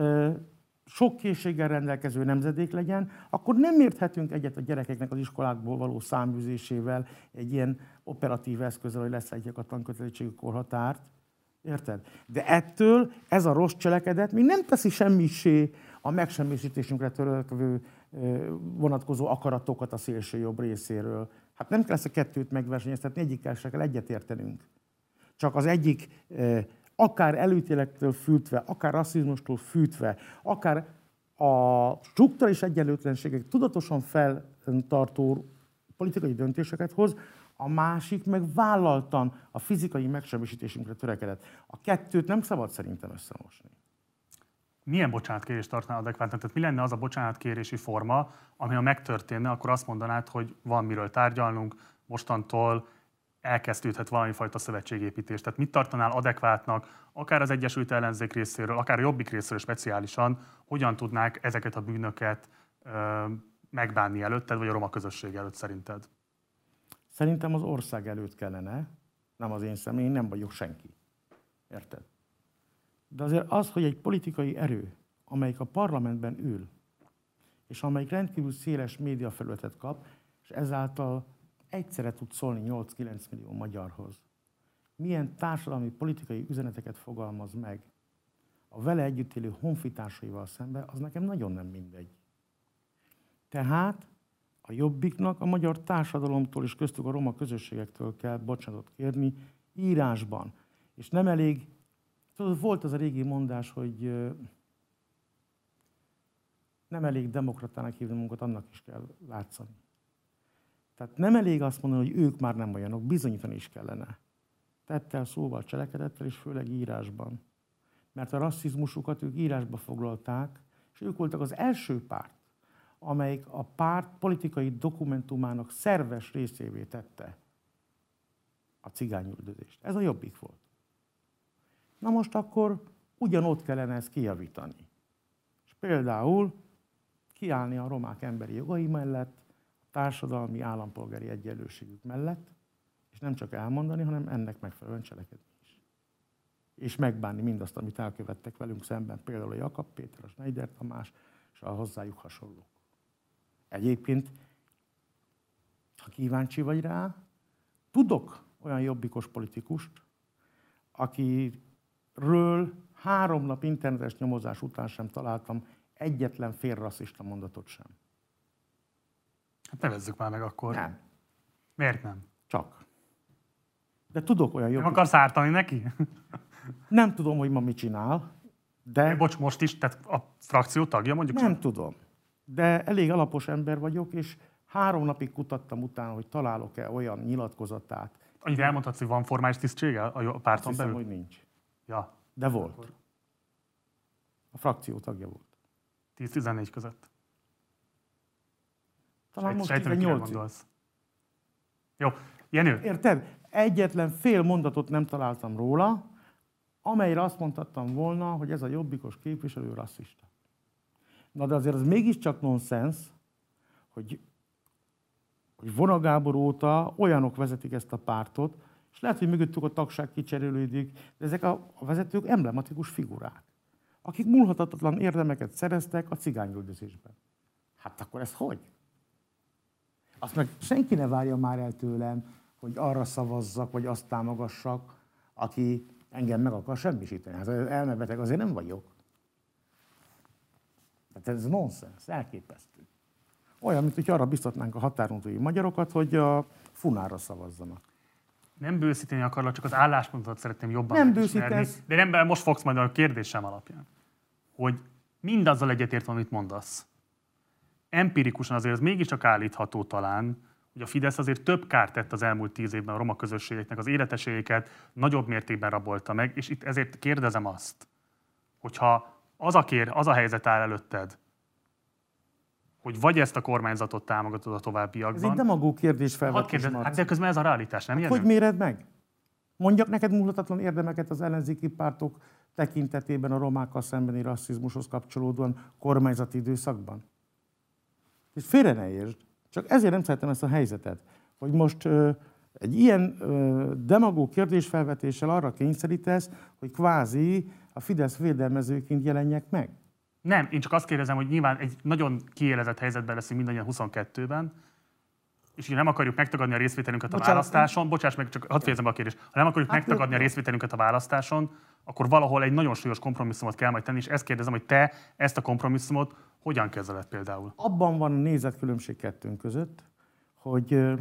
sok készséggel rendelkező nemzedék legyen, akkor nem érthetünk egyet a gyerekeknek az iskolákból való száműzésével, egy ilyen operatív eszközzel, hogy leszállítják a tankötelezettségi korhatárt. Érted? De ettől ez a rossz cselekedet még nem teszi semmissé a megsemmisítésünkre törekvő vonatkozó akaratokat a szélső jobb részéről. Hát nem kell ezt a kettőt megversenyeztetni, egyikkel se kell egyetértenünk. Csak az egyik akár előítélettől fűtve, akár rasszizmustól fűtve, akár a strukturális egyenlőtlenségek tudatosan feltartó politikai döntéseket hoz, a másik meg vállaltan a fizikai megsemmisítésünkre törekedett. A kettőt nem szabad szerintem összemosni. Milyen bocsánatkérést tartnál adekvátnak? Tehát mi lenne az a bocsánatkérési forma, ami ha megtörténne, akkor azt mondanád, hogy van miről tárgyalnunk, mostantól elkezdődhet valamifajta szövetségépítés. Tehát mit tartanál adekvátnak, akár az Egyesült Ellenzék részéről, akár a Jobbik részéről speciálisan, hogyan tudnák ezeket a bűnöket ö, megbánni előtted, vagy a roma közösség előtt szerinted? Szerintem az ország előtt kellene, Nem az én személy, én nem vagyok senki. Érted? De azért az, hogy egy politikai erő, amelyik a parlamentben ül, és amelyik rendkívül széles médiafelületet kap, és ezáltal egyszerre tud szólni nyolc-kilenc millió magyarhoz, milyen társadalmi politikai üzeneteket fogalmaz meg a vele együtt élő honfitársaival szemben, az nekem nagyon nem mindegy. Tehát a Jobbiknak a magyar társadalomtól és köztük a roma közösségektől kell bocsánatot kérni írásban. És nem elég, tudod, volt az a régi mondás, hogy nem elég demokratának hívni munkat, annak is kell látszani. Tehát nem elég azt mondani, hogy ők már nem olyanok, bizonyítani is kellene. Tettel, szóval, cselekedettel, és főleg írásban. Mert a rasszizmusukat ők írásba foglalták, és ők voltak az első párt, amelyik a párt politikai dokumentumának szerves részévé tette a cigányüldözést. Ez a Jobbik volt. Na most akkor ugyanott kellene ezt kijavítani. És például kiállni a romák emberi jogai mellett, a társadalmi állampolgári egyenlőségük mellett, és nem csak elmondani, hanem ennek megfelelően cselekedni is. És megbánni mindazt, amit elkövettek velünk szemben, például a Jakab Péter, a Schneider Tamás, és a hozzájuk hasonlók. Egyébként, ha kíváncsi vagy rá, tudok olyan jobbikos politikust, akiről három nap internetes nyomozás után sem találtam egyetlen fél rasszista mondatot sem. Hát nevezzük már meg akkor. Nem. Miért nem? Csak. De tudok olyan jobbikos... Nem akarsz ártani neki? Nem tudom, hogy ma mit csinál, de... Bocs, most is, tehát a frakció tagja mondjuk? Nem csak? tudom. De elég alapos ember vagyok, és három napig kutattam utána, hogy találok-e olyan nyilatkozatát. Annyit elmondhatsz, hogy van formális tisztsége a párton Azt hiszem, belül? hogy nincs. Ja. De volt. A frakció tagja volt. tíz-tizennégy között. Talán most Sejtem, kire tizennyolc. gondolsz. Jó. Jenő? Érted? Egyetlen fél mondatot nem találtam róla, amelyre azt mondhattam volna, hogy ez a jobbikos képviselő rasszista. Na de azért az mégiscsak nonsens, hogy, hogy Vona Gábor óta olyanok vezetik ezt a pártot, és lehet, hogy mögöttük a tagság kicserélődik, de ezek a, a vezetők emblematikus figurák, akik múlhatatlan érdemeket szereztek a cigányüldözésben. Hát akkor ez hogy? Azt meg senki ne várja már el tőlem, hogy arra szavazzak, vagy azt támogassak, aki engem meg akar semmisíteni. Hát elmebeteg azért nem vagyok. Tehát ez nonsens, elképesztő. Olyan, mint hogy arra biztatnánk a határon túli magyarokat, hogy a Funára szavazzanak. Nem bőszíteni akarlak, csak az álláspontot szeretném jobban Nem megismerni. bőszítesz. De nem, most fogsz majd a kérdésem alapján. Hogy mindazzal egyetértve, amit mondasz. Empirikusan azért ez mégiscsak állítható talán, hogy a Fidesz azért több kárt tett az elmúlt tíz évben a roma közösségeknek, az életességeket nagyobb mértékben rabolta meg, és itt ezért kérdezem azt, hogyha az a, kér, az a helyzet áll előtted, hogy vagy ezt a kormányzatot támogatod a továbbiakban. Ez egy demagóg kérdés felvetés, Hát de közben ez a realitás, nem hát ilyen? hogy méred meg? Mondjak neked múlhatatlan érdemeket az ellenzéki pártok tekintetében a romákkal szembeni rasszizmushoz kapcsolódóan kormányzati időszakban? És félre ne értsd, csak ezért nem szeretem ezt a helyzetet, hogy most ö, egy ilyen ö, demagóg kérdésfelvetéssel arra kényszerítesz, hogy kvázi a Fidesz védelmezőként jelenjek meg. Nem, én csak azt kérdezem, hogy nyilván egy nagyon kiélezett helyzetben leszünk mindannyian huszonkettőben, és ugye nem akarjuk megtagadni a részvételünket a Bocsánat, választáson, bocsáss meg, csak hadd fejezem be a kérdést, ha nem akarjuk Hát, megtagadni a részvételünket a választáson, akkor valahol egy nagyon súlyos kompromisszumot kell majd tenni, és ezt kérdezem, hogy te ezt a kompromisszumot hogyan kezeled például? Abban van a nézetkülönbség kettőnk között, hogy ö,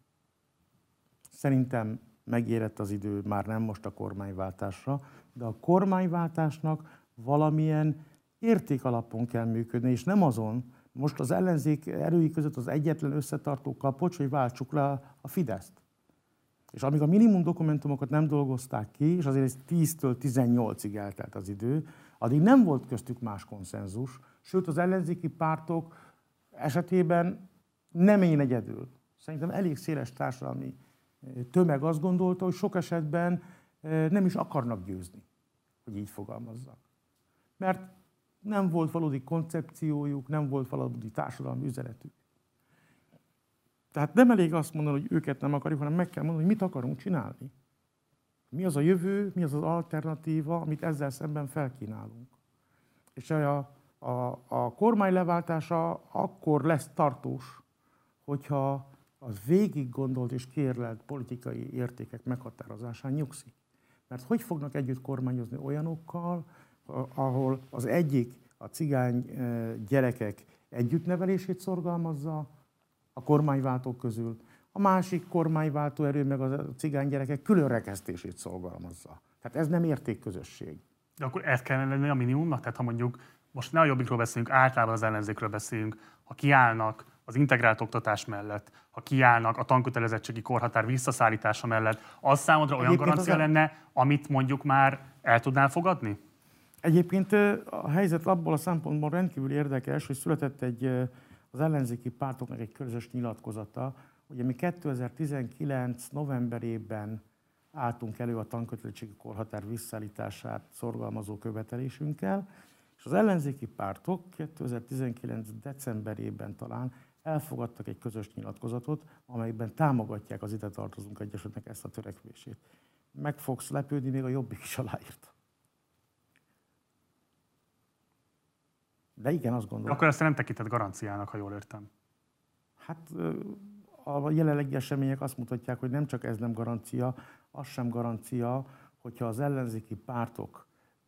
szerintem megérett az idő, már nem most a kormányváltásra, de a kormányváltásnak valamilyen értékalapon kell működni, és nem azon, most az ellenzék erői között az egyetlen összetartó kapocs, hogy váltsuk le a Fideszt. És amíg a minimum dokumentumokat nem dolgozták ki, és azért ez tíztől tizennyolcig eltelt az idő, addig nem volt köztük más konszenzus, sőt az ellenzéki pártok esetében nem én egyedül. Szerintem elég széles társadalmi tömeg azt gondolta, hogy sok esetben nem is akarnak győzni, hogy így fogalmazzak. Mert nem volt valódi koncepciójuk, nem volt valódi társadalmi üzenetük. Tehát nem elég azt mondani, hogy őket nem akarjuk, hanem meg kell mondani, hogy mit akarunk csinálni. Mi az a jövő, mi az az alternatíva, amit ezzel szemben felkínálunk. És a, a, a kormány leváltása akkor lesz tartós, hogyha az végig gondolt és kérlelt politikai értékek meghatározásán nyugszik. Mert hogy fognak együtt kormányozni olyanokkal, ahol az egyik a cigány gyerekek együttnevelését szorgalmazza a kormányváltók közül, a másik kormányváltó erő meg a cigány gyerekek különrekesztését szorgalmazza. Tehát ez nem értékközösség. De akkor ez kellene lenni a minimumnak? Tehát ha mondjuk, most ne a Jobbikról beszélünk, általában az ellenzékről beszélünk, ha kiállnak az integrált oktatás mellett, ha kiállnak a tankötelezettségi korhatár visszaszállítása mellett, az számodra olyan Egyébként garancia az lenne, amit mondjuk már el tudnál fogadni? Egyébként a helyzet abból a szempontból rendkívül érdekes, hogy született egy, az ellenzéki pártoknak egy közös nyilatkozata. Ugye mi kétezer-tizenkilenc novemberében álltunk elő a tankötelezettségi korhatár visszaállítását szorgalmazó követelésünkkel, és az ellenzéki pártok kétezer-tizenkilenc decemberében talán elfogadtak egy közös nyilatkozatot, amelyben támogatják az Ide tartozunk Egyesületnek ezt a törekvését. Meg fogsz lepődni, még a Jobbik is aláírta. De igen, azt gondolom. Akkor ezt nem tekintett garanciának, ha jól értem. Hát a jelenlegi események azt mutatják, hogy nem csak ez nem garancia, az sem garancia, hogyha az ellenzéki pártok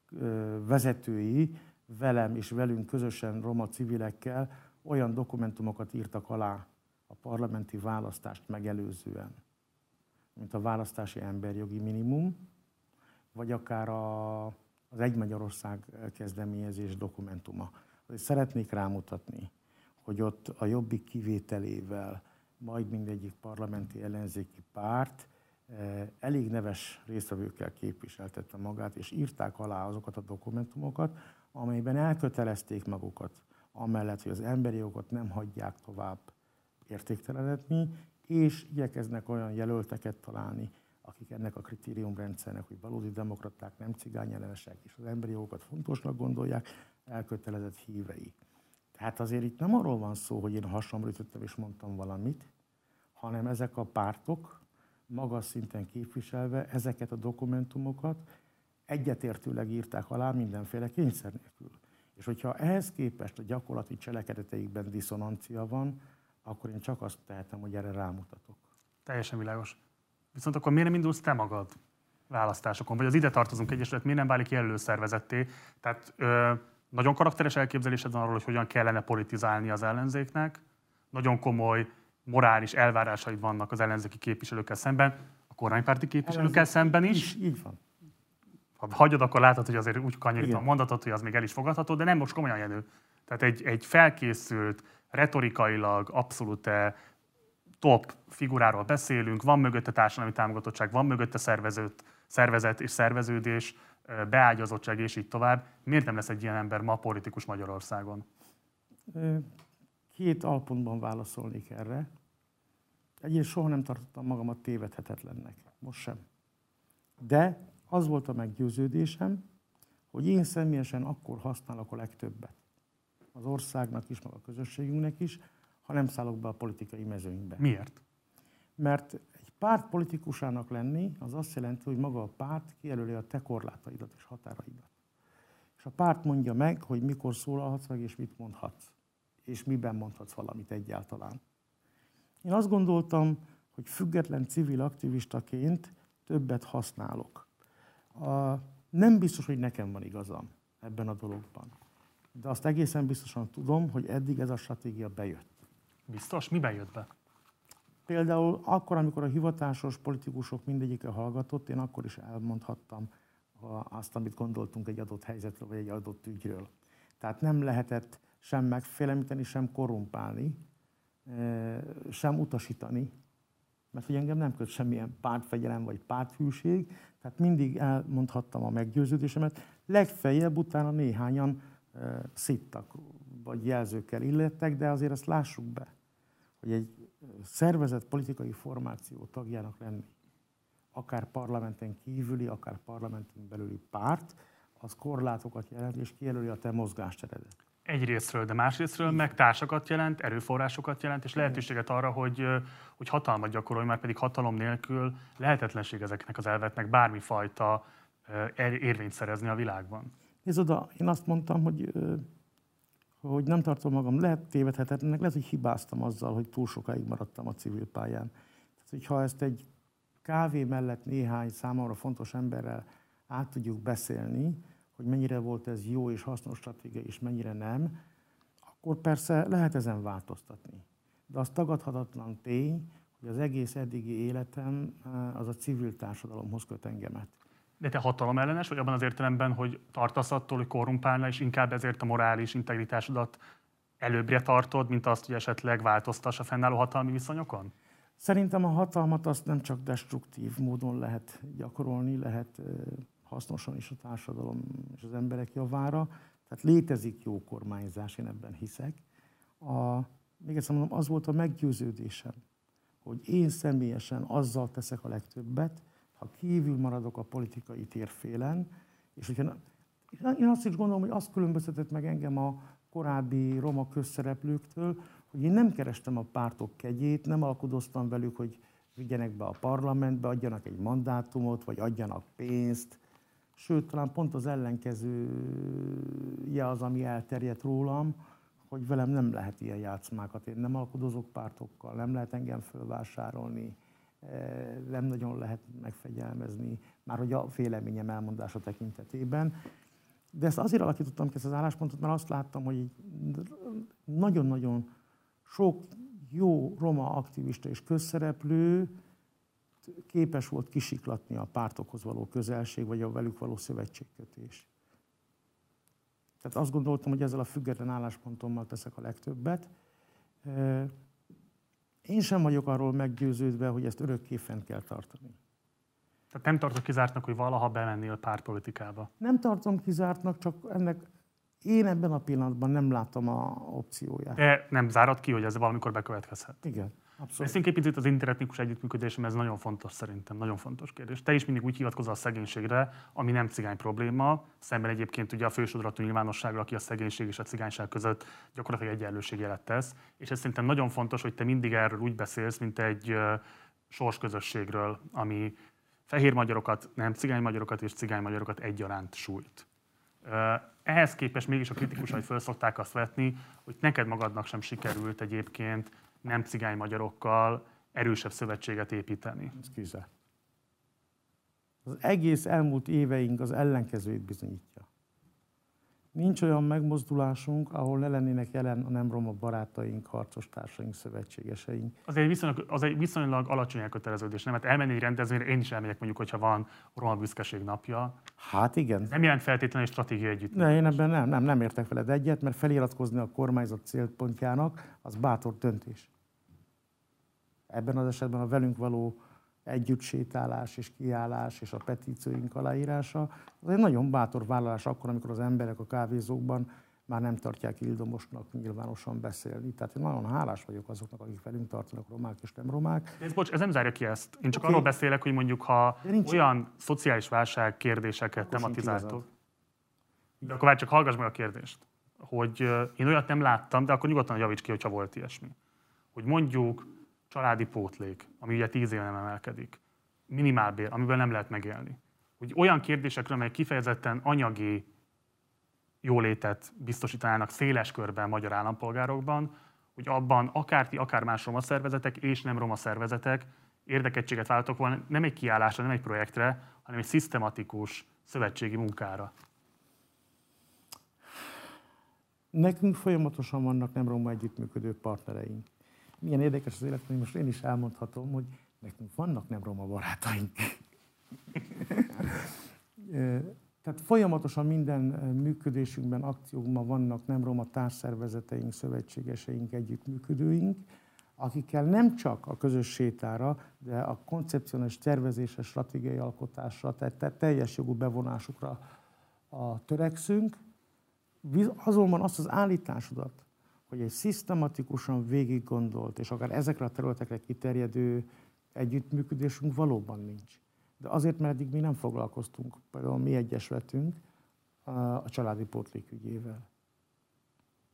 vezetői velem és velünk közösen roma civilekkel olyan dokumentumokat írtak alá a parlamenti választást megelőzően, mint a választási emberjogi minimum, vagy akár a, az Egy Magyarország kezdeményezés dokumentuma. Azért szeretnék rámutatni, hogy ott a Jobbik kivételével majd mindegyik parlamenti ellenzéki párt elég neves résztvevőkkel képviseltette magát, és írták alá azokat a dokumentumokat, amelyben elkötelezték magukat, amellett, hogy az emberi jogot nem hagyják tovább értéktelenedni, és igyekeznek olyan jelölteket találni, akik ennek a kritériumrendszernek, hogy valódi demokraták, nem cigányellenesek, és az emberi jogokat fontosnak gondolják, elkötelezett hívei. Tehát azért itt nem arról van szó, hogy én hasamra ütöttem és mondtam valamit, hanem ezek a pártok magas szinten képviselve ezeket a dokumentumokat egyetértőleg írták alá mindenféle kényszer nélkül. És hogyha ehhez képest a gyakorlati cselekedeteikben diszonancia van, akkor én csak azt tehetem, hogy erre rámutatok. Teljesen világos. Viszont akkor miért nem indulsz te magad választásokon? Vagy az Ide tartozunk Egyesület miért nem válik jelölőszervezetté? Tehát ö, nagyon karakteres elképzelésed van arról, hogy hogyan kellene politizálni az ellenzéknek. Nagyon komoly morális elvárásaid vannak az ellenzéki képviselőkkel szemben, a kormánypárti képviselőkkel Ellenzék szemben is. Így, így van. Ha hagyod, akkor látod, hogy azért úgy kanyarítom a mondatot, hogy az még el is fogadható, de nem most komolyan, Jenő. Tehát egy, egy felkészült, retorikailag abszolút top figuráról beszélünk, van mögötte társadalmi támogatottság, van mögötte szervezőt, szervezet és szerveződés, beágyazottság és így tovább. Miért nem lesz egy ilyen ember ma politikus Magyarországon? Két alpontban válaszolnék erre. Egyrészt soha nem tartottam magamat tévedhetetlennek, most sem. De az volt a meggyőződésem, hogy én személyesen akkor használok a legtöbbet. Az országnak is, meg a közösségünknek is, ha nem szállok be a politikai mezőnybe. Miért? Mert egy párt politikusának lenni, az azt jelenti, hogy maga a párt kijelöli a te korlátaidat és határaidat. És a párt mondja meg, hogy mikor szólalhatsz meg, és mit mondhatsz. És miben mondhatsz valamit egyáltalán. Én azt gondoltam, hogy független civil aktivistaként többet használok. A, nem biztos, hogy nekem van igazam ebben a dologban. De azt egészen biztosan tudom, hogy eddig ez a stratégia bejött. Biztos? Miben jött be? Például akkor, amikor a hivatásos politikusok mindegyike hallgatott, én akkor is elmondhattam azt, amit gondoltunk egy adott helyzetről, vagy egy adott ügyről. Tehát nem lehetett sem megfélemlíteni, sem korrumpálni, sem utasítani, mert hogy engem nem köt semmilyen pártfegyelem vagy párthűség, tehát mindig elmondhattam a meggyőződésemet, legfeljebb utána néhányan szittak, vagy jelzőkkel illettek, de azért azt lássuk be, hogy egy szervezett politikai formáció tagjának lenni, akár parlamenten kívüli, akár parlamenten belüli párt, az korlátokat jelent, és kijelöli a te mozgásteredet. Egyrészről, de másrészről meg társakat jelent, erőforrásokat jelent, és lehetőséget arra, hogy, hogy hatalmat gyakorolj, már pedig hatalom nélkül lehetetlenség ezeknek az elveknek bármifajta érvényt szerezni a világban. Nézd oda, én azt mondtam, hogy, hogy nem tartom magam, lehet tévedhetetlennek, lehet, hogy hibáztam azzal, hogy túl sokáig maradtam a civil pályán. Tehát, hogyha ezt egy kávé mellett néhány számomra fontos emberrel át tudjuk beszélni, hogy mennyire volt ez jó és hasznos stratégia, és mennyire nem, akkor persze lehet ezen változtatni. De az tagadhatatlan tény, hogy az egész eddigi életem az a civil társadalomhoz köt engemet. De te hatalom ellenes vagy abban az értelemben, hogy tartasz attól, hogy korrumpálna, és inkább ezért a morális integritásodat előbbre tartod, mint azt, hogy esetleg változtass a fennálló hatalmi viszonyokon? Szerintem a hatalmat azt nem csak destruktív módon lehet gyakorolni, lehet hasznosan is a társadalom és az emberek javára. Tehát létezik jó kormányzás, én ebben hiszek. A, még egyszer mondom, az volt a meggyőződésem, hogy én személyesen azzal teszek a legtöbbet, ha kívül maradok a politikai térfélen, és hogyha, én azt is gondolom, hogy azt különböztetett meg engem a korábbi roma közszereplőktől, hogy én nem kerestem a pártok kegyét, nem alkudoztam velük, hogy vigyenek be a parlamentbe, adjanak egy mandátumot, vagy adjanak pénzt. Sőt, talán pont az ellenkezője az, ami elterjedt rólam, hogy velem nem lehet ilyen játszmákat. Én nem alkudozok pártokkal, nem lehet engem fölvásárolni, nem nagyon lehet megfegyelmezni, már hogy a véleményem elmondása tekintetében. De ezt azért alakítottam ki ezt az álláspontot, mert azt láttam, hogy nagyon-nagyon sok jó roma aktivista és közszereplő képes volt kisiklatni a pártokhoz való közelség, vagy a velük való szövetségkötés. Tehát azt gondoltam, hogy ezzel a független álláspontommal teszek a legtöbbet. Én sem vagyok arról meggyőződve, hogy ezt örökké fent kell tartani. Tehát nem tartok kizártnak, hogy valaha bemennél pártpolitikába? Nem tartom kizártnak, csak ennek én ebben a pillanatban nem látom a opcióját. De nem zárad ki, hogy ez valamikor bekövetkezhet? Igen, abszolút. Beszéljünk egy picit az interetnikus együttműködésem, ez nagyon fontos szerintem, nagyon fontos kérdés. Te is mindig úgy hivatkozol a szegénységre, ami nem cigány probléma, szemben egyébként ugye a fősodratú nyilvánosságra, aki a szegénység és a cigányság között gyakorlatilag egyenlőségjelet tesz. És ez szerintem nagyon fontos, hogy te mindig erről úgy beszélsz, mint egy uh, sorsközösségről, ami fehér magyarokat, nem cigány magyarokat és cigány magyarokat egyaránt sújt. Uh, ehhez képest mégis a kritikusai föl szokták azt vetni, hogy neked magadnak sem sikerült egyébként nem cigány magyarokkal erősebb szövetséget építeni. Ez kizárt. Az egész elmúlt éveink az ellenkezőjét bizonyítja. Nincs olyan megmozdulásunk, ahol ne lennének jelen a nem roma barátaink, harcostársaink, szövetségeseink. Az egy viszonylag, az egy viszonylag alacsony elköteleződés, nem? Hát elmenni egy rendezvényre, én is elmegyek mondjuk, hogyha van roma büszkeség napja. Hát igen. Nem jelent feltétlenül egy stratégiai együtt. Ne, én ebben nem, nem, nem értek veled egyet, mert feliratkozni a kormányzat célpontjának, az bátor döntés. Ebben az esetben a velünk való együtt sétálás és kiállás és a petícióink aláírása, az egy nagyon bátor vállalás akkor, amikor az emberek a kávézókban már nem tartják ildomosnak nyilvánosan beszélni. Tehát én nagyon hálás vagyok azoknak, akik velünk tartanak, romák és nem romák. Ez, bocs, ez nem zárja ki ezt. Én csak Okay. arról beszélek, hogy mondjuk, ha nincs... olyan szociális válság kérdéseket tematizáltok. De akkor már csak hallgass meg a kérdést. Hogy én olyat nem láttam, de akkor nyugodtan javíts ki, hogyha volt ilyesmi. Hogy mondjuk családi pótlék, ami ugye tíz éve nem emelkedik, minimálbér, amiből nem lehet megélni. Hogy olyan kérdésekről, amelyek kifejezetten anyagi jólétet biztosítanának széles körben magyar állampolgárokban, hogy abban akár ti, akár más roma szervezetek és nem roma szervezetek érdekeltséget vállaltok volna nem egy kiállásra, nem egy projektre, hanem egy szisztematikus szövetségi munkára. Nekünk folyamatosan vannak nem roma együttműködő partnereink. Milyen érdekes az élet, hogy most én is elmondhatom, hogy nekünk vannak nem roma barátaink. Tehát folyamatosan minden működésünkben, akciókban vannak nem roma társszervezeteink, szövetségeseink, együttműködőink, akikkel nem csak a közös sétára, de a koncepcionális tervezésre, stratégiai alkotásra, tehát teljes jogú bevonásukra a törekszünk. Azonban azt az állításodat, hogy egy szisztematikusan végig gondolt, és akár ezekre a területekre kiterjedő együttműködésünk valóban nincs. De azért, mert eddig mi nem foglalkoztunk, például mi egyesületünk a családi pótlék ügyével.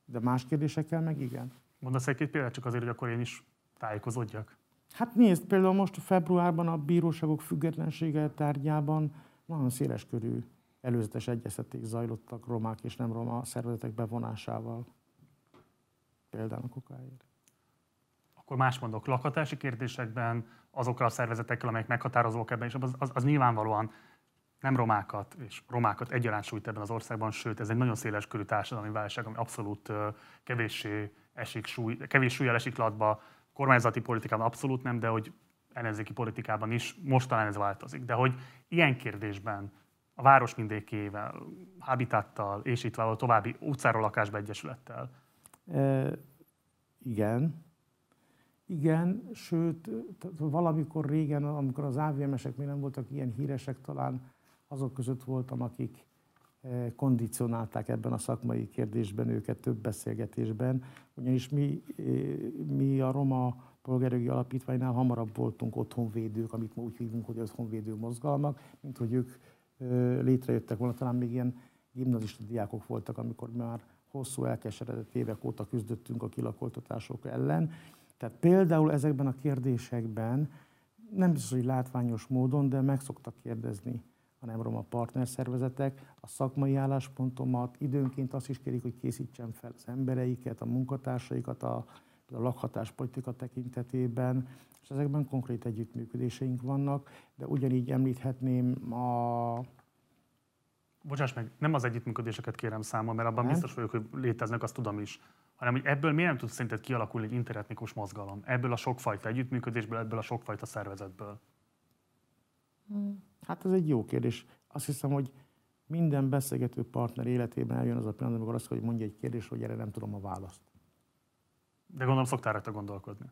De más kérdésekkel meg igen. Mondasz egy-két példát csak azért, hogy akkor én is tájékozódjak? Hát nézd, például most februárban a bíróságok függetlensége tárgyában nagyon széleskörű előzetes egyeztetés zajlottak romák és nem roma szervezetek bevonásával. Például a kokáért. Akkor más mondok, lakhatási kérdésekben azokkal a szervezetekkel, amelyek meghatározók ebben, és az, az, az nyilvánvalóan nem romákat és romákat egyaránt sújt ebben az országban, sőt, ez egy nagyon széles körű társadalmi válság, ami abszolút kevéssé esik súly, kevés súllyal esik latba, kormányzati politikában abszolút nem, de hogy ellenzéki politikában is most talán ez változik. De hogy ilyen kérdésben a város mindékével, Habitattal és itt való további utcáról lakásba egyesülettel. E, igen. Igen, sőt, valamikor régen, amikor az á vé em-esek még nem voltak ilyen híresek, talán azok között voltam, akik kondicionálták ebben a szakmai kérdésben őket több beszélgetésben, ugyanis mi, mi a Roma Polgárjogi Alapítványnál hamarabb voltunk otthonvédők, amit ma úgy hívunk, hogy otthonvédő mozgalmak, mint hogy ők létrejöttek volna. Talán még ilyen gimnazista diákok voltak, amikor már hosszú elkeseredett évek óta küzdöttünk a kilakoltatások ellen. Tehát például ezekben a kérdésekben nem biztos, hogy látványos módon, de meg szoktak kérdezni a nem roma partnerszervezetek a szakmai álláspontomat, időnként azt is kérik, hogy készítsem fel az embereiket, a munkatársaikat a, a lakhatáspolitika tekintetében, és ezekben konkrét együttműködéseink vannak, de ugyanígy említhetném a... Bocsáss meg, nem az együttműködéseket kérem számon, mert abban nem. Biztos vagyok, hogy léteznek, azt tudom is, hanem hogy ebből miért nem tud szerinted kialakulni egy interetnikus mozgalom? Ebből a sokfajta együttműködésből, ebből a sokfajta szervezetből? Hmm. Hát ez egy jó kérdés. Azt hiszem, hogy minden beszélgető partner életében eljön az a pillanat, amikor azt, hogy mondja egy kérdés, hogy erre nem tudom a választ. De gondolom szoktál rajta gondolkodni.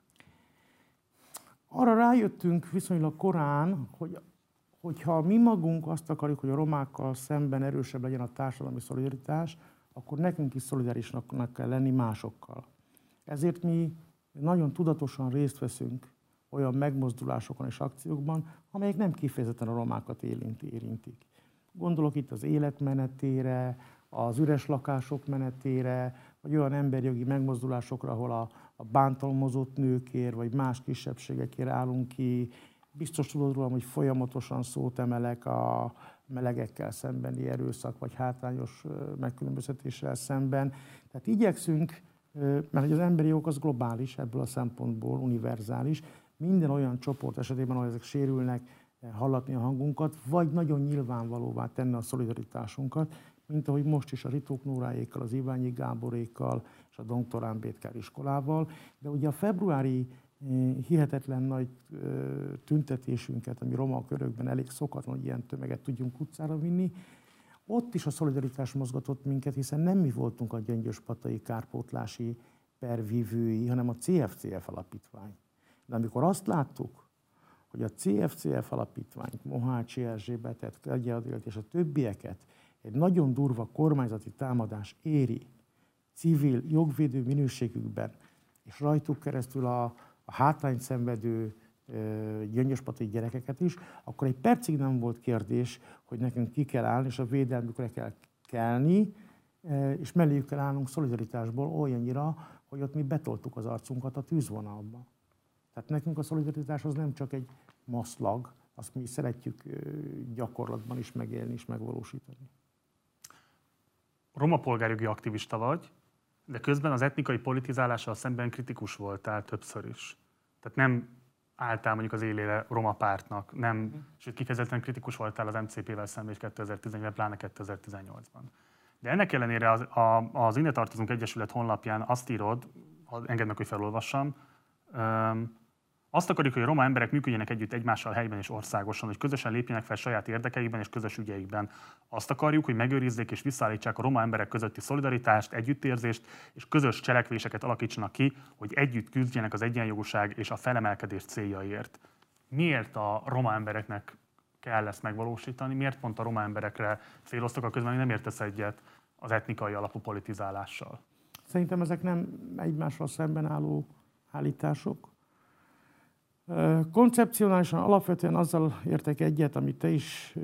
Arra rájöttünk viszonylag korán, hogy hogyha mi magunk azt akarjuk, hogy a romákkal szemben erősebb legyen a társadalmi szolidaritás, akkor nekünk is szolidárisnak kell lenni másokkal. Ezért mi nagyon tudatosan részt veszünk olyan megmozdulásokon és akciókban, amelyek nem kifejezetten a romákat érintik. Gondolok itt az életmenetére, az üres lakások menetére, vagy olyan emberjogi megmozdulásokra, ahol a, a bántalmazott nőkért, vagy más kisebbségekért állunk ki. Biztos tudod rólam, hogy folyamatosan szót emelek a melegekkel szembeni erőszak, vagy hátrányos megkülönböztetéssel szemben. Tehát igyekszünk, mert az emberi jog az globális, ebből a szempontból univerzális, minden olyan csoport esetében, ahol ezek sérülnek, hallatni a hangunkat, vagy nagyon nyilvánvalóvá tenni a szolidaritásunkat, mint ahogy most is a Ritók Nóráékkal, az Iványi Gáborékkal és a Dongtorán Bétkár iskolával. De ugye a februári hihetetlen nagy tüntetésünket, ami roma körökben elég szokatlan, hogy ilyen tömeget tudjunk utcára vinni, ott is a szolidaritás mozgatott minket, hiszen nem mi voltunk a gyöngyöspatai kárpótlási pervívői, hanem a cé ef cé ef alapítvány. De amikor azt láttuk, hogy a cé ef cé ef alapítványt, Mohácsi Erzsébetet, Kegyi Adélt és a többieket egy nagyon durva kormányzati támadás éri civil jogvédő minőségükben, és rajtuk keresztül a, a hátrányt szenvedő gyöngyöspatai gyerekeket is, akkor egy percig nem volt kérdés, hogy nekünk ki kell állni, és a védelmükre kell kelni, és melléjük kell állnunk szolidaritásból olyannyira, hogy ott mi betoltuk az arcunkat a tűzvonalba. Tehát nekünk a szolidaritás az nem csak egy maszlag, azt mi szeretjük gyakorlatban is megélni és megvalósítani. Roma polgárjogi aktivista vagy, de közben az etnikai politizálással szemben kritikus voltál többször is. Tehát nem álltál mondjuk az élére roma pártnak, nem, mm. sőt kifejezetten kritikus voltál az em cé pé-vel szemben is kétezer-tizennyolcban, pláne kétezer-tizennyolcban. De ennek ellenére az, a, az Ide Tartozunk Egyesület honlapján azt írod, engedd meg, hogy felolvassam, öm, azt akarjuk, hogy a roma emberek működjenek együtt egymással helyben és országosan, hogy közösen lépjenek fel saját érdekeikben és közös ügyeikben. Azt akarjuk, hogy megőrizzék és visszaállítsák a roma emberek közötti szolidaritást, együttérzést és közös cselekvéseket alakítsanak ki, hogy együtt küzdjenek az egyenjogúság és a felemelkedés céljaiért. Miért a roma embereknek kell ezt megvalósítani? Miért pont a roma emberekre céloztok, a közben nem értesz egyet az etnikai alapú politizálással? Szerintem ezek nem egymással szemben álló állítások. Koncepcionálisan alapvetően azzal értek egyet, amit te is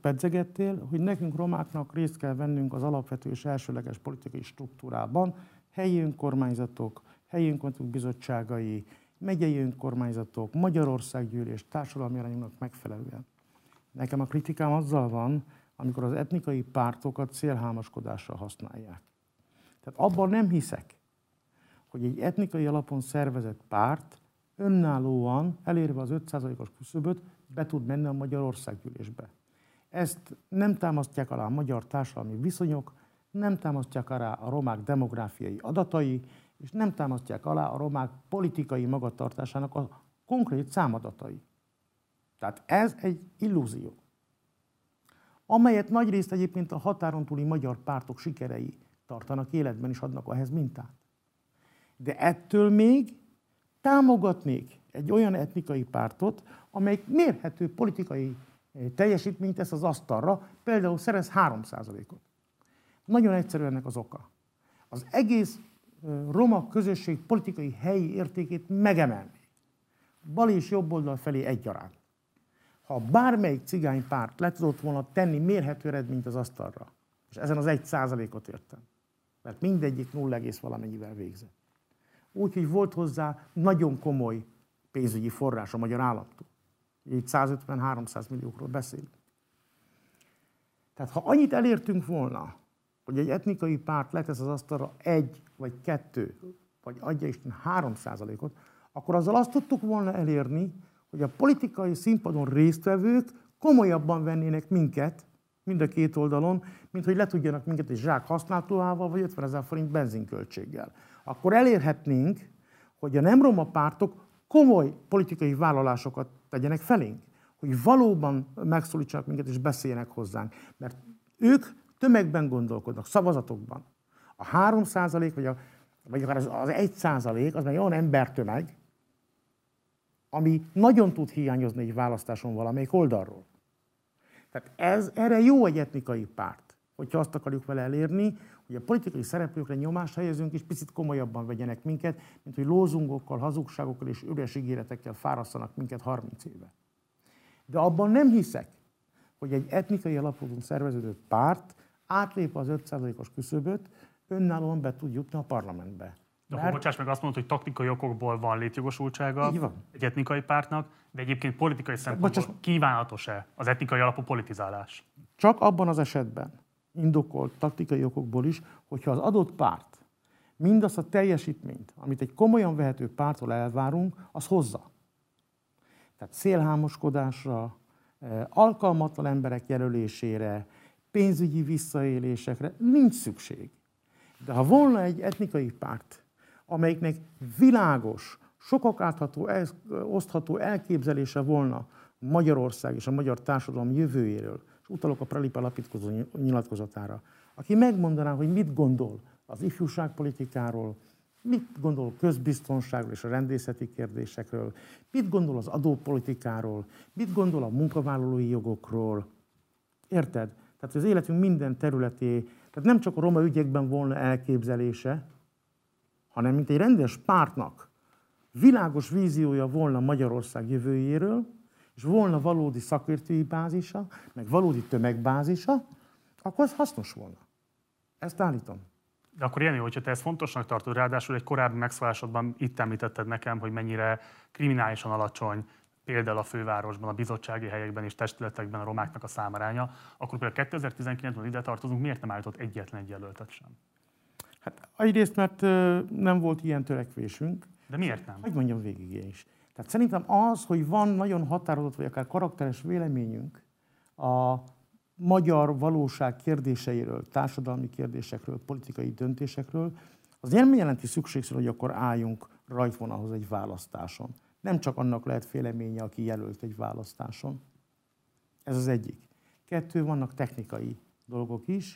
pedzegettél, hogy nekünk romáknak részt kell vennünk az alapvető és elsőleges politikai struktúrában. helyi önkormányzatok, helyi önkormányzatok bizottságai, megyei önkormányzatok, Magyarországgyűlés társadalmi arányunknak megfelelően. Nekem a kritikám azzal van, amikor az etnikai pártokat célhámoskodásra használják. Tehát abban nem hiszek, hogy egy etnikai alapon szervezett párt önállóan elérve az öt százalékos küszöböt be tud menni a Magyarországgyűlésbe. Ezt nem támasztják alá a magyar társadalmi viszonyok, nem támasztják alá a romák demográfiai adatai, és nem támasztják alá a romák politikai magatartásának a konkrét számadatai. Tehát ez egy illúzió, amelyet nagyrészt egyébként a határon túli magyar pártok sikerei tartanak életben, és adnak ehhez mintát. De ettől még támogatnék egy olyan etnikai pártot, amelyik mérhető politikai teljesítményt tesz az asztalra, például szerez három százalékot. Nagyon egyszerű ennek az oka. Az egész roma közösség politikai helyi értékét megemelni. Bal és jobb oldal felé egyaránt. Ha bármelyik cigánypárt le tudott volna tenni mérhető eredményt az asztalra, és ezen az egy százalékot értem, mert mindegyik nulla egész valamennyivel végzett. Úgyhogy volt hozzá nagyon komoly pénzügyi forrás a magyar államtól. Így százötven-háromszáz milliókról beszélünk. Tehát ha annyit elértünk volna, hogy egy etnikai párt letesz az asztalra egy, vagy kettő, vagy adja Isten három százalékot, akkor azzal azt tudtuk volna elérni, hogy a politikai színpadon résztvevők komolyabban vennének minket, mind a két oldalon, mint hogy le tudjanak minket egy zsák használtóával, vagy ötvenezer forint benzinköltséggel. Akkor elérhetnénk, hogy a nem roma pártok komoly politikai vállalásokat tegyenek felénk, hogy valóban megszólítsanak minket és beszéljenek hozzánk. Mert ők tömegben gondolkodnak, szavazatokban. A három százalék, vagy, a, vagy akár az, az egy százalék, az meg olyan embertömeg, ami nagyon tud hiányozni egy választáson valamelyik oldalról. Tehát ez, erre jó egy etnikai párt, hogyha azt akarjuk vele elérni, hogy a politikai szereplőkre nyomást helyezünk, és picit komolyabban vegyenek minket, mint hogy lózungokkal, hazugságokkal és üres ígéretekkel fárasztanak minket harminc éve. De abban nem hiszek, hogy egy etnikai alapon szerveződő párt átlép az öt százalékos küszöböt, önállóan be tud jutni a parlamentbe. De akkor bocsáss meg, azt mondod, hogy taktikai okokból van létjogosultsága egy etnikai pártnak, de egyébként politikai szempontból kívánatos-e az etnikai alapú politizálás? Csak abban az esetben indokolt taktikai okokból is, hogyha az adott párt mindazt a teljesítményt, amit egy komolyan vehető pártól elvárunk, az hozza. Tehát szélhámoskodásra, alkalmatlan emberek jelölésére, pénzügyi visszaélésekre nincs szükség. De ha volna egy etnikai párt, amelyiknek világos, sokak átható, osztható elképzelése volna Magyarország és a magyar társadalom jövőjéről, és utalok a Pralip alapítkozó nyilatkozatára, aki megmondaná, hogy mit gondol az ifjúságpolitikáról, mit gondol közbiztonságról és a rendészeti kérdésekről, mit gondol az adópolitikáról, mit gondol a munkavállalói jogokról. Érted? Tehát az életünk minden területé, tehát nem csak a roma ügyekben volna elképzelése, hanem mint egy rendes pártnak világos víziója volna Magyarország jövőjéről, és volna valódi szakértői bázisa, meg valódi tömegbázisa, akkor az hasznos volna. Ezt állítom. De akkor Jenő, hogyha te ezt fontosnak tartod, ráadásul egy korábbi megszólásodban itt említetted nekem, hogy mennyire kriminálisan alacsony például a fővárosban, a bizottsági helyekben és testületekben a romáknak a számaránya, akkor például kétezer-tizenkilencben ide tartozunk, miért nem állított egyetlen egy jelöltet sem? Hát egyrészt, mert nem volt ilyen törekvésünk. De miért nem? Hogy mondjam végig én is. Tehát szerintem az, hogy van nagyon határozott, vagy akár karakteres véleményünk a magyar valóság kérdéseiről, társadalmi kérdésekről, politikai döntésekről, az nem jelenti szükségszerűen, hogy akkor álljunk rajtvonalhoz egy választáson. Nem csak annak lehet véleménye, aki jelölt egy választáson. Ez az egyik. Kettő, vannak technikai dolgok is.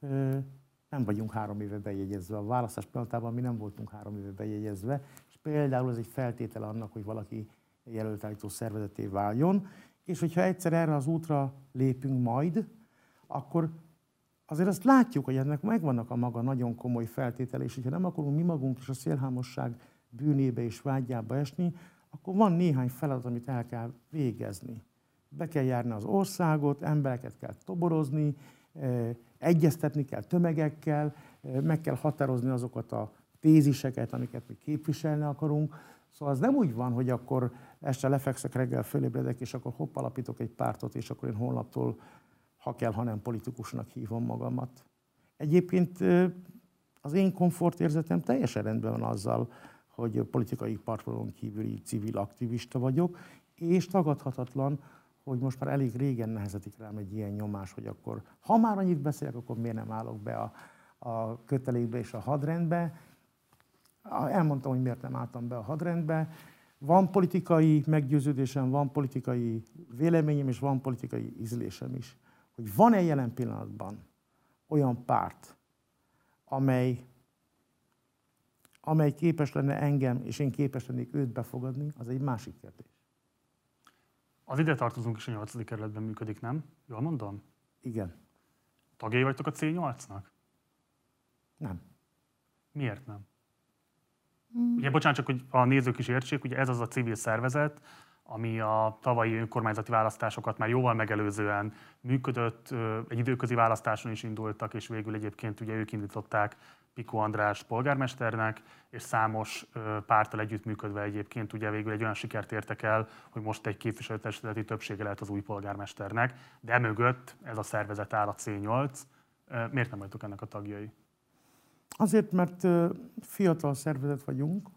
Nem vagyunk három éve bejegyezve. A választás pillanatában mi nem voltunk három éve bejegyezve, és például ez egy feltétele annak, hogy valaki jelöltállító szervezetté váljon, és hogyha egyszer erre az útra lépünk majd, akkor azért azt látjuk, hogy ennek megvannak a maga nagyon komoly feltétele, és hogyha nem akarunk mi magunk is a szélhámosság bűnébe és vágyába esni, akkor van néhány feladat, amit el kell végezni. Be kell járni az országot, embereket kell toborozni, egyeztetni kell tömegekkel, meg kell határozni azokat a téziseket, amiket mi képviselni akarunk. Szóval az nem úgy van, hogy akkor este lefekszek, reggel fölébredek, és akkor hopp, alapítok egy pártot, és akkor én holnaptól, ha kell, ha nem politikusnak hívom magamat. Egyébként az én komfortérzetem teljesen rendben van azzal, hogy politikai pártolon kívüli civil aktivista vagyok, és tagadhatatlan, hogy most már elég régen nehezedik rám egy ilyen nyomás, hogy akkor, ha már annyit beszélek, akkor miért nem állok be a, a kötelékbe és a hadrendbe. Elmondtam, hogy miért nem álltam be a hadrendbe. Van politikai meggyőződésem, van politikai véleményem, és van politikai ízlésem is. Hogy van-e jelen pillanatban olyan párt, amely, amely képes lenne engem, és én képes lennék őt befogadni, az egy másik kérdés. Az ide tartozunk is a nyolcadik kerületben működik, nem? Jól mondom? Igen. Tagjai vagytok a cé nyolcnak? Nem. Miért nem? Hmm. Ugye, bocsánat, csak hogy a nézők is értsék, ugye ez az a civil szervezet, ami a tavalyi önkormányzati választásokat már jóval megelőzően működött, egy időközi választáson is indultak, és végül egyébként ugye ők indították Piko András polgármesternek, és számos párttal együttműködve egyébként ugye végül egy olyan sikert értek el, hogy most egy képviselőtestületi többsége lehet az új polgármesternek, de emögött ez a szervezet áll, a cé nyolc. Miért nem vagytok ennek a tagjai? Azért, mert fiatal szervezet vagyunk,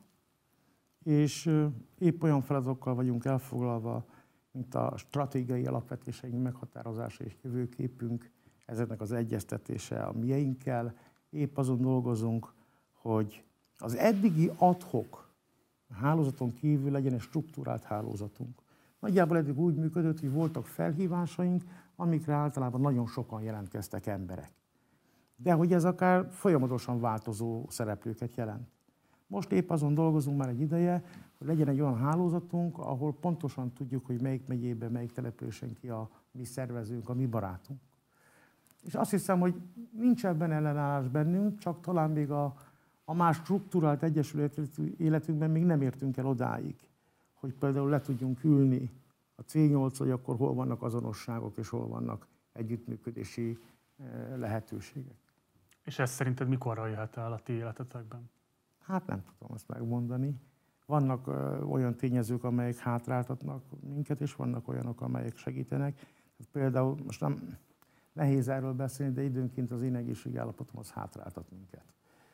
és épp olyan feladatokkal vagyunk elfoglalva, mint a stratégiai alapvetéseink meghatározása és jövőképünk, ezeknek az egyeztetése a mieinkkel. Épp azon dolgozunk, hogy az eddigi ad-hoc hálózaton kívül legyen egy struktúrált hálózatunk. Nagyjából eddig úgy működött, hogy voltak felhívásaink, amikre általában nagyon sokan jelentkeztek emberek. De hogy ez akár folyamatosan változó szereplőket jelent. Most épp azon dolgozunk már egy ideje, hogy legyen egy olyan hálózatunk, ahol pontosan tudjuk, hogy melyik megyében, melyik településen ki a mi szervezőnk, a mi barátunk. És azt hiszem, hogy nincs ebben ellenállás bennünk, csak talán még a, a más struktúrált egyesület életünkben még nem értünk el odáig, hogy például le tudjunk ülni a cé nyolc, hogy akkor hol vannak azonosságok és hol vannak együttműködési lehetőségek. És ez szerinted mikorra jöhet el a ti életetekben? Hát nem tudom azt megmondani. Vannak ö, olyan tényezők, amelyek hátráltatnak minket, és vannak olyanok, amelyek segítenek. Tehát például most nem nehéz erről beszélni, de időnként az én egészségi állapotom az hátráltat minket.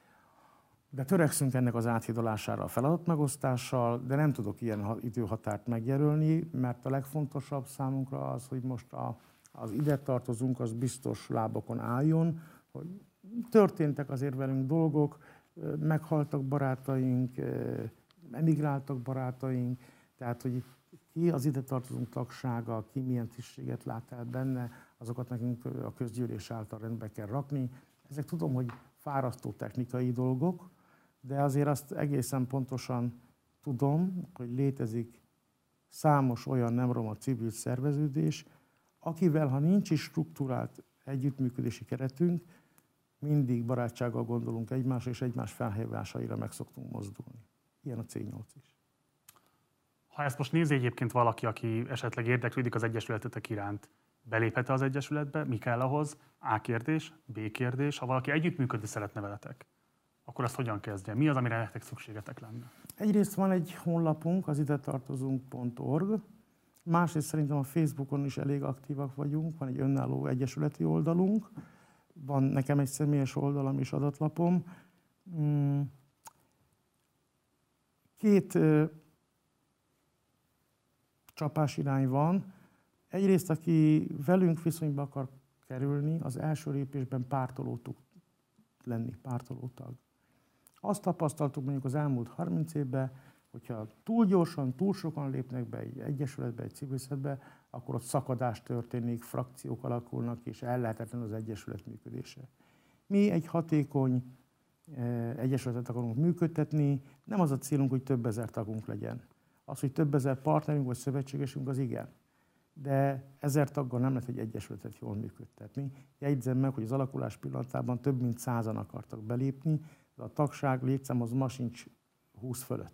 De törekszünk ennek az áthidalására a feladatmegosztással, de nem tudok ilyen időhatárt megjelölni, mert a legfontosabb számunkra az, hogy most a, az ide tartozunk, az biztos lábakon álljon, hogy történtek azért velünk dolgok, meghaltak barátaink, emigráltak barátaink, tehát hogy ki az ide tartozunk tagsága, ki milyen tisztséget lát el benne, azokat nekünk a közgyűlés által rendbe kell rakni. Ezek tudom, hogy fárasztó technikai dolgok, de azért azt egészen pontosan tudom, hogy létezik számos olyan nem roma civil szerveződés, akivel, ha nincs is struktúrált együttműködési keretünk, mindig barátsággal gondolunk egymásra, és egymás felhívásaira meg szoktunk mozdulni. Ilyen a cé nyolc is. Ha ezt most nézi egyébként valaki, aki esetleg érdeklődik az egyesületetek iránt, beléphet-e az egyesületbe? Mi kell ahhoz? A kérdés, B kérdés. Ha valaki együttműködni szeretne veletek, akkor azt hogyan kezdje? Mi az, amire nektek szükségetek lenne? Egyrészt van egy honlapunk, az idetartozunk pont org. Másrészt szerintem a Facebookon is elég aktívak vagyunk, van egy önálló egyesületi oldalunk. Van nekem egy személyes oldalam és adatlapom. Két ö, csapásirány van. Egyrészt, aki velünk viszonyba akar kerülni, az első lépésben pártoló tud lenni, pártolótag. Azt tapasztaltuk mondjuk az elmúlt harminc évben, hogyha túl gyorsan, túl sokan lépnek be egy egyesületbe, egy civil szervezetbe, akkor ott szakadás történik, frakciók alakulnak, és ellehetetlen az egyesület működése. Mi egy hatékony egyesületet akarunk működtetni, nem az a célunk, hogy több ezer tagunk legyen. Az, hogy több ezer partnerünk vagy szövetségesünk, az igen. De ezer taggal nem lehet egy egyesületet jól működtetni. Jegyzem meg, hogy az alakulás pillanatában több mint százan akartak belépni, de a tagság létszám az ma sincs húsz fölött.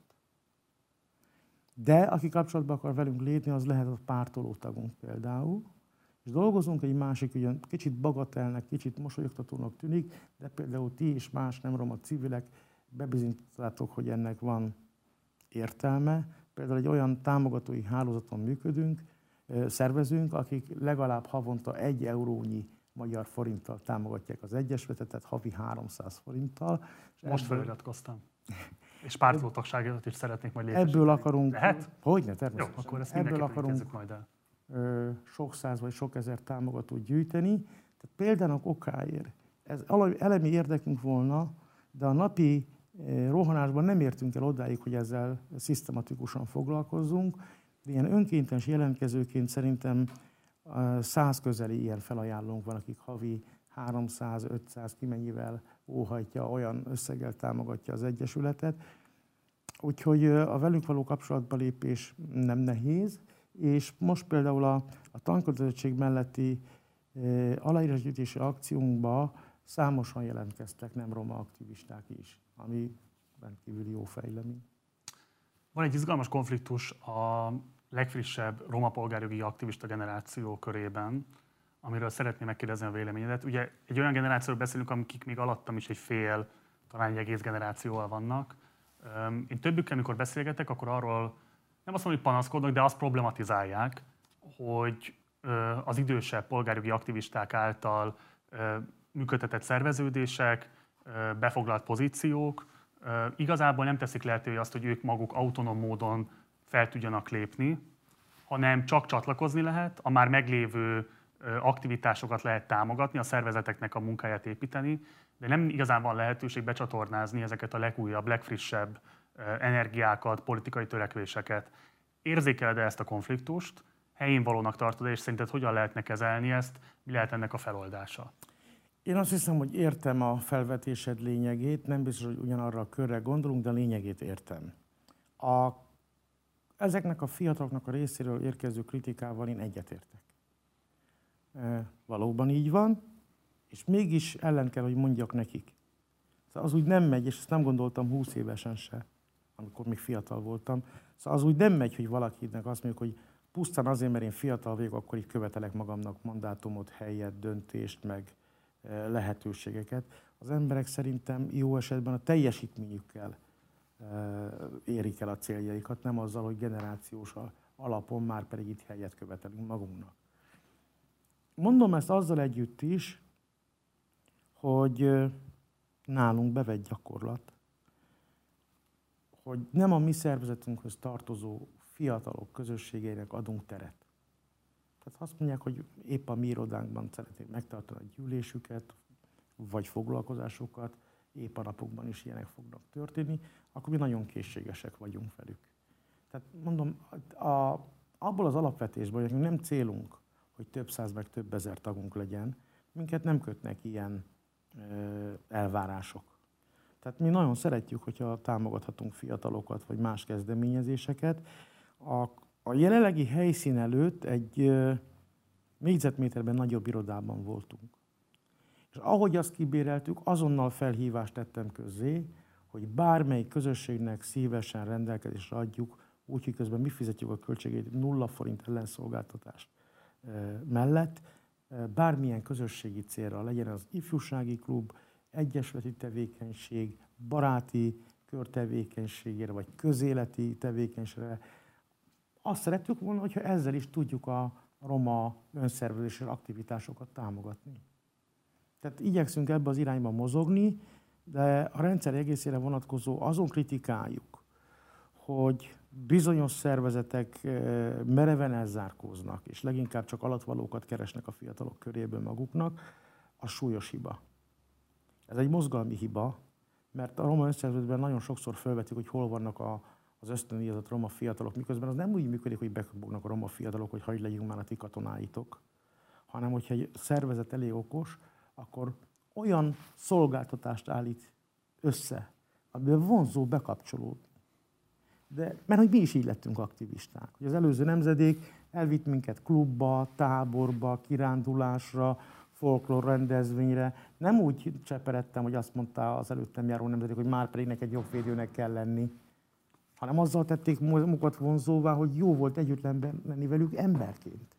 De aki kapcsolatba akar velünk lépni, az lehet a pártoló tagunk például, És dolgozunk egy másik, ugyan kicsit bagatelnek, kicsit mosolyogtatónak tűnik, de például ti és más nem roma civilek bebizonyítottátok, hogy ennek van értelme. Például egy olyan támogatói hálózaton működünk, szervezünk, akik legalább havonta egy eurónyi magyar forinttal támogatják az egyesületet, havi háromszáz forinttal. Most ebből... feliratkoztam. És pártlótagságot is szeretnék majd létesíteni. Ebből akarunk... Lehet? Hogyne, természetesen. Jó, akkor ezt ebből akarunk majd el. Ö, sok száz vagy sok ezer támogatót gyűjteni. Tehát példának okáért ez elemi érdekünk volna, de a napi rohanásban nem értünk el odáig, hogy ezzel szisztematikusan foglalkozzunk. De ilyen önkéntes jelentkezőként szerintem száz közeli ilyen felajánlónk van, akik havi háromszáz-ötszáz ki mennyivel óhajtja, olyan összeggel támogatja az Egyesületet. Úgyhogy a velünk való kapcsolatba lépés nem nehéz, és most például a, a tankötelezettség melletti e, aláírásgyűjtési akciónkba számosan jelentkeztek nem roma aktivisták is, ami rendkívül jó fejlemény. Van egy izgalmas konfliktus a legfrissebb roma polgárjogi aktivista generáció körében, amiről szeretném megkérdezni a véleményedet. Ugye egy olyan generációról beszélünk, akik még alattam is egy fél, talán egy egész generációval vannak. Én többükkel, amikor beszélgetek, akkor arról nem azt mondom, hogy panaszkodnak, de azt problematizálják, hogy az idősebb polgárjogi aktivisták által működtetett szerveződések, befoglalt pozíciók igazából nem teszik lehetővé azt, hogy ők maguk autonóm módon fel tudjanak lépni, hanem csak csatlakozni lehet, a már meglévő aktivitásokat lehet támogatni, a szervezeteknek a munkáját építeni, de nem igazán van lehetőség becsatornázni ezeket a legújabb, legfrissebb energiákat, politikai törekvéseket. Érzékeled-e ezt a konfliktust? Helyén valónak tartod, és szerinted hogyan lehetne kezelni ezt? Mi lehet ennek a feloldása? Én azt hiszem, hogy értem a felvetésed lényegét, nem biztos, hogy ugyanarra a körre gondolunk, de a lényegét értem. A, ezeknek a fiataloknak a részéről érkező kritikával én egyetértek. E, valóban így van, és mégis ellen kell, hogy mondjak nekik. Szóval az úgy nem megy, és ezt nem gondoltam húsz évesen se, amikor még fiatal voltam. Szóval az úgy nem megy, hogy valakinek azt mondjuk, hogy pusztán azért, mert én fiatal vagyok, akkor így követelek magamnak mandátumot, helyet, döntést, meg lehetőségeket. Az emberek szerintem jó esetben a teljesítményükkel érik el a céljaikat, nem azzal, hogy generációs alapon már pedig itt helyet követelünk magunknak. Mondom ezt azzal együtt is, hogy nálunk bevett gyakorlat, hogy nem a mi szervezetünkhöz tartozó fiatalok közösségeinek adunk teret. Tehát azt mondják, hogy épp a mi irodánkban szeretnék megtartani a gyűlésüket, vagy foglalkozásokat, épp a napokban is ilyenek fognak történni, akkor mi nagyon készségesek vagyunk velük. Tehát mondom, a, abból az alapvetésből, hogy nem célunk, hogy több száz meg több ezer tagunk legyen, minket nem kötnek ilyen ö, elvárások. Tehát mi nagyon szeretjük, hogyha támogathatunk fiatalokat, vagy más kezdeményezéseket. A, a jelenlegi helyszín előtt egy ö, négyzetméterben nagyobb irodában voltunk. És ahogy azt kibéreltük, azonnal felhívást tettem közzé, hogy bármelyik közösségnek szívesen rendelkezésre adjuk, úgyhogy közben mi fizetjük a költségét nulla forint ellenszolgáltatást mellett, bármilyen közösségi célra, legyen az ifjúsági klub, egyesületi tevékenység, baráti körtevékenységére, vagy közéleti tevékenységre. Azt szerettük volna, hogyha ezzel is tudjuk a roma önszervezési aktivitásokat támogatni. Tehát igyekszünk ebbe az irányba mozogni, de a rendszer egészére vonatkozó azon kritikájuk, hogy bizonyos szervezetek mereven elzárkóznak, és leginkább csak alattvalókat keresnek a fiatalok köréből maguknak, az súlyos hiba. Ez egy mozgalmi hiba, mert a roma önszervezetben nagyon sokszor felvetjük, hogy hol vannak a, az ösztöndíjazott roma fiatalok, miközben az nem úgy működik, hogy bekobognak a roma fiatalok, hogy hagyd legyünk már a ti katonáitok, hanem hogyha egy szervezet elég okos, akkor olyan szolgáltatást állít össze, amiben vonzó bekapcsolódni. De, mert hogy mi is így lettünk aktivisták. Hogy az előző nemzedék elvitt minket klubba, táborba, kirándulásra, folklór rendezvényre. Nem úgy cseperedtem, hogy azt mondta az előttem járó nemzedék, hogy már pedig neked jogvédőnek kell lenni, hanem azzal tették magukat vonzóvá, hogy jó volt együtt lenni velük emberként.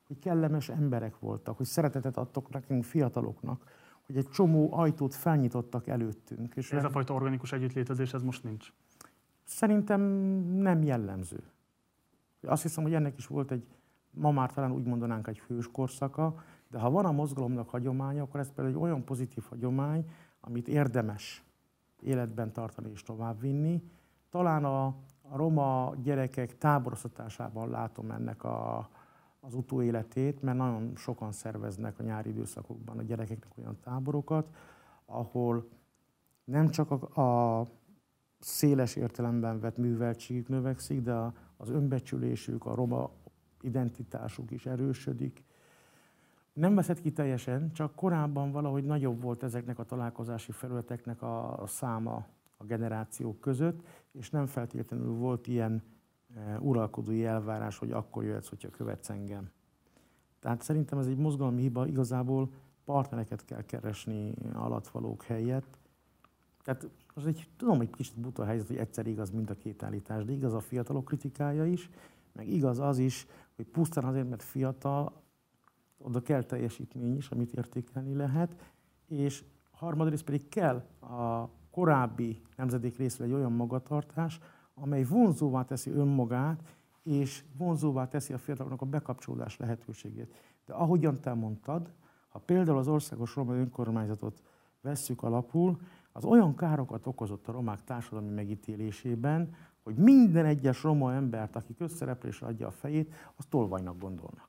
hogy kellemes emberek voltak, hogy szeretetet adtak nekünk fiataloknak, hogy egy csomó ajtót felnyitottak előttünk. És ez a fajta organikus együttlétezés, ez most nincs? Szerintem nem jellemző. Azt hiszem, hogy ennek is volt egy, ma már talán úgy mondanánk, egy hős korszaka, de ha van a mozgalomnak hagyománya, akkor ez például egy olyan pozitív hagyomány, amit érdemes életben tartani és továbbvinni. Talán a, a roma gyerekek táboroztatásában látom ennek a, az utóéletét, mert nagyon sokan szerveznek a nyári időszakokban a gyerekeknek olyan táborokat, ahol nem csak a, a széles értelemben vett műveltségük növekszik, de a, az önbecsülésük, a roma identitásuk is erősödik. Nem veszett ki teljesen, csak korábban valahogy nagyobb volt ezeknek a találkozási felületeknek a, a száma a generációk között, és nem feltétlenül volt ilyen e, uralkodói elvárás, hogy akkor jöhetsz, hogyha követsz engem. Tehát szerintem ez egy mozgalmi hiba, igazából partnereket kell keresni alattvalók helyett. Tehát az egy, tudom, egy kicsit buta helyzet, hogy egyszer igaz mind a két állítás, de igaz a fiatalok kritikája is, meg igaz az is, hogy pusztán azért, mert fiatal, oda kell teljesítmény is, amit értékelni lehet, és harmadrészt pedig kell a korábbi nemzedék részről egy olyan magatartás, amely vonzóvá teszi önmagát, és vonzóvá teszi a fiataloknak a bekapcsolódás lehetőségét. De ahogyan te mondtad, ha például az országos roma önkormányzatot vesszük alapul, az olyan károkat okozott a romák társadalmi megítélésében, hogy minden egyes roma embert, aki közszereplésre adja a fejét, azt tolvajnak gondolnak.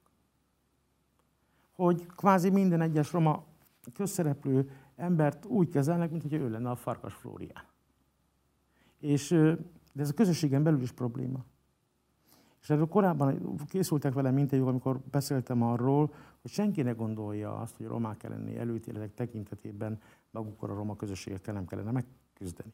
Hogy kvázi minden egyes roma közszereplő embert úgy kezelnek, mint hogy ő lenne a Farkas Flórián. És, de ez a közösségen belül is probléma. És erről korábban készültek velem interjúk, amikor beszéltem arról, hogy senki ne gondolja azt, hogy a romák elleni előítéletek tekintetében magukkor a roma közösségekkel nem kellene megküzdeni.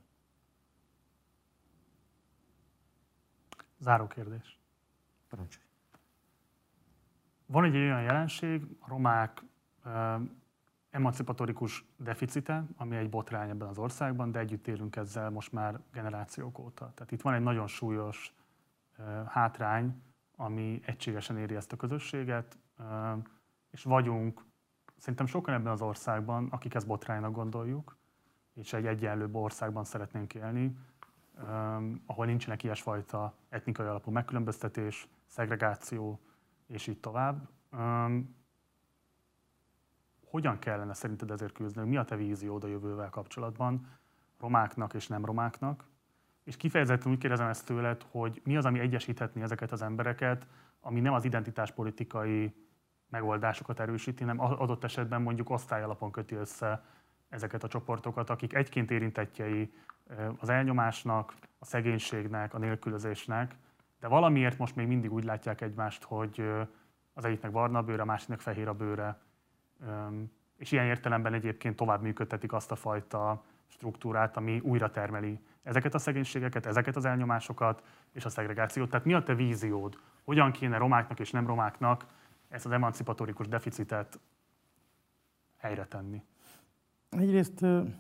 Záró kérdés. Parancsolj. Van egy olyan jelenség, a romák eh, emancipatorikus deficite, ami egy botrány ebben az országban, de együtt élünk ezzel most már generációk óta. Tehát itt van egy nagyon súlyos eh, hátrány, ami egységesen éri ezt a közösséget, eh, és vagyunk szerintem sokan ebben az országban, akik ezt botránynak gondoljuk, és egy egyenlőbb országban szeretnénk élni, eh, ahol nincsenek ilyesfajta etnikai alapú megkülönböztetés, szegregáció, és így tovább. Um, hogyan kellene szerinted ezért küzdeni? Mi a te víziód a jövővel kapcsolatban, romáknak és nem romáknak? És kifejezetten úgy kérdezem ezt tőled, hogy mi az, ami egyesíthetné ezeket az embereket, ami nem az identitáspolitikai megoldásokat erősíti, hanem adott esetben mondjuk osztályalapon köti össze ezeket a csoportokat, akik egyként érintettjei az elnyomásnak, a szegénységnek, a nélkülözésnek, de valamiért most még mindig úgy látják egymást, hogy az egyiknek barna a bőre, a másiknak fehér a bőre, és ilyen értelemben egyébként tovább működtetik azt a fajta struktúrát, ami újra termeli ezeket a szegénységeket, ezeket az elnyomásokat és a szegregációt. Tehát mi a te víziód? Hogyan kéne romáknak és nem romáknak ezt az emancipatorikus deficitet helyre tenni? Egyrészt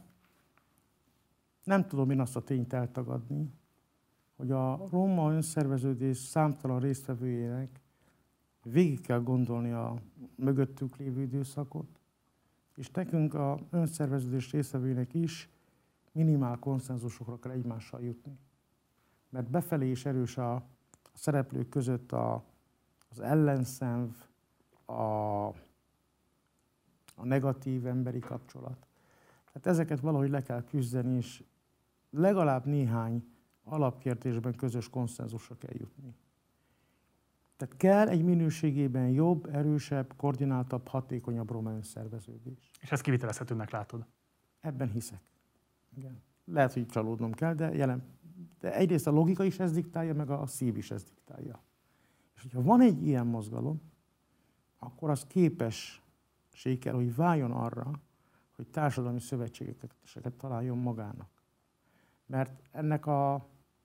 nem tudom én azt a tényt eltagadni, hogy a roma önszerveződés számtalan résztvevőjének végig kell gondolni a mögöttük lévő időszakot, és nekünk a önszerveződés résztvevőjének is minimál konszenzusokra kell egymással jutni. Mert befelé is erős a, a szereplők között a, az ellenszenv, a, a negatív emberi kapcsolat. Tehát ezeket valahogy le kell küzdeni, és legalább néhány alapkérdésben közös konszenzusra kell jutni. Tehát kell egy minőségében jobb, erősebb, koordináltabb, hatékonyabb roma önszerveződés. És ezt kivitelezhetőnek látod? Ebben hiszek. Igen. Lehet, hogy csalódnom kell, de, jelen, de egyrészt a logika is ezt diktálja, meg a szív is ezt diktálja. És hogyha van egy ilyen mozgalom, akkor az képesség kell, hogy váljon arra, hogy társadalmi szövetségeket találjon magának. Mert ennek a,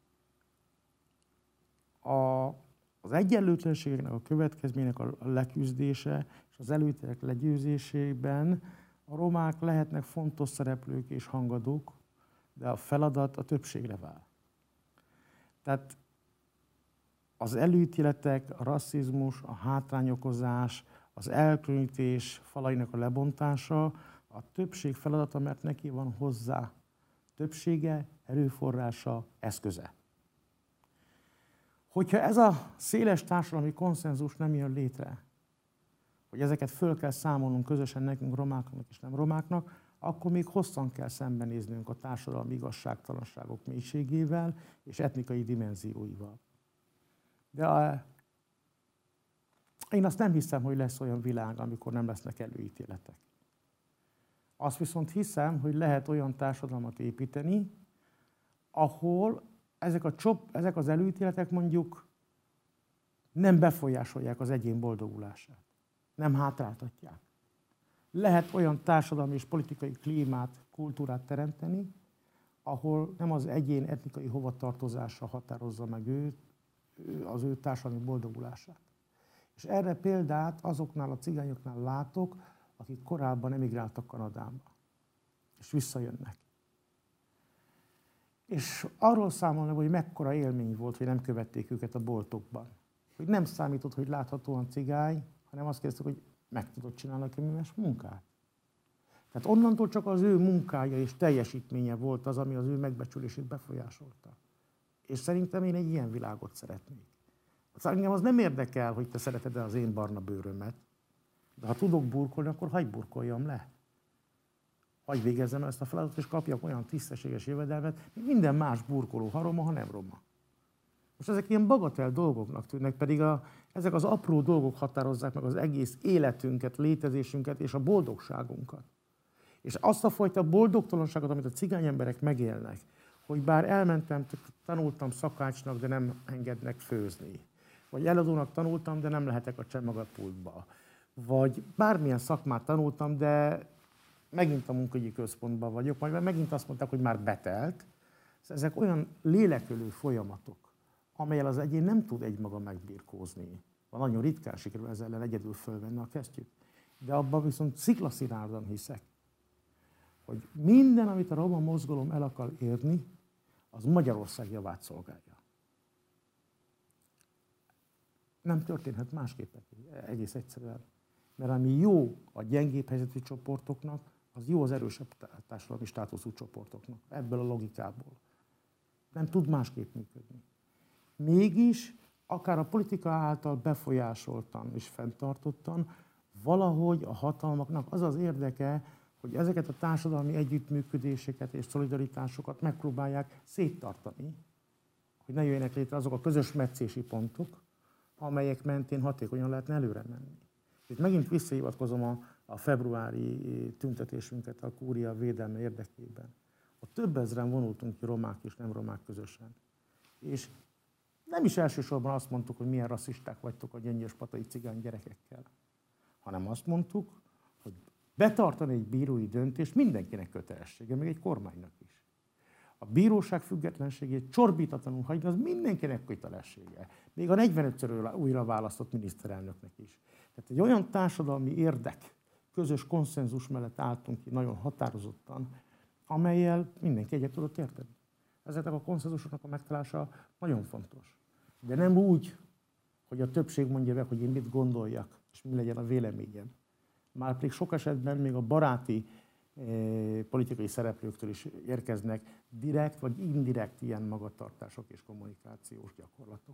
a, az egyenlőtlenségeknek a következménynek a leküzdése és az előítéletek legyőzésében a romák lehetnek fontos szereplők és hangadók, de a feladat a többségre vár. Tehát az előítéletek, a rasszizmus, a hátrányokozás, az elkülönítés falainak a lebontása a többség feladata, mert neki van hozzá többsége, erőforrása, eszköze. Hogyha ez a széles társadalmi konszenzus nem jön létre, hogy ezeket föl kell számolnunk közösen nekünk, romáknak és nem romáknak, akkor még hosszan kell szembenéznünk a társadalmi igazságtalanságok mélységével és etnikai dimenzióival. De a, én azt nem hiszem, hogy lesz olyan világ, amikor nem lesznek előítéletek. Azt viszont hiszem, hogy lehet olyan társadalmat építeni, ahol ezek, a csop, ezek az előítéletek mondjuk nem befolyásolják az egyén boldogulását, nem hátráltatják. Lehet olyan társadalmi és politikai klímát, kultúrát teremteni, ahol nem az egyén etnikai hovatartozása határozza meg őt, az ő társadalmi boldogulását. És erre példát azoknál a cigányoknál látok, akik korábban emigráltak Kanadába, és visszajönnek. És arról számolnak, hogy mekkora élmény volt, hogy nem követték őket a boltokban. Hogy nem számított, hogy láthatóan cigány, hanem azt kérdezték, hogy meg tudod csinálni a műves munkát. Tehát onnantól csak az ő munkája és teljesítménye volt az, ami az ő megbecsülését befolyásolta. És szerintem én egy ilyen világot szeretnék. Szóval engem az nem érdekel, hogy te szereted-e az én barna bőrömet, de ha tudok burkolni, akkor hagyj burkoljam le. Hagyj végezzem ezt a feladatot, és kapjak olyan tisztességes jövedelmet, mint minden más burkoló, ha roma, ha nem roma. Most ezek ilyen bagatel dolgoknak tűnnek, pedig a, ezek az apró dolgok határozzák meg az egész életünket, létezésünket és a boldogságunkat. És azt a fajta boldogtalanságot, amit a cigány emberek megélnek, hogy bár elmentem, tanultam szakácsnak, de nem engednek főzni. Vagy eladónak tanultam, de nem lehetek a csemagapultba. Vagy bármilyen szakmát tanultam, de megint a munkahogyi központban vagyok, majd megint azt mondták, hogy már betelt. Ezek olyan lélekölő folyamatok, amellyel az egyén nem tud egymaga megbirkózni. Van nagyon ritkán sikerül ezzel ellen egyedül fölvenni a kesztyűt. De abban viszont sziklaszilárdan hiszek, hogy minden, amit a roma mozgalom el akar érni, az Magyarország javát szolgálja. Nem történhet másképp egész egyszerűen. Mert ami jó a gyengébb helyzetű csoportoknak, az jó az erősebb társadalmi státuszú csoportoknak. Ebből a logikából. Nem tud másképp működni. Mégis, akár a politika által befolyásoltan és fenntartottan, valahogy a hatalmaknak az az érdeke, hogy ezeket a társadalmi együttműködéseket és szolidaritásokat megpróbálják széttartani, hogy ne jöjjenek létre azok a közös metszési pontok, amelyek mentén hatékonyan lehetne előre menni. Itt megint visszahivatkozom a, a februári tüntetésünket a kúria védelme érdekében. Ott több ezren vonultunk ki romák és nem romák közösen. És nem is elsősorban azt mondtuk, hogy milyen rasszisták vagytok a gyöngyöspatai cigány gyerekekkel, hanem azt mondtuk, hogy betartani egy bírói döntést mindenkinek kötelessége, még egy kormánynak is. A bíróság függetlenségét csorbítatlanul hagyni, az mindenkinek kötelessége. Még a negyvenötször újra választott miniszterelnöknek is. Tehát egy olyan társadalmi érdek, közös konszenzus mellett álltunk ki nagyon határozottan, amellyel mindenki egyet tudott érteni. Ezeknek a konszenzusoknak a megtalálása nagyon fontos. De nem úgy, hogy a többség mondja meg, hogy én mit gondoljak, és mi legyen a véleményem. Márpedig sok esetben még a baráti eh, politikai szereplőktől is érkeznek direkt vagy indirekt ilyen magatartások és kommunikációs gyakorlatok.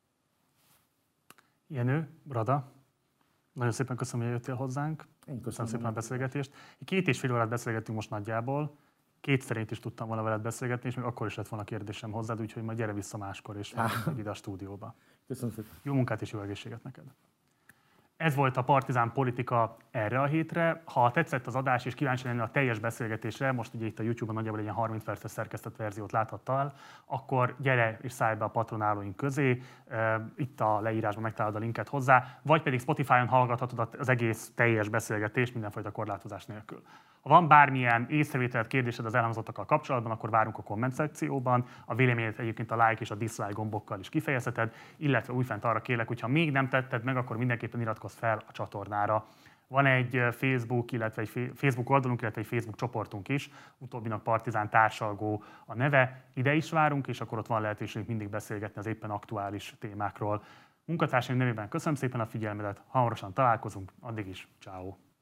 Jenő, Brada, nagyon szépen köszönöm, hogy jöttél hozzánk. Én köszönöm, köszönöm szépen a beszélgetést. Két és fél órát beszélgettünk most nagyjából. Kétszerét is tudtam volna veled beszélgetni, és még akkor is lett volna kérdésem hozzád, úgyhogy majd gyere vissza máskor, és ide a stúdióba. Köszönöm szépen. Jó munkát és jó egészséget neked. Ez volt a Partizán Politika erre a hétre. Ha tetszett az adás és kíváncsi lenni a teljes beszélgetésre, most ugye itt a YouTube-on nagyjából egy ilyen harminc perces szerkesztett verziót láthattál, akkor gyere és szállj be a patronálóink közé, itt a leírásban megtalálod a linket hozzá, vagy pedig Spotify-on hallgathatod az egész teljes beszélgetést mindenfajta korlátozás nélkül. Ha van bármilyen észrevételed, kérdésed az elhangzottakkal kapcsolatban, akkor várunk a komment szekcióban. A véleményed egyébként a like és a dislike gombokkal is kifejezheted, illetve újfent arra kérlek, hogyha még nem tetted meg, akkor mindenképpen iratkozz fel a csatornára. Van egy Facebook, illetve egy Facebook oldalunk, illetve egy Facebook csoportunk is, utóbbinak Partizán Társalgó a neve. Ide is várunk, és akkor ott van lehetőségünk mindig beszélgetni az éppen aktuális témákról. Munkatársaim nevében köszönöm szépen a figyelmedet, hamarosan találkozunk, addig is, ciao.